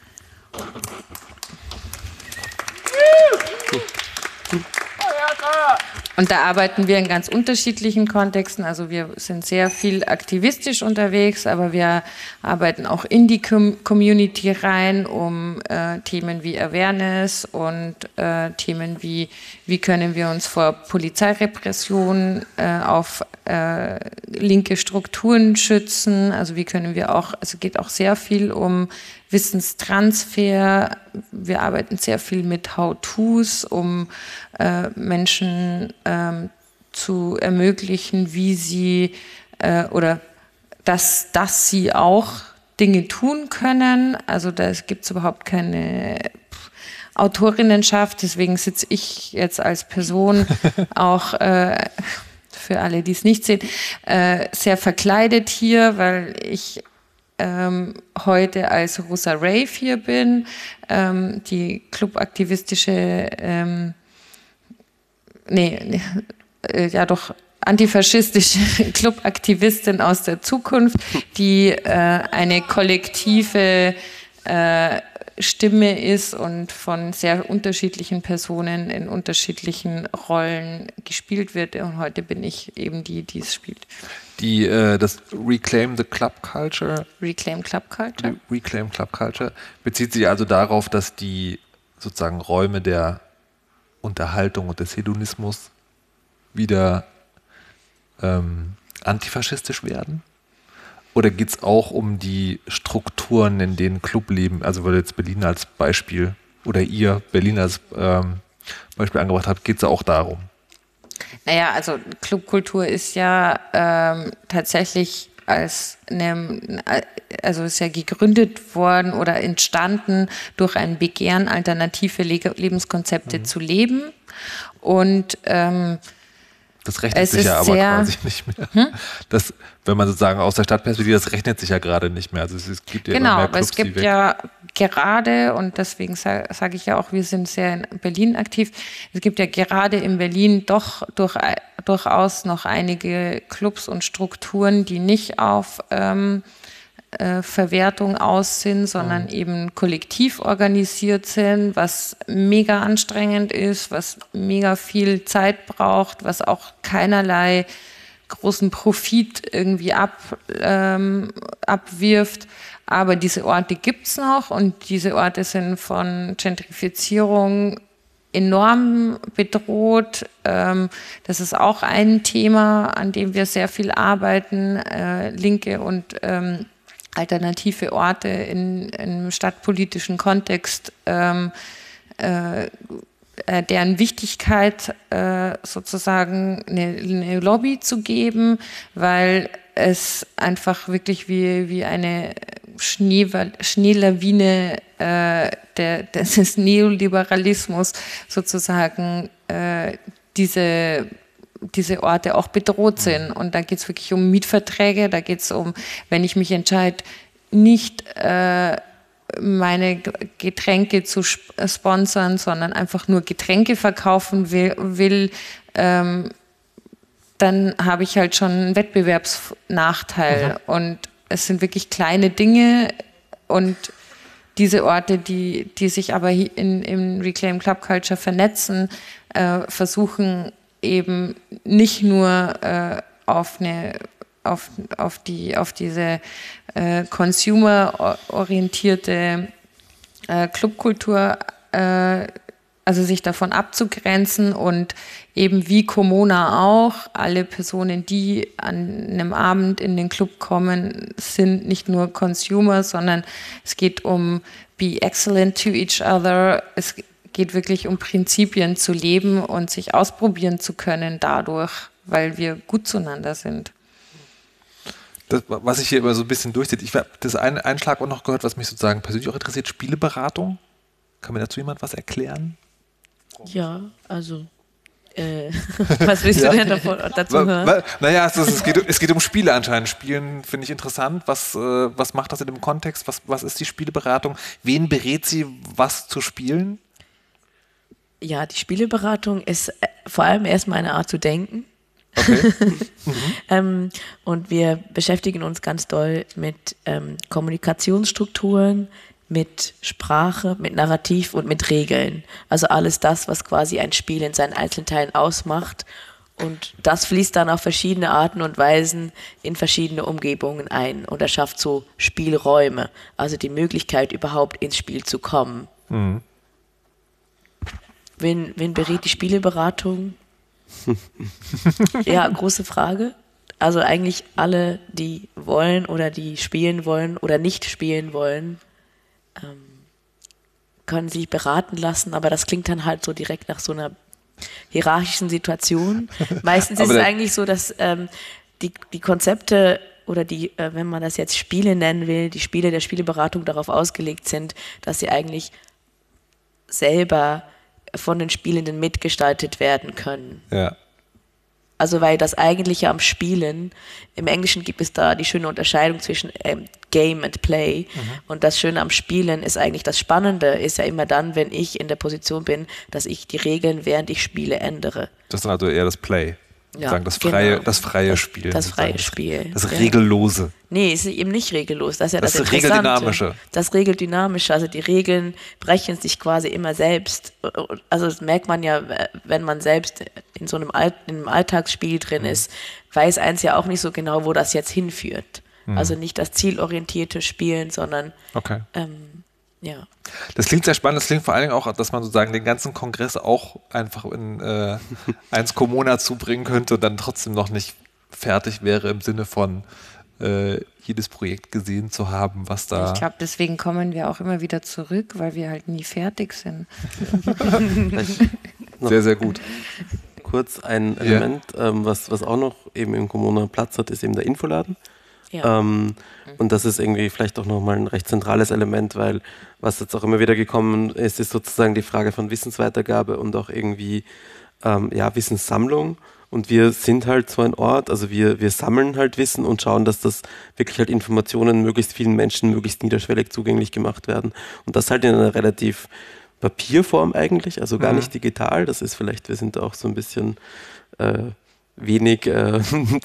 Und da arbeiten wir in ganz unterschiedlichen Kontexten. Also wir sind sehr viel aktivistisch unterwegs, aber wir arbeiten auch in die Com Community rein, um äh, Themen wie Awareness und äh, Themen wie, wie können wir uns vor Polizeirepression äh, auf äh, linke Strukturen schützen. Also wie können wir auch, also es geht auch sehr viel um Wissenstransfer. Wir arbeiten sehr viel mit How-Tos, um äh, Menschen ähm, zu ermöglichen, wie sie äh, oder dass, dass sie auch Dinge tun können. Also da gibt es überhaupt keine Autorinnenschaft. Deswegen sitze ich jetzt als Person auch äh, für alle, die es nicht sehen, äh, sehr verkleidet hier, weil ich Ähm, heute als Rosa Rave hier bin, ähm, die clubaktivistische, ähm, nee, nee äh, ja doch, antifaschistische Clubaktivistin aus der Zukunft, die äh, eine kollektive äh, Stimme ist und von sehr unterschiedlichen Personen in unterschiedlichen Rollen gespielt wird. Und heute bin ich eben die, die es spielt. Die, äh, das Reclaim the Club Culture. Reclaim Club Culture. Reclaim Club Culture bezieht sich also darauf, dass die sozusagen Räume der Unterhaltung und des Hedonismus wieder ähm, antifaschistisch werden? Oder geht es auch um die Strukturen, in denen Clubleben, also weil jetzt Berlin als Beispiel oder ihr Berlin als ähm, Beispiel angebracht habt, geht es auch darum? Naja, also Clubkultur ist ja ähm, tatsächlich als eine, also ist ja gegründet worden oder entstanden durch ein Begehren, alternative Le- Lebenskonzepte mhm. zu leben. Und ähm, das rechnet sich ja aber quasi nicht mehr. Hm? Das, wenn man sozusagen aus der Stadtperspektive, das rechnet sich ja gerade nicht mehr. Also es, es gibt ja genau, immer mehr aber Clubs, es gibt die ja gerade, und deswegen sage sag ich ja auch, wir sind sehr in Berlin aktiv, es gibt ja gerade in Berlin doch durch, durchaus noch einige Clubs und Strukturen, die nicht auf ähm, äh, Verwertung aus sind, sondern mhm. eben kollektiv organisiert sind, was mega anstrengend ist, was mega viel Zeit braucht, was auch keinerlei großen Profit irgendwie ab, ähm, abwirft. Aber diese Orte gibt es noch und diese Orte sind von Gentrifizierung enorm bedroht. Ähm, das ist auch ein Thema, an dem wir sehr viel arbeiten, äh, linke und ähm, alternative Orte in, im stadtpolitischen Kontext, ähm, äh, deren Wichtigkeit äh, sozusagen eine, eine Lobby zu geben, weil es einfach wirklich wie, wie eine Schneewa- Schneelawine äh, der, des Neoliberalismus sozusagen äh, diese diese Orte auch bedroht sind. Und da geht es wirklich um Mietverträge, da geht es um, wenn ich mich entscheide, nicht äh, meine Getränke zu sponsern, sondern einfach nur Getränke verkaufen will, will ähm, dann habe ich halt schon einen Wettbewerbsnachteil. Mhm. Und es sind wirklich kleine Dinge und diese Orte, die, die sich aber in, in Reclaim Club Culture vernetzen, äh, versuchen eben nicht nur äh, auf eine auf, auf die auf diese äh, consumer-orientierte äh, Clubkultur, äh, also sich davon abzugrenzen und eben wie Komona auch, alle Personen, die an einem Abend in den Club kommen, sind nicht nur Consumer, sondern es geht um be excellent to each other, es geht wirklich um Prinzipien zu leben und sich ausprobieren zu können dadurch, weil wir gut zueinander sind. Das, was sich hier immer so ein bisschen durchzieht, ich habe das einen Einschlag auch noch gehört, was mich sozusagen persönlich auch interessiert, Spieleberatung. Kann mir dazu jemand was erklären? Ja, also äh, was willst ja. du denn davon, dazu hören? Naja, es, es, geht, es geht um Spiele anscheinend. Spielen finde ich interessant. Was, äh, was macht das in dem Kontext? Was, was ist die Spieleberatung? Wen berät sie, was zu spielen? Ja, die Spieleberatung ist vor allem erstmal eine Art zu denken. Okay. mhm. ähm, und wir beschäftigen uns ganz doll mit ähm, Kommunikationsstrukturen, mit Sprache, mit Narrativ und mit Regeln. Also alles das, was quasi ein Spiel in seinen Einzelteilen ausmacht. Und das fließt dann auf verschiedene Arten und Weisen in verschiedene Umgebungen ein und erschafft so Spielräume, also die Möglichkeit, überhaupt ins Spiel zu kommen. Mhm. Wen, wen berät die Spieleberatung? Ja, große Frage. Also eigentlich alle, die wollen oder die spielen wollen oder nicht spielen wollen, ähm, können sich beraten lassen, aber das klingt dann halt so direkt nach so einer hierarchischen Situation. Meistens ist es eigentlich so, dass ähm, die, die Konzepte oder die, äh, wenn man das jetzt Spiele nennen will, die Spiele der Spieleberatung darauf ausgelegt sind, dass sie eigentlich selber von den Spielenden mitgestaltet werden können. Ja. Also weil das Eigentliche am Spielen, im Englischen gibt es da die schöne Unterscheidung zwischen ähm, Game and Play. Mhm. Und das Schöne am Spielen ist eigentlich, das Spannende ist ja immer dann, wenn ich in der Position bin, dass ich die Regeln, während ich spiele, ändere. Das ist dann also eher das Play. Ja, sagen, das freie, genau. das freie Spiel. Das freie sozusagen. Spiel. Das ja. Regellose. Nee, ist eben nicht regellos. Das ist ja das, Das ist Interessante. Regeldynamische. Das Regeldynamische. Also die Regeln brechen sich quasi immer selbst. Also das merkt man ja, wenn man selbst in so einem, All in einem Alltagsspiel drin Mhm. ist, weiß eins ja auch nicht so genau, wo das jetzt hinführt. Mhm. Also nicht das zielorientierte Spielen, sondern Okay. ähm, ja. Das klingt sehr spannend. Das klingt vor allen Dingen auch, dass man sozusagen den ganzen Kongress auch einfach in äh, eins Komona zubringen könnte und dann trotzdem noch nicht fertig wäre im Sinne von äh, jedes Projekt gesehen zu haben, was da... Ich glaube, deswegen kommen wir auch immer wieder zurück, weil wir halt nie fertig sind. Sehr, sehr gut. Kurz ein Element, ja. ähm, was, was auch noch eben im Komona Platz hat, ist eben der Infoladen. Ja. Ähm, und das ist irgendwie vielleicht auch nochmal ein recht zentrales Element, weil was jetzt auch immer wieder gekommen ist, ist sozusagen die Frage von Wissensweitergabe und auch irgendwie ähm, ja, Wissenssammlung. Und wir sind halt so ein Ort, also wir, wir sammeln halt Wissen und schauen, dass das wirklich halt Informationen möglichst vielen Menschen möglichst niederschwellig zugänglich gemacht werden. Und das halt in einer relativ Papierform eigentlich, also gar Mhm. nicht digital. Das ist vielleicht, wir sind da auch so ein bisschen äh, wenig äh,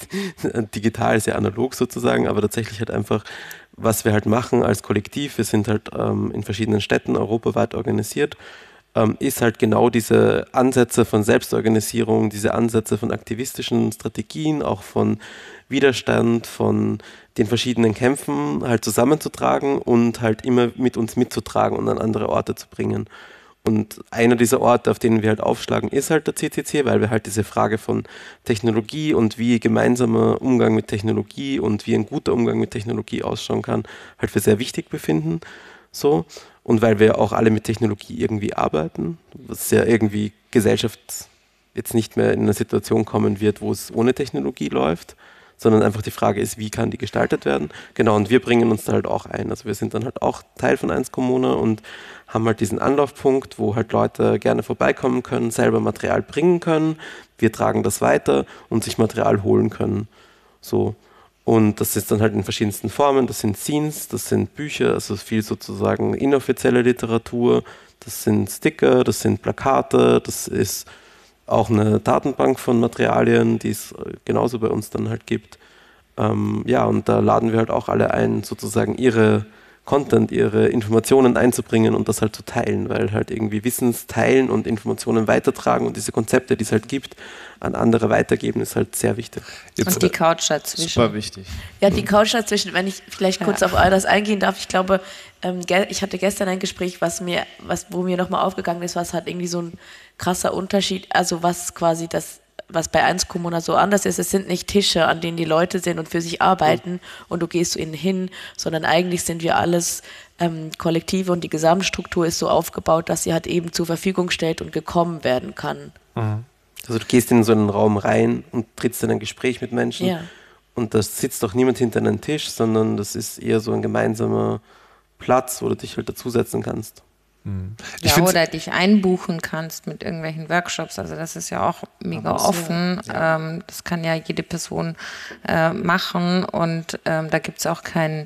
digital, sehr analog sozusagen, aber tatsächlich halt einfach, was wir halt machen als Kollektiv, wir sind halt ähm, in verschiedenen Städten europaweit organisiert, ähm, ist halt genau diese Ansätze von Selbstorganisierung, diese Ansätze von aktivistischen Strategien, auch von Widerstand, von den verschiedenen Kämpfen halt zusammenzutragen und halt immer mit uns mitzutragen und an andere Orte zu bringen. Und einer dieser Orte, auf denen wir halt aufschlagen, ist halt der C C C, weil wir halt diese Frage von Technologie und wie gemeinsamer Umgang mit Technologie und wie ein guter Umgang mit Technologie ausschauen kann, halt für sehr wichtig befinden. So. Und weil wir auch alle mit Technologie irgendwie arbeiten, was ja irgendwie Gesellschaft jetzt nicht mehr in eine Situation kommen wird, wo es ohne Technologie läuft, sondern einfach die Frage ist, wie kann die gestaltet werden? Genau, und wir bringen uns da halt auch ein. Also wir sind dann halt auch Teil von eins Komona und haben halt diesen Anlaufpunkt, wo halt Leute gerne vorbeikommen können, selber Material bringen können. Wir tragen das weiter und sich Material holen können. So. Und das ist dann halt in verschiedensten Formen. Das sind Zines, das sind Bücher, also viel sozusagen inoffizielle Literatur. Das sind Sticker, das sind Plakate, das ist auch eine Datenbank von Materialien, die es genauso bei uns dann halt gibt. Ähm, ja, und da laden wir halt auch alle ein, sozusagen ihre Content, ihre Informationen einzubringen und das halt zu teilen, weil halt irgendwie Wissensteilen und Informationen weitertragen und diese Konzepte, die es halt gibt, an andere weitergeben, ist halt sehr wichtig. Jetzt, und die Couch dazwischen. Super wichtig. Ja, die Couch dazwischen, wenn ich vielleicht Ja. kurz auf all das eingehen darf, ich glaube, ähm, ge- ich hatte gestern ein Gespräch, was mir, was, wo mir nochmal aufgegangen ist, was halt irgendwie so ein krasser Unterschied, also was quasi das, was bei eins Komona so anders ist, es sind nicht Tische, an denen die Leute sind und für sich arbeiten und du gehst zu ihnen hin, sondern eigentlich sind wir alles ähm, Kollektive und die Gesamtstruktur ist so aufgebaut, dass sie halt eben zur Verfügung stellt und gekommen werden kann. Mhm. Also du gehst in so einen Raum rein und trittst in ein Gespräch mit Menschen Ja. und da sitzt auch niemand hinter einem Tisch, sondern das ist eher so ein gemeinsamer Platz, wo du dich halt dazusetzen kannst. Ich Ja, find's- oder dich einbuchen kannst mit irgendwelchen Workshops. Also das ist ja auch mega Aber so, offen. Ähm, das kann ja jede Person äh, machen und ähm, da gibt es auch kein,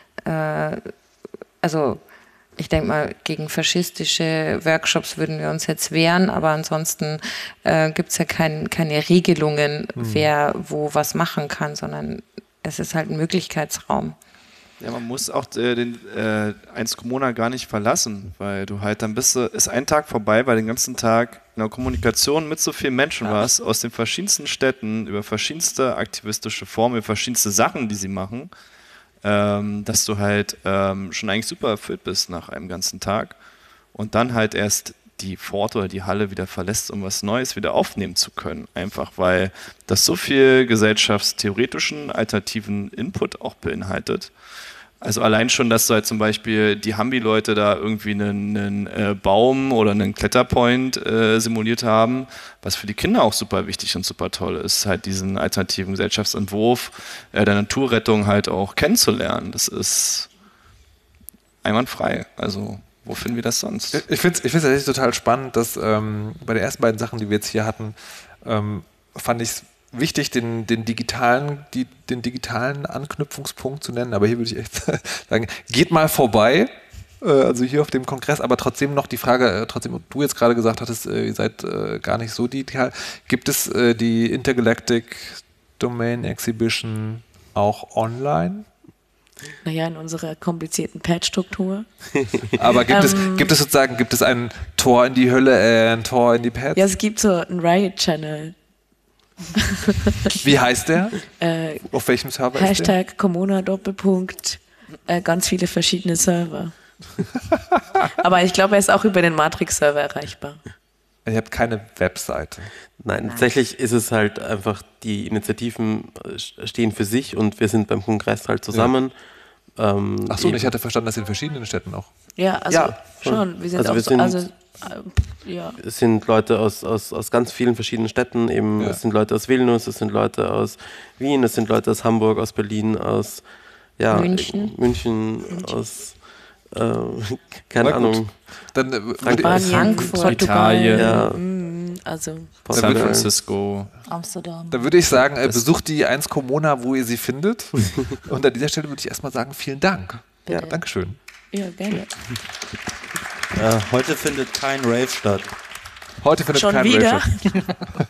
äh, also ich denke mal, gegen faschistische Workshops würden wir uns jetzt wehren, aber ansonsten äh, gibt es ja kein, keine Regelungen, wer wo was machen kann, sondern es ist halt ein Möglichkeitsraum. Ja, man muss auch äh, den äh, eins Komona gar nicht verlassen, weil du halt dann bist du, ist ein Tag vorbei, weil den ganzen Tag in der Kommunikation mit so vielen Menschen warst, aus den verschiedensten Städten, über verschiedenste aktivistische Formen, über verschiedenste Sachen, die sie machen, ähm, dass du halt ähm, schon eigentlich super erfüllt bist nach einem ganzen Tag und dann halt erst die Pforte oder die Halle wieder verlässt, um was Neues wieder aufnehmen zu können. Einfach weil das so viel gesellschaftstheoretischen, alternativen Input auch beinhaltet. Also allein schon, dass du halt zum Beispiel die Hambi-Leute da irgendwie einen, einen äh, Baum oder einen Kletterpoint äh, simuliert haben, was für die Kinder auch super wichtig und super toll ist, halt diesen alternativen Gesellschaftsentwurf äh, der Naturrettung halt auch kennenzulernen. Das ist einwandfrei. Also wo finden wir das sonst? Ich finde es ich find's tatsächlich total spannend, dass ähm, bei den ersten beiden Sachen, die wir jetzt hier hatten, ähm, fand ich es wichtig, den, den, digitalen, die, den digitalen Anknüpfungspunkt zu nennen. Aber hier würde ich echt sagen, geht mal vorbei äh, also hier auf dem Kongress, aber trotzdem noch die Frage, äh, trotzdem du jetzt gerade gesagt hattest, äh, ihr seid äh, gar nicht so digital. Gibt es äh, die Intergalactic Domain Exhibition auch online? Naja, in unserer komplizierten Pad-Struktur. Aber gibt, es, Ähm, gibt es sozusagen, gibt es ein Tor in die Hölle, äh, ein Tor in die Pads? Ja, es gibt so einen Riot-Channel. Wie heißt der? Äh, Auf welchem Server ist der? Hashtag Commona Doppelpunkt, äh, ganz viele verschiedene Server. Aber ich glaube, er ist auch über den Matrix-Server erreichbar. Ihr habt keine Webseite. Nein, tatsächlich ist es halt einfach, die Initiativen äh, stehen für sich und wir sind beim Kongress halt zusammen. Ja. Ähm, Ach so, und ich hatte verstanden, dass in verschiedenen Städten auch. Ja, also ja, schon. Wir sind also auch wir so, sind, also, äh, ja. Es sind Leute aus, aus, aus ganz vielen verschiedenen Städten, eben Ja. es sind Leute aus Vilnius, es sind Leute aus Wien, es sind Leute aus Hamburg, aus Berlin, aus ja, München. München, München. aus äh, keine Na gut. Ahnung. Dann äh, Frankreich, Frankfurt, Portugal, Italien. Ja. mm, also San Francisco. Amsterdam. Dann würde ich sagen, äh, besucht die eins Comuna, wo ihr sie findet. Und an dieser Stelle würde ich erstmal sagen, vielen Dank. Ja. Dankeschön. ja, gerne. Äh, heute findet kein Rave statt. Heute findet Schon kein wieder? Rave statt.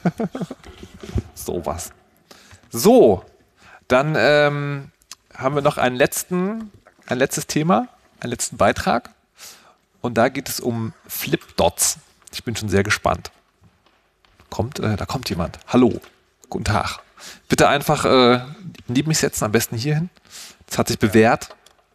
So was. So, dann ähm, haben wir noch einen letzten, ein letztes Thema, einen letzten Beitrag. Und da geht es um Flipdots. Ich bin schon sehr gespannt. Kommt, äh, da kommt jemand. Hallo, guten Tag. Bitte einfach äh, neben mich setzen, am besten hierhin. Das hat sich bewährt.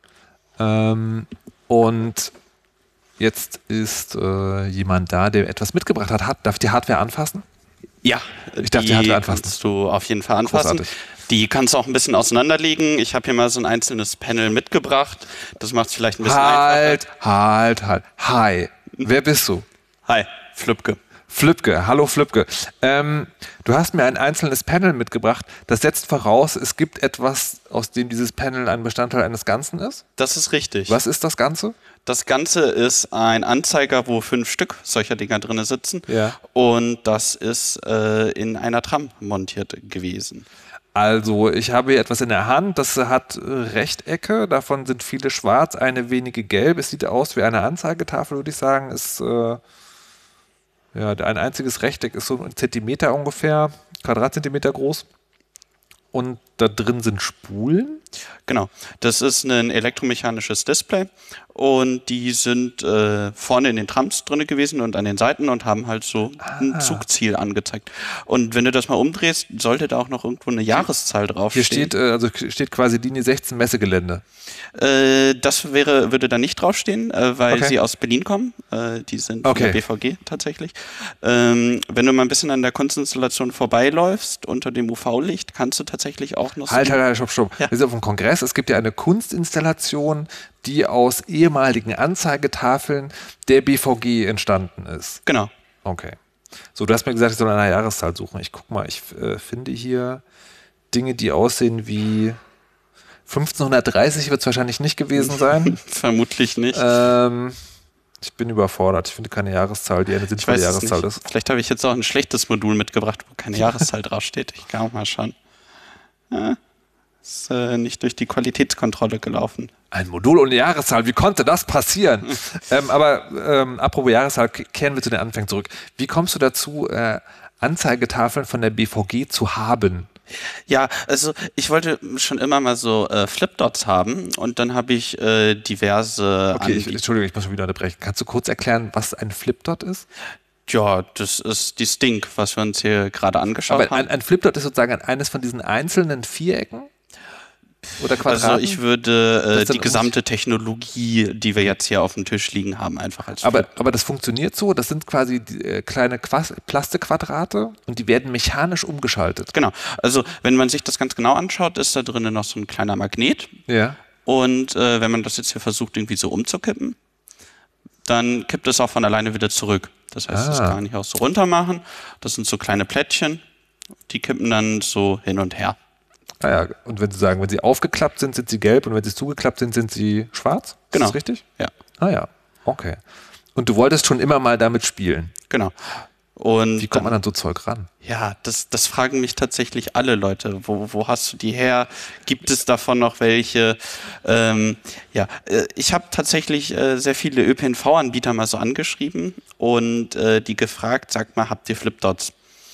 Ähm, und jetzt ist äh, jemand da, der etwas mitgebracht hat. hat. Darf ich die Hardware anfassen? Ja, Ich darf die die Hardware anfassen. kannst du auf jeden Fall anfassen. Großartig. Die kannst du auch ein bisschen auseinanderlegen. Ich habe hier mal so ein einzelnes Panel mitgebracht. Das macht es vielleicht ein bisschen Halt, halt, halt. Hi, wer bist du? einfacher. Hi, Flübke. Flübke, hallo Flübke. Ähm, du hast mir ein einzelnes Panel mitgebracht. Das setzt voraus, es gibt etwas, aus dem dieses Panel ein Bestandteil eines Ganzen ist. Das ist richtig. Was ist das Ganze? Das Ganze ist ein Anzeiger, wo fünf Stück solcher Dinger drin sitzen. Ja. Und das ist äh, in einer Tram montiert gewesen. Also, ich habe hier etwas in der Hand, das hat äh, Rechtecke, davon sind viele schwarz, eine wenige gelb. Es sieht aus wie eine Anzeigetafel, würde ich sagen. Ist, äh, ja, ein einziges Rechteck ist so ein Zentimeter ungefähr, Quadratzentimeter groß. Und da drin sind Spulen. Genau, das ist ein elektromechanisches Display und die sind äh, vorne in den Trams drin gewesen und an den Seiten und haben halt so ein Ah. Zugziel angezeigt. Und wenn du das mal umdrehst, sollte da auch noch irgendwo eine Jahreszahl Hier draufstehen. steht, äh, also steht quasi Linie sechzehn Messegelände. Äh, das wäre, würde da nicht draufstehen, äh, weil Okay. sie aus Berlin kommen. Äh, die sind von Okay. der B V G tatsächlich. Ähm, wenn du mal ein bisschen an der Kunstinstallation vorbeiläufst, unter dem U V-Licht, kannst du tatsächlich auch noch Halt, so halt, halt, stopp, stopp. Ja. Wir sind auf dem Kongress. Es gibt ja eine Kunstinstallation, die aus ehemaligen Anzeigetafeln der B V G entstanden ist. Genau. Okay. So, du hast mir gesagt, ich soll nach einer Jahreszahl suchen. Ich guck mal, ich äh, finde hier Dinge, die aussehen wie fünfzehnhundertdreißig wird es wahrscheinlich nicht gewesen sein. Vermutlich nicht. ähm, ich bin überfordert. Ich finde keine Jahreszahl, die eine Ich sinnvolle weiß es Jahreszahl nicht. ist. Vielleicht habe ich jetzt auch ein schlechtes Modul mitgebracht, wo keine Jahreszahl draufsteht. Ich kann auch mal schauen. Ja, ist äh, nicht durch die Qualitätskontrolle gelaufen. Ein Modul ohne Jahreszahl, wie konnte das passieren? ähm, aber ähm, apropos Jahreszahl, k- kehren wir zu den Anfängen zurück. Wie kommst du dazu, äh, Anzeigetafeln von der B V G zu haben? Ja, also ich wollte schon immer mal so äh, Flipdots haben und dann habe ich äh, diverse Okay, ich, Anbieter- Entschuldigung, ich muss schon wieder unterbrechen. Kannst du kurz erklären, was ein Flipdot ist? Ja, das ist die Stink, was wir uns hier gerade angeschaut Aber haben. ein, ein Flipdot ist sozusagen eines von diesen einzelnen Vierecken oder Quadraten? Also ich würde Das äh, dann die gesamte Technologie, die wir jetzt hier auf dem Tisch liegen haben, einfach als aber, Flip. aber das funktioniert so, das sind quasi die, äh, kleine Quas Plastikquadrate und die werden mechanisch umgeschaltet. Genau. Also wenn man sich das ganz genau anschaut, ist da drinnen noch so ein kleiner Magnet. Ja. Und äh, wenn man das jetzt hier versucht, irgendwie so umzukippen, dann kippt es auch von alleine wieder zurück. Das heißt, das Ah. kann ich auch so runter machen. Das sind so kleine Plättchen, die kippen dann so hin und her. Ah ja, und wenn Sie sagen, wenn sie aufgeklappt sind, sind sie gelb und wenn sie zugeklappt sind, sind sie schwarz? Genau. Ist das richtig? Ja. Ah ja, okay. Und du wolltest schon immer mal damit spielen? Genau. Und Wie kommt man an so Zeug ran? Ja, das, das fragen mich tatsächlich alle Leute. Wo, wo hast du die her? Gibt es davon noch welche? Ähm, ja, äh, ich habe tatsächlich äh, sehr viele Ö P N V-Anbieter mal so angeschrieben und äh, die gefragt, sagt mal, habt ihr Flipdots?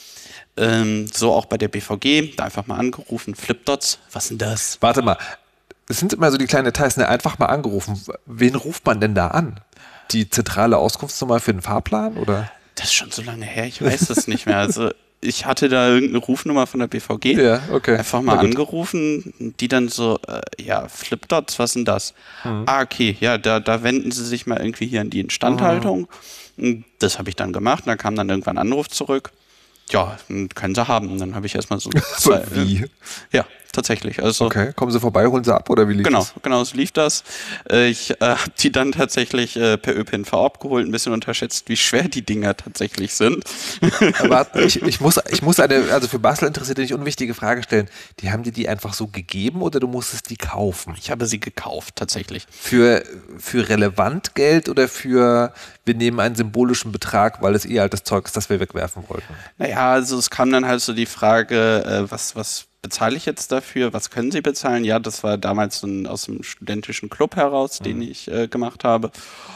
Ähm, so auch bei der B V G, da einfach mal angerufen, Flipdots, was denn das? Warte mal, es sind immer so die kleinen Details, ne? Einfach mal angerufen. Wen ruft man denn da an? Die zentrale Auskunftsnummer für den Fahrplan, oder? Das ist schon so lange her, ich weiß es nicht mehr. Also ich hatte da irgendeine Rufnummer von der B V G, ja, okay. einfach mal angerufen, die dann so, äh, ja, Flipdots, was denn das? Mhm. Ah, okay, ja, da, da wenden Sie sich mal irgendwie hier an die Instandhaltung. Mhm. Das habe ich dann gemacht, da kam dann irgendwann ein Anruf zurück. Ja, können Sie haben. Dann habe ich erstmal so zwei, Wie? Ja, tatsächlich. Also, okay, kommen Sie vorbei, holen Sie ab, oder wie lief genau, das? Genau, so lief das. Ich äh, habe die dann tatsächlich äh, per Ö P N V abgeholt, ein bisschen unterschätzt, wie schwer die Dinger tatsächlich sind. Aber ich, ich, muss, ich muss eine, also für Bastel-Interessierte nicht unwichtige Frage stellen. Die haben dir die einfach so gegeben oder du musstest die kaufen? Ich habe sie gekauft, tatsächlich. Für, für relevant Geld oder für, wir nehmen einen symbolischen Betrag, weil es eh altes Zeug ist, das wir wegwerfen wollten? Naja, also es kam dann halt so die Frage, äh, was, was bezahle ich jetzt dafür? Was können Sie bezahlen? Ja, das war damals so ein, aus dem studentischen Club heraus, mhm. den ich äh, gemacht habe.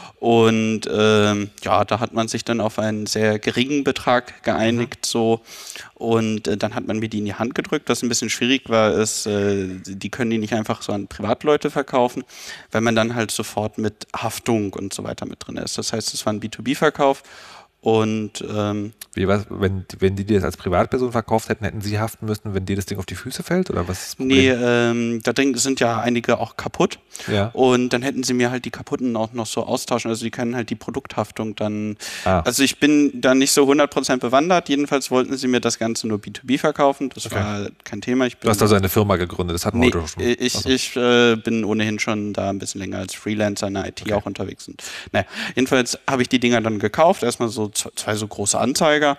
Und ähm, ja, da hat man sich dann auf einen sehr geringen Betrag geeinigt, mhm. so. Und äh, dann hat man mir die in die Hand gedrückt. Was ein bisschen schwierig war, ist, äh, die können die nicht einfach so an Privatleute verkaufen, weil man dann halt sofort mit Haftung und so weiter mit drin ist. Das heißt, es war ein B zwei B-Verkauf. Und ähm, wie was, wenn, wenn die dir das als Privatperson verkauft hätten, hätten sie haften müssen, wenn dir das Ding auf die Füße fällt? Oder was ist das Problem? Nee, ähm, da sind ja einige auch kaputt. Ja. Und dann hätten sie mir halt die kaputten auch noch so austauschen. Also die können halt die Produkthaftung dann. Ah. Also ich bin da nicht so hundert Prozent bewandert. Jedenfalls wollten sie mir das Ganze nur B zwei B verkaufen. Das okay. war kein Thema. Ich bin du hast also eine Firma gegründet, das hatten wir nee, heute schon. Ich, also. ich äh, bin ohnehin schon da ein bisschen länger als Freelancer in der I T okay. auch unterwegs. Und, naja, jedenfalls habe ich die Dinger dann gekauft. Erstmal so zwei so große Anzeiger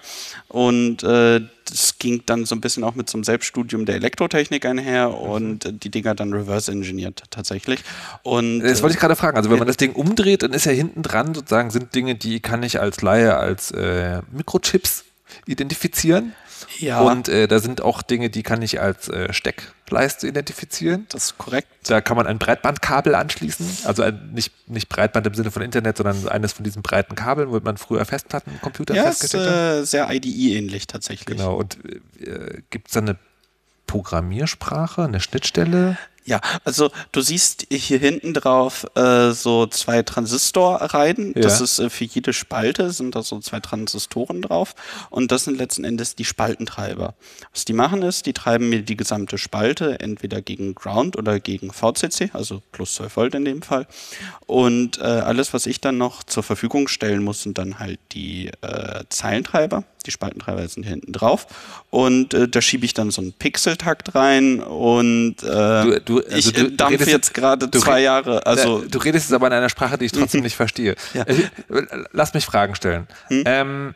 und äh, das ging dann so ein bisschen auch mit so einem Selbststudium der Elektrotechnik einher und mhm. die Dinger dann reverse engineert tatsächlich. Und, das wollte ich gerade fragen, also wenn man das Ding umdreht, dann ist ja hinten dran sozusagen, sind Dinge, die kann ich als Laie als äh, Mikrochips identifizieren. Ja. Und äh, da sind auch Dinge, die kann ich als äh, Steckleiste identifizieren. Das ist korrekt. Da kann man ein Breitbandkabel anschließen. Also ein, nicht, nicht Breitband im Sinne von Internet, sondern eines von diesen breiten Kabeln, womit man früher Festplattencomputer ja, festgesteckt hat. Ja, ist äh, sehr I D E-ähnlich tatsächlich. Genau. Und äh, gibt es da eine Programmiersprache, eine Schnittstelle? Ja, also du siehst hier hinten drauf äh, so zwei Transistorreihen. Ja. Das ist äh, für jede Spalte sind da so zwei Transistoren drauf und das sind letzten Endes die Spaltentreiber. Was die machen ist, die treiben mir die gesamte Spalte entweder gegen Ground oder gegen V C C, also plus zwölf Volt in dem Fall. Und äh, alles, was ich dann noch zur Verfügung stellen muss, sind dann halt die äh, Zeilentreiber. Die Spaltentreiber sind hinten drauf und äh, da schiebe ich dann so einen Pixeltakt rein und äh, du, du, also ich du, dampfe du jetzt gerade zwei Jahre. Also du redest jetzt aber in einer Sprache, die ich trotzdem nicht verstehe. Ja. Lass mich Fragen stellen. Hm? Ähm,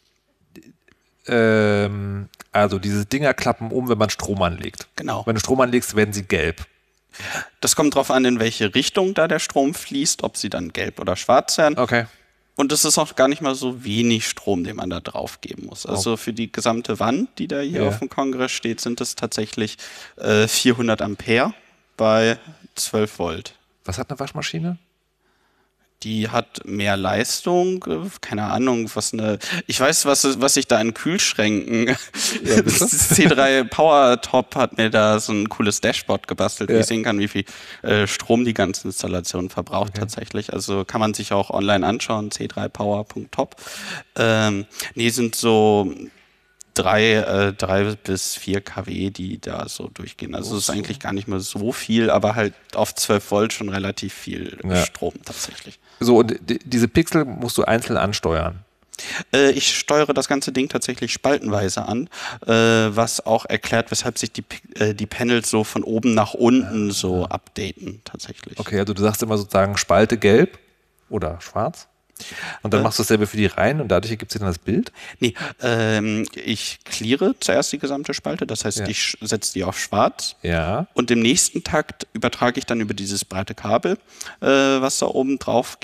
ähm, also diese Dinger klappen um, wenn man Strom anlegt. Genau. Wenn du Strom anlegst, werden sie gelb. Das kommt drauf an, in welche Richtung da der Strom fließt, ob sie dann gelb oder schwarz werden. Okay. Und es ist auch gar nicht mal so wenig Strom, den man da drauf geben muss. Also oh. für die gesamte Wand, die da hier ja. auf dem Kongress steht, sind es tatsächlich äh, vierhundert Ampere bei zwölf Volt. Was hat eine Waschmaschine? Die hat mehr Leistung, keine Ahnung, was eine. Ich weiß, was, was ich da in Kühlschränken. Ja, C drei Power Top hat mir da so ein cooles Dashboard gebastelt, ja. wie ich sehen kann, wie viel äh, Strom die ganze Installation verbraucht okay. tatsächlich. Also kann man sich auch online anschauen, c drei power punkt top. Ähm, nee, sind so drei, äh, drei bis vier Kilowatt, die da so durchgehen. Also es ist eigentlich gar nicht mehr so viel, aber halt auf zwölf Volt schon relativ viel ja. Strom tatsächlich. So, und die, diese Pixel musst du einzeln ansteuern? Äh, ich steuere das ganze Ding tatsächlich spaltenweise an, äh, was auch erklärt, weshalb sich die, äh, die Panels so von oben nach unten so updaten tatsächlich. Okay, also du sagst immer sozusagen Spalte gelb oder schwarz? Und dann äh, machst du dasselbe für die Reihen und dadurch ergibt sich dann das Bild? Nee, ähm, ich cleare zuerst die gesamte Spalte, das heißt, ja. ich setze die auf schwarz ja. und im nächsten Takt übertrage ich dann über dieses breite Kabel, äh, was da oben drauf geht,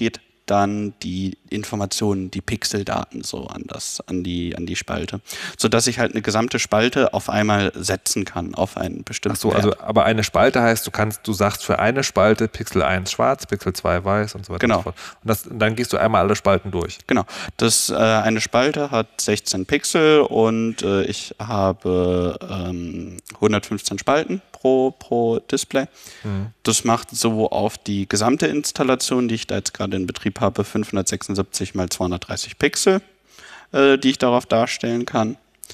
dann die Informationen, die Pixeldaten so an das, an die, an die Spalte. Sodass ich halt eine gesamte Spalte auf einmal setzen kann, auf einen bestimmten Ach so, also, aber eine Spalte heißt, du kannst, du sagst für eine Spalte Pixel eins schwarz, Pixel zwei weiß und so weiter. Genau. Und so fort. Und, das, und dann gehst du einmal alle Spalten durch. Genau. Das, äh, eine Spalte hat sechzehn Pixel und äh, ich habe ähm, hundertfünfzehn Spalten pro, pro Display. Mhm. Das macht so auf die gesamte Installation, die ich da jetzt gerade in Betrieb habe, fünfhundertsechsundsiebzig mal zweihundertdreißig Pixel, äh, die ich darauf darstellen kann.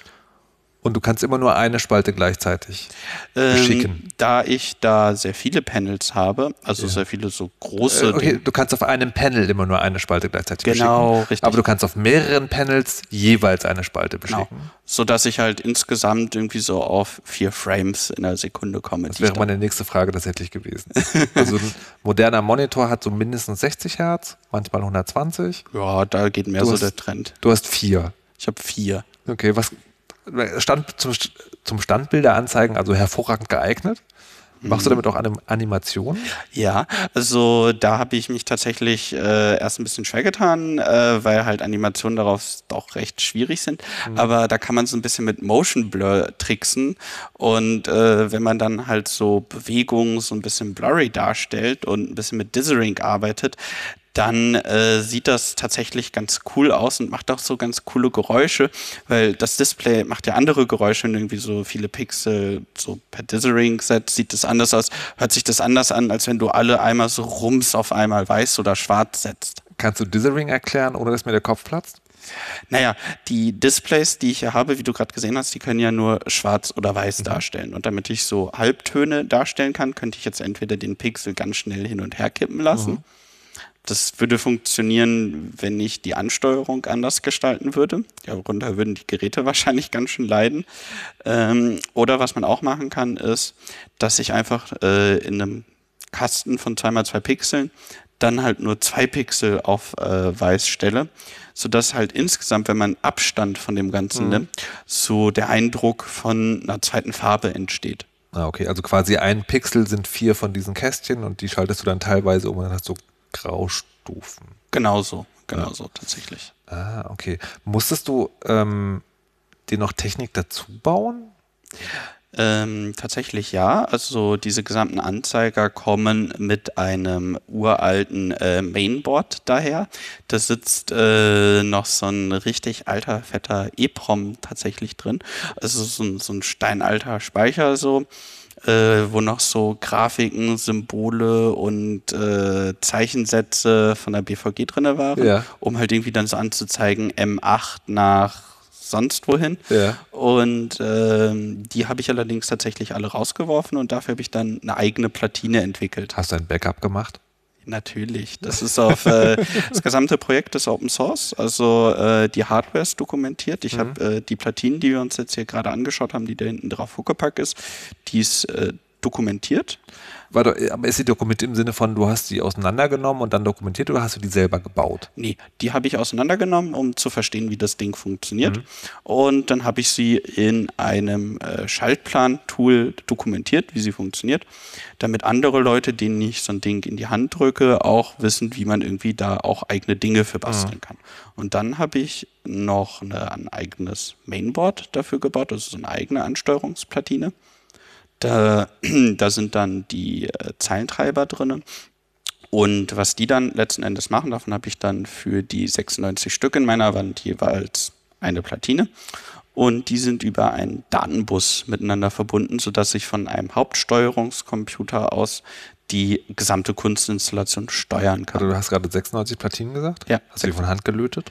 Und du kannst immer nur eine Spalte gleichzeitig beschicken. Ähm, da ich da sehr viele Panels habe, also ja. sehr viele so große... Äh, okay, du kannst auf einem Panel immer nur eine Spalte gleichzeitig genau, beschicken. Genau, richtig. Aber du kannst auf mehreren Panels jeweils eine Spalte beschicken. Genau. Sodass ich halt insgesamt irgendwie so auf vier Frames in der Sekunde komme. Das wäre meine nächste Frage tatsächlich gewesen. Also ein moderner Monitor hat so mindestens sechzig Hertz, manchmal hundertzwanzig. Ja, da geht mehr du so hast, der Trend. Du hast vier. Ich habe vier. Okay, was... Stand, zum, zum Standbilder anzeigen, also hervorragend geeignet. Machst du damit auch Anim- Animationen? Ja, also da habe ich mich tatsächlich äh, erst ein bisschen schwer getan, äh, weil halt Animationen darauf doch recht schwierig sind. Mhm. Aber da kann man so ein bisschen mit Motion Blur tricksen. Und äh, wenn man dann halt so Bewegungen so ein bisschen blurry darstellt und ein bisschen mit Dithering arbeitet, dann äh, sieht das tatsächlich ganz cool aus und macht auch so ganz coole Geräusche, weil das Display macht ja andere Geräusche, wenn irgendwie so viele Pixel so per Dithering setzt, sieht das anders aus, hört sich das anders an, als wenn du alle einmal so rums auf einmal weiß oder schwarz setzt. Kannst du Dithering erklären, ohne dass mir der Kopf platzt? Naja, die Displays, die ich hier habe, wie du gerade gesehen hast, die können ja nur schwarz oder weiß mhm. darstellen. Und damit ich so Halbtöne darstellen kann, könnte ich jetzt entweder den Pixel ganz schnell hin und her kippen lassen. Mhm. Das würde funktionieren, wenn ich die Ansteuerung anders gestalten würde. Darunter würden die Geräte wahrscheinlich ganz schön leiden. Ähm, oder was man auch machen kann, ist, dass ich einfach äh, in einem Kasten von zwei mal zwei Pixeln dann halt nur zwei Pixel auf äh, weiß stelle, sodass halt insgesamt, wenn man Abstand von dem Ganzen mhm. nimmt, so der Eindruck von einer zweiten Farbe entsteht. Ah, okay, also quasi ein Pixel sind vier von diesen Kästchen und die schaltest du dann teilweise um und dann hast du Graustufen. Genau so, genau ja. so tatsächlich. Ah, okay. Musstest du ähm, dir noch Technik dazu bauen? Ähm, tatsächlich ja. Also diese gesamten Anzeiger kommen mit einem uralten äh, Mainboard daher. Da sitzt äh, noch so ein richtig alter, fetter EEPROM tatsächlich drin. Also so ein, so ein steinalter Speicher so. Äh, wo noch so Grafiken, Symbole und äh, Zeichensätze von der B V G drin waren, ja. um halt irgendwie dann so anzuzeigen, M acht nach sonst wohin. Ja. Und ähm, die habe ich allerdings tatsächlich alle rausgeworfen und dafür habe ich dann eine eigene Platine entwickelt. Hast du ein Backup gemacht? Natürlich. Das ist auf äh, das gesamte Projekt ist Open Source, also äh, die Hardware ist dokumentiert. Ich mhm. habe äh, die Platinen, die wir uns jetzt hier gerade angeschaut haben, die da hinten drauf hochgepackt ist, die ist äh, dokumentiert. Warte, aber ist die dokumentiert im Sinne von, du hast die auseinandergenommen und dann dokumentiert oder hast du die selber gebaut? Nee, die habe ich auseinandergenommen, um zu verstehen, wie das Ding funktioniert. Mhm. Und dann habe ich sie in einem äh, Schaltplan-Tool dokumentiert, wie sie funktioniert, damit andere Leute, denen ich so ein Ding in die Hand drücke, auch wissen, wie man irgendwie da auch eigene Dinge für basteln mhm. kann. Und dann habe ich noch eine, ein eigenes Mainboard dafür gebaut, also so eine eigene Ansteuerungsplatine. Da, da sind dann die äh, Zeilentreiber drin. Und was die dann letzten Endes machen, davon habe ich dann für die sechsundneunzig Stück in meiner Wand jeweils eine Platine. Und die sind über einen Datenbus miteinander verbunden, sodass ich von einem Hauptsteuerungscomputer aus die gesamte Kunstinstallation steuern kann. Also du hast gerade sechsundneunzig Platinen gesagt? Ja. Hast du die von Hand gelötet?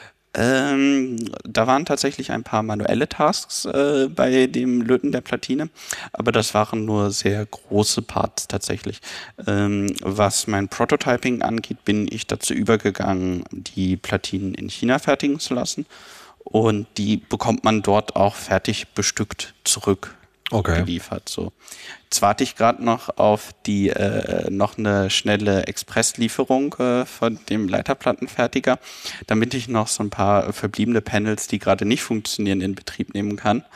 Ähm, da waren tatsächlich ein paar manuelle Tasks äh, bei dem Löten der Platine, aber das waren nur sehr große Parts tatsächlich. Ähm, was mein Prototyping angeht, bin ich dazu übergegangen, die Platinen in China fertigen zu lassen und die bekommt man dort auch fertig bestückt zurück. Okay. Geliefert. So. Jetzt warte ich gerade noch auf die äh, noch eine schnelle Expresslieferung äh, von dem Leiterplattenfertiger, damit ich noch so ein paar verbliebene Panels, die gerade nicht funktionieren, in Betrieb nehmen kann.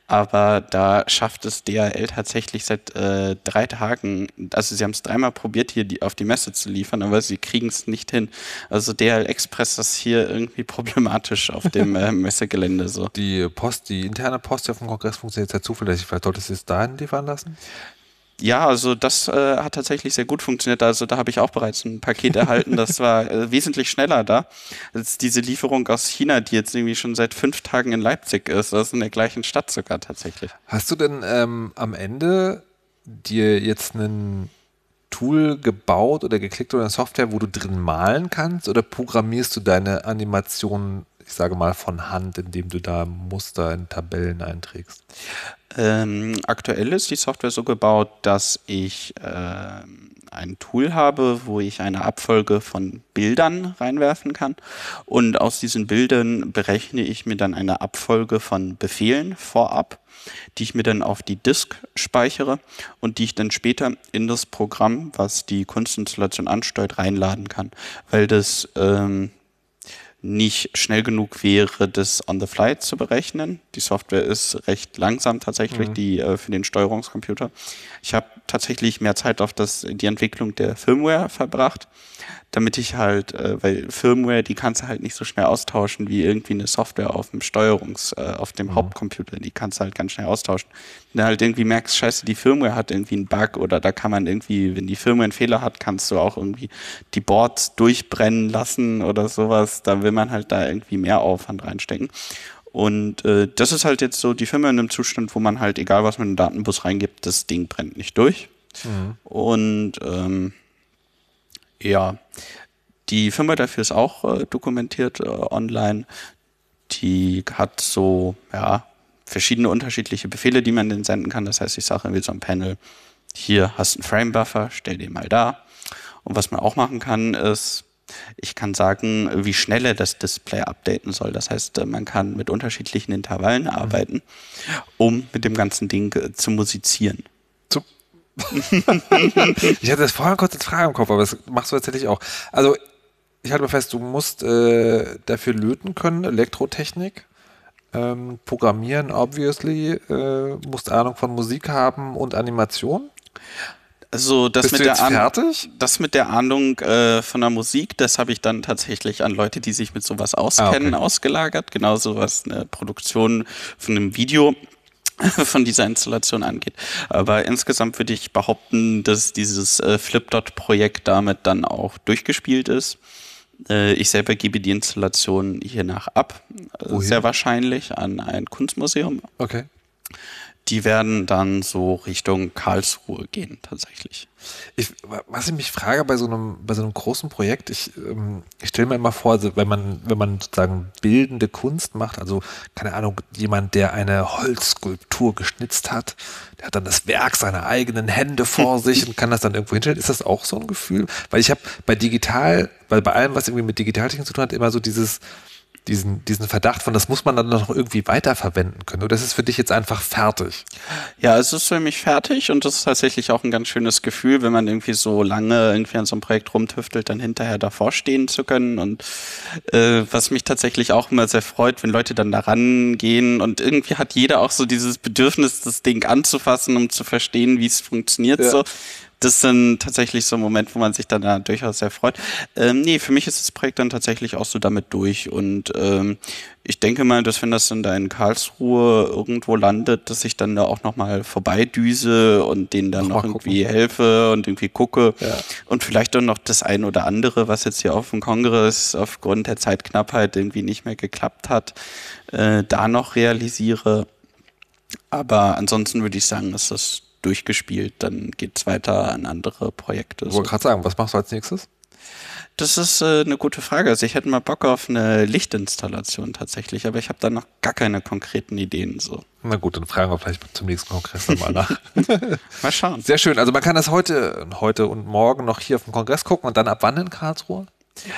Aber da schafft es D H L tatsächlich seit äh, drei Tagen, also sie haben es dreimal probiert, hier die, auf die Messe zu liefern, aber sie kriegen es nicht hin. Also D H L Express ist hier irgendwie problematisch auf dem äh, Messegelände. So. Die Post, die interne Post auf dem Kongress funktioniert sehr zuverlässig. Vielleicht solltest du es dahin liefern lassen? Ja, also das äh, hat tatsächlich sehr gut funktioniert. Also da habe ich auch bereits ein Paket erhalten. Das war äh, wesentlich schneller da als diese Lieferung aus China, die jetzt irgendwie schon seit fünf Tagen in Leipzig ist. Das ist in der gleichen Stadt sogar tatsächlich. Hast du denn ähm, am Ende dir jetzt ein Tool gebaut oder geklickt oder eine Software, wo du drin malen kannst, oder programmierst du deine Animationen, ich sage mal, von Hand, indem du da Muster in Tabellen einträgst? Ähm, aktuell ist die Software so gebaut, dass ich äh, ein Tool habe, wo ich eine Abfolge von Bildern reinwerfen kann, und aus diesen Bildern berechne ich mir dann eine Abfolge von Befehlen vorab, die ich mir dann auf die Disk speichere und die ich dann später in das Programm, was die Kunstinstallation ansteuert, reinladen kann, weil das ähm, nicht schnell genug wäre, das on the fly zu berechnen. Die Software ist recht langsam tatsächlich, mhm. die äh, für den Steuerungscomputer. Ich habe tatsächlich mehr Zeit auf das, die Entwicklung der Firmware verbracht, damit ich halt, äh, weil Firmware, die kannst du halt nicht so schnell austauschen wie irgendwie eine Software auf dem Steuerungs-, äh, auf dem mhm. Hauptcomputer. Die kannst du halt ganz schnell austauschen. Wenn du halt irgendwie merkst, scheiße, die Firmware hat irgendwie einen Bug, oder da kann man irgendwie, wenn die Firmware einen Fehler hat, kannst du auch irgendwie die Boards durchbrennen lassen oder sowas. Da will man halt da irgendwie mehr Aufwand reinstecken. Und äh, das ist halt jetzt so die Firmware in einem Zustand, wo man halt, egal was man in den Datenbus reingibt, das Ding brennt nicht durch. Mhm. Und ähm, ja, die Firma dafür ist auch äh, dokumentiert äh, online. Die hat so, ja, verschiedene unterschiedliche Befehle, die man denn senden kann. Das heißt, ich sage irgendwie so ein Panel, hier hast du einen Frame-Buffer, stell den mal da. Und was man auch machen kann, ist, ich kann sagen, wie schnell er das Display updaten soll. Das heißt, man kann mit unterschiedlichen Intervallen mhm. arbeiten, um mit dem ganzen Ding äh, zu musizieren. Zu ich hatte das vorher kurz als Frage im Kopf, aber das machst du tatsächlich auch. Also, ich halte mal fest, du musst äh, dafür löten können, Elektrotechnik, ähm, programmieren, obviously, äh, musst Ahnung von Musik haben und Animation. Also das Bist mit du jetzt der Ahnung, fertig? das mit der Ahnung äh, von der Musik, das habe ich dann tatsächlich an Leute, die sich mit sowas auskennen, ah, okay. ausgelagert. Genauso was eine Produktion von einem Video von dieser Installation angeht. Aber insgesamt würde ich behaupten, dass dieses äh, Flipdot-Projekt damit dann auch durchgespielt ist. Äh, ich selber gebe die Installation hiernach ab, äh, sehr wahrscheinlich an ein Kunstmuseum. Okay. Die werden dann so Richtung Karlsruhe gehen, tatsächlich. Ich, was ich mich frage bei so einem, bei so einem großen Projekt, ich, ähm, ich stelle mir immer vor, also wenn man, wenn man sozusagen bildende Kunst macht, also keine Ahnung, jemand, der eine Holzskulptur geschnitzt hat, der hat dann das Werk seiner eigenen Hände vor sich und kann das dann irgendwo hinstellen. Ist das auch so ein Gefühl? Weil ich habe bei digital, weil bei allem, was irgendwie mit Digitaltechnik zu tun hat, immer so dieses Diesen, diesen Verdacht von, das muss man dann noch irgendwie weiterverwenden können. Oder ist es für dich jetzt einfach fertig? Ja, es ist für mich fertig, und das ist tatsächlich auch ein ganz schönes Gefühl, wenn man irgendwie so lange irgendwie an so einem Projekt rumtüftelt, dann hinterher davor stehen zu können. Und äh, was mich tatsächlich auch immer sehr freut, wenn Leute dann da rangehen, und irgendwie hat jeder auch so dieses Bedürfnis, das Ding anzufassen, um zu verstehen, wie es funktioniert. Ja. So. Das ist dann tatsächlich so ein Moment, wo man sich dann da durchaus sehr freut. Ähm, nee, für mich ist das Projekt dann tatsächlich auch so damit durch. Und ähm, ich denke mal, dass wenn das dann da in Karlsruhe irgendwo landet, dass ich dann da auch nochmal vorbeidüse und denen dann noch, noch irgendwie gucken. helfe und irgendwie gucke. Ja. Und vielleicht dann noch das ein oder andere, was jetzt hier auf dem Kongress aufgrund der Zeitknappheit irgendwie nicht mehr geklappt hat, äh, da noch realisiere. Aber ansonsten würde ich sagen, dass das durchgespielt, dann geht es weiter an andere Projekte. Ich wollte gerade sagen, was machst du als nächstes? Das ist äh, eine gute Frage. Also ich hätte mal Bock auf eine Lichtinstallation tatsächlich, aber ich habe da noch gar keine konkreten Ideen. So. Na gut, dann fragen wir vielleicht zum nächsten Kongress nochmal nach. Mal schauen. Sehr schön. Also man kann das heute, heute und morgen noch hier auf dem Kongress gucken, und dann ab wann in Karlsruhe?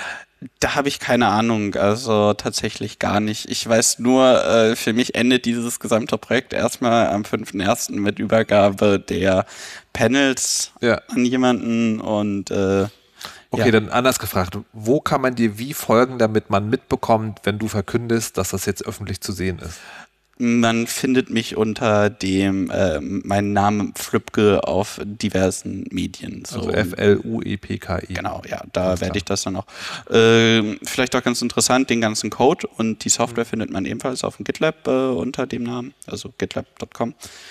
Da habe ich keine Ahnung, also tatsächlich gar nicht. Ich weiß nur, äh, für mich endet dieses gesamte Projekt erstmal am fünften ersten mit Übergabe der Panels ja. an jemanden, und äh, Okay, ja. Dann anders gefragt, wo kann man dir wie folgen, damit man mitbekommt, wenn du verkündest, dass das jetzt öffentlich zu sehen ist? Man findet mich unter dem, äh, meinen Namen Flüpke auf diversen Medien. So. Also F L U E P K E. Genau, ja, da werde ich das dann auch. Äh, vielleicht auch ganz interessant, den ganzen Code und die Software mhm. findet man ebenfalls auf dem GitLab äh, unter dem Namen, also gitlab Punkt com.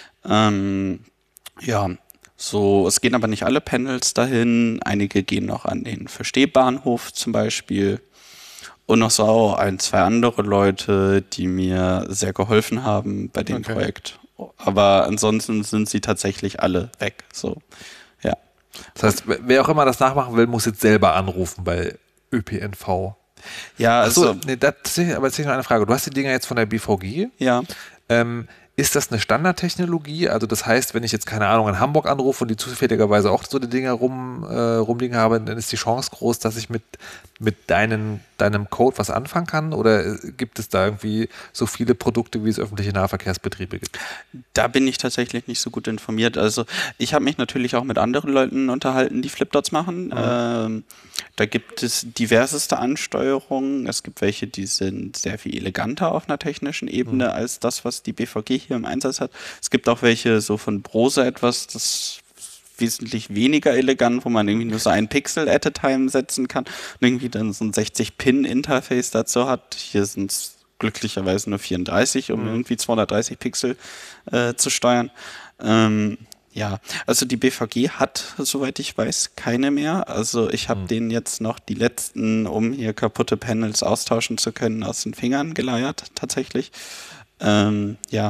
Ähm, ja, so, es gehen aber nicht alle Panels dahin. Einige gehen noch an den Verstehbahnhof zum Beispiel. Und noch so ein, zwei andere Leute, die mir sehr geholfen haben bei dem okay. Projekt. Aber ansonsten sind sie tatsächlich alle weg. So, ja. Das heißt, wer auch immer das nachmachen will, muss jetzt selber anrufen bei Ö P N V. Ja, also. Achso, nee, das, aber jetzt noch eine Frage. Du hast die Dinger jetzt von der B V G. Ja. Ähm, Ist das eine Standardtechnologie? Also das heißt, wenn ich jetzt, keine Ahnung, in Hamburg anrufe und die zufälligerweise auch so die Dinger rum, äh, rumliegen habe, dann ist die Chance groß, dass ich mit, mit deinen, deinem Code was anfangen kann? Oder gibt es da irgendwie so viele Produkte, wie es öffentliche Nahverkehrsbetriebe gibt? Da bin ich tatsächlich nicht so gut informiert. Also ich habe mich natürlich auch mit anderen Leuten unterhalten, die Flipdots machen. Mhm. Ähm, da gibt es diverseste Ansteuerungen. Es gibt welche, die sind sehr viel eleganter auf einer technischen Ebene mhm. als das, was die B V G hier im Einsatz hat. Es gibt auch welche so von Brose etwas, das wesentlich weniger elegant, wo man irgendwie nur so ein Pixel at a time setzen kann und irgendwie dann so ein sechzig Pin Interface dazu hat. Hier sind es glücklicherweise nur vierunddreißig, um mhm. irgendwie zweihundertdreißig Pixel äh, zu steuern. Ähm, ja, also die B V G hat, soweit ich weiß, keine mehr. Also ich habe mhm. denen jetzt noch die letzten, um hier kaputte Panels austauschen zu können, aus den Fingern geleiert, tatsächlich. Ähm, ja.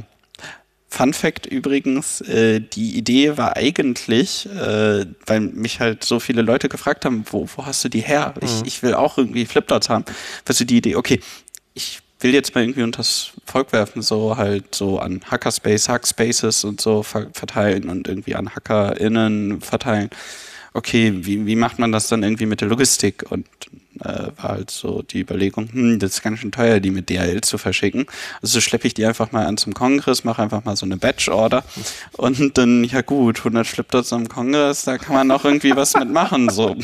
Fun Fact übrigens, äh, die Idee war eigentlich, äh, weil mich halt so viele Leute gefragt haben, wo, wo hast du die her? Mhm. Ich, ich will auch irgendwie Flipdots haben. Weißt du, die Idee, okay, ich will jetzt mal irgendwie unters Volk werfen, so halt so an Hackerspace, Hackspaces und so ver- verteilen und irgendwie an HackerInnen verteilen. Okay, wie, wie macht man das dann irgendwie mit der Logistik? Und äh, war halt so die Überlegung, hm, das ist ganz schön teuer, die mit D H L zu verschicken. Also schleppe ich die einfach mal an zum Kongress, mache einfach mal so eine Batch-Order und dann, ja gut, hundert Flipdots am Kongress, da kann man noch irgendwie was mitmachen, so.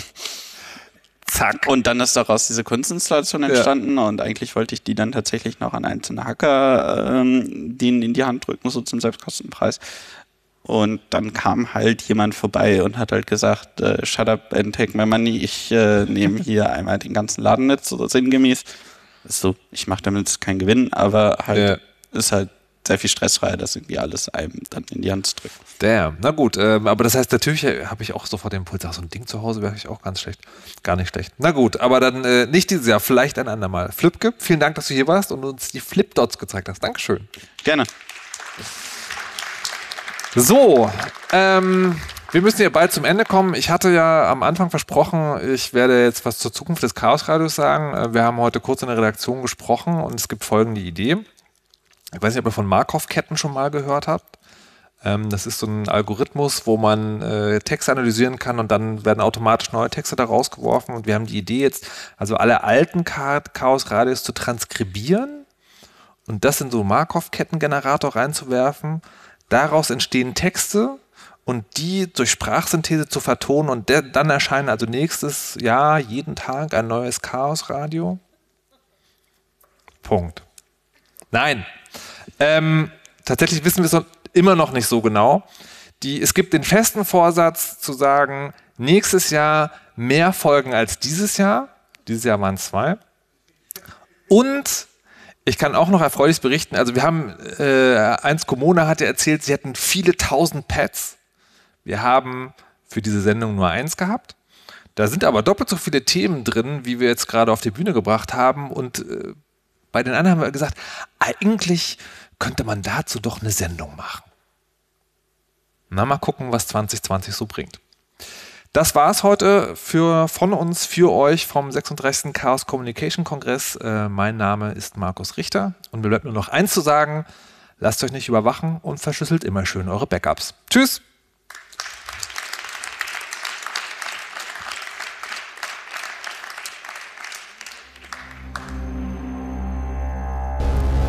Zack. Und dann ist daraus diese Kunstinstallation entstanden ja. und eigentlich wollte ich die dann tatsächlich noch an einzelne Hacker ähm, denen in die Hand drücken, so zum Selbstkostenpreis. Und dann kam halt jemand vorbei und hat halt gesagt, äh, shut up and take my money, ich äh, nehme hier einmal den ganzen Laden mit, so sinngemäß. So, ich mache damit keinen Gewinn, aber halt ja. ist halt sehr viel stressfreier, das irgendwie alles einem dann in die Hand zu drücken. Damn, na gut, ähm, aber das heißt, natürlich habe ich auch sofort den Impuls, ach, so ein Ding zu Hause wäre ich auch ganz schlecht, gar nicht schlecht. Na gut, aber dann äh, nicht dieses Jahr, vielleicht ein andermal. Flipke, vielen Dank, dass du hier warst und uns die Flipdots gezeigt hast. Dankeschön. Gerne. So, ähm, wir müssen ja bald zum Ende kommen. Ich hatte ja am Anfang versprochen, ich werde jetzt was zur Zukunft des Chaosradios sagen. Wir haben heute kurz in der Redaktion gesprochen und es gibt folgende Idee. Ich weiß nicht, ob ihr von Markov-Ketten schon mal gehört habt. Ähm, das ist so ein Algorithmus, wo man äh, Texte analysieren kann und dann werden automatisch neue Texte da rausgeworfen. Und wir haben die Idee jetzt, also alle alten Chaosradios zu transkribieren und das in so Markov-Kettengenerator reinzuwerfen. Daraus entstehen Texte und die durch Sprachsynthese zu vertonen und der, dann erscheinen also nächstes Jahr jeden Tag ein neues Chaosradio. Punkt. Nein. Ähm, tatsächlich wissen wir es immer noch nicht so genau. Die, es gibt den festen Vorsatz zu sagen, nächstes Jahr mehr Folgen als dieses Jahr. Dieses Jahr waren es zwei. Und ich kann auch noch erfreulich berichten, also wir haben, äh, eins Kommune hat ja erzählt, sie hätten viele tausend Pads. Wir haben für diese Sendung nur eins gehabt. Da sind aber doppelt so viele Themen drin, wie wir jetzt gerade auf die Bühne gebracht haben. Und äh, bei den anderen haben wir gesagt, eigentlich könnte man dazu doch eine Sendung machen. Na, mal gucken, was zwanzig zwanzig so bringt. Das war es heute für, von uns, für euch vom sechsunddreißigsten Chaos Communication Kongress. Äh, mein Name ist Markus Richter und mir bleibt nur noch eins zu sagen, lasst euch nicht überwachen und verschlüsselt immer schön eure Backups. Tschüss!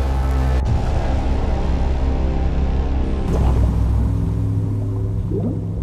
Ja.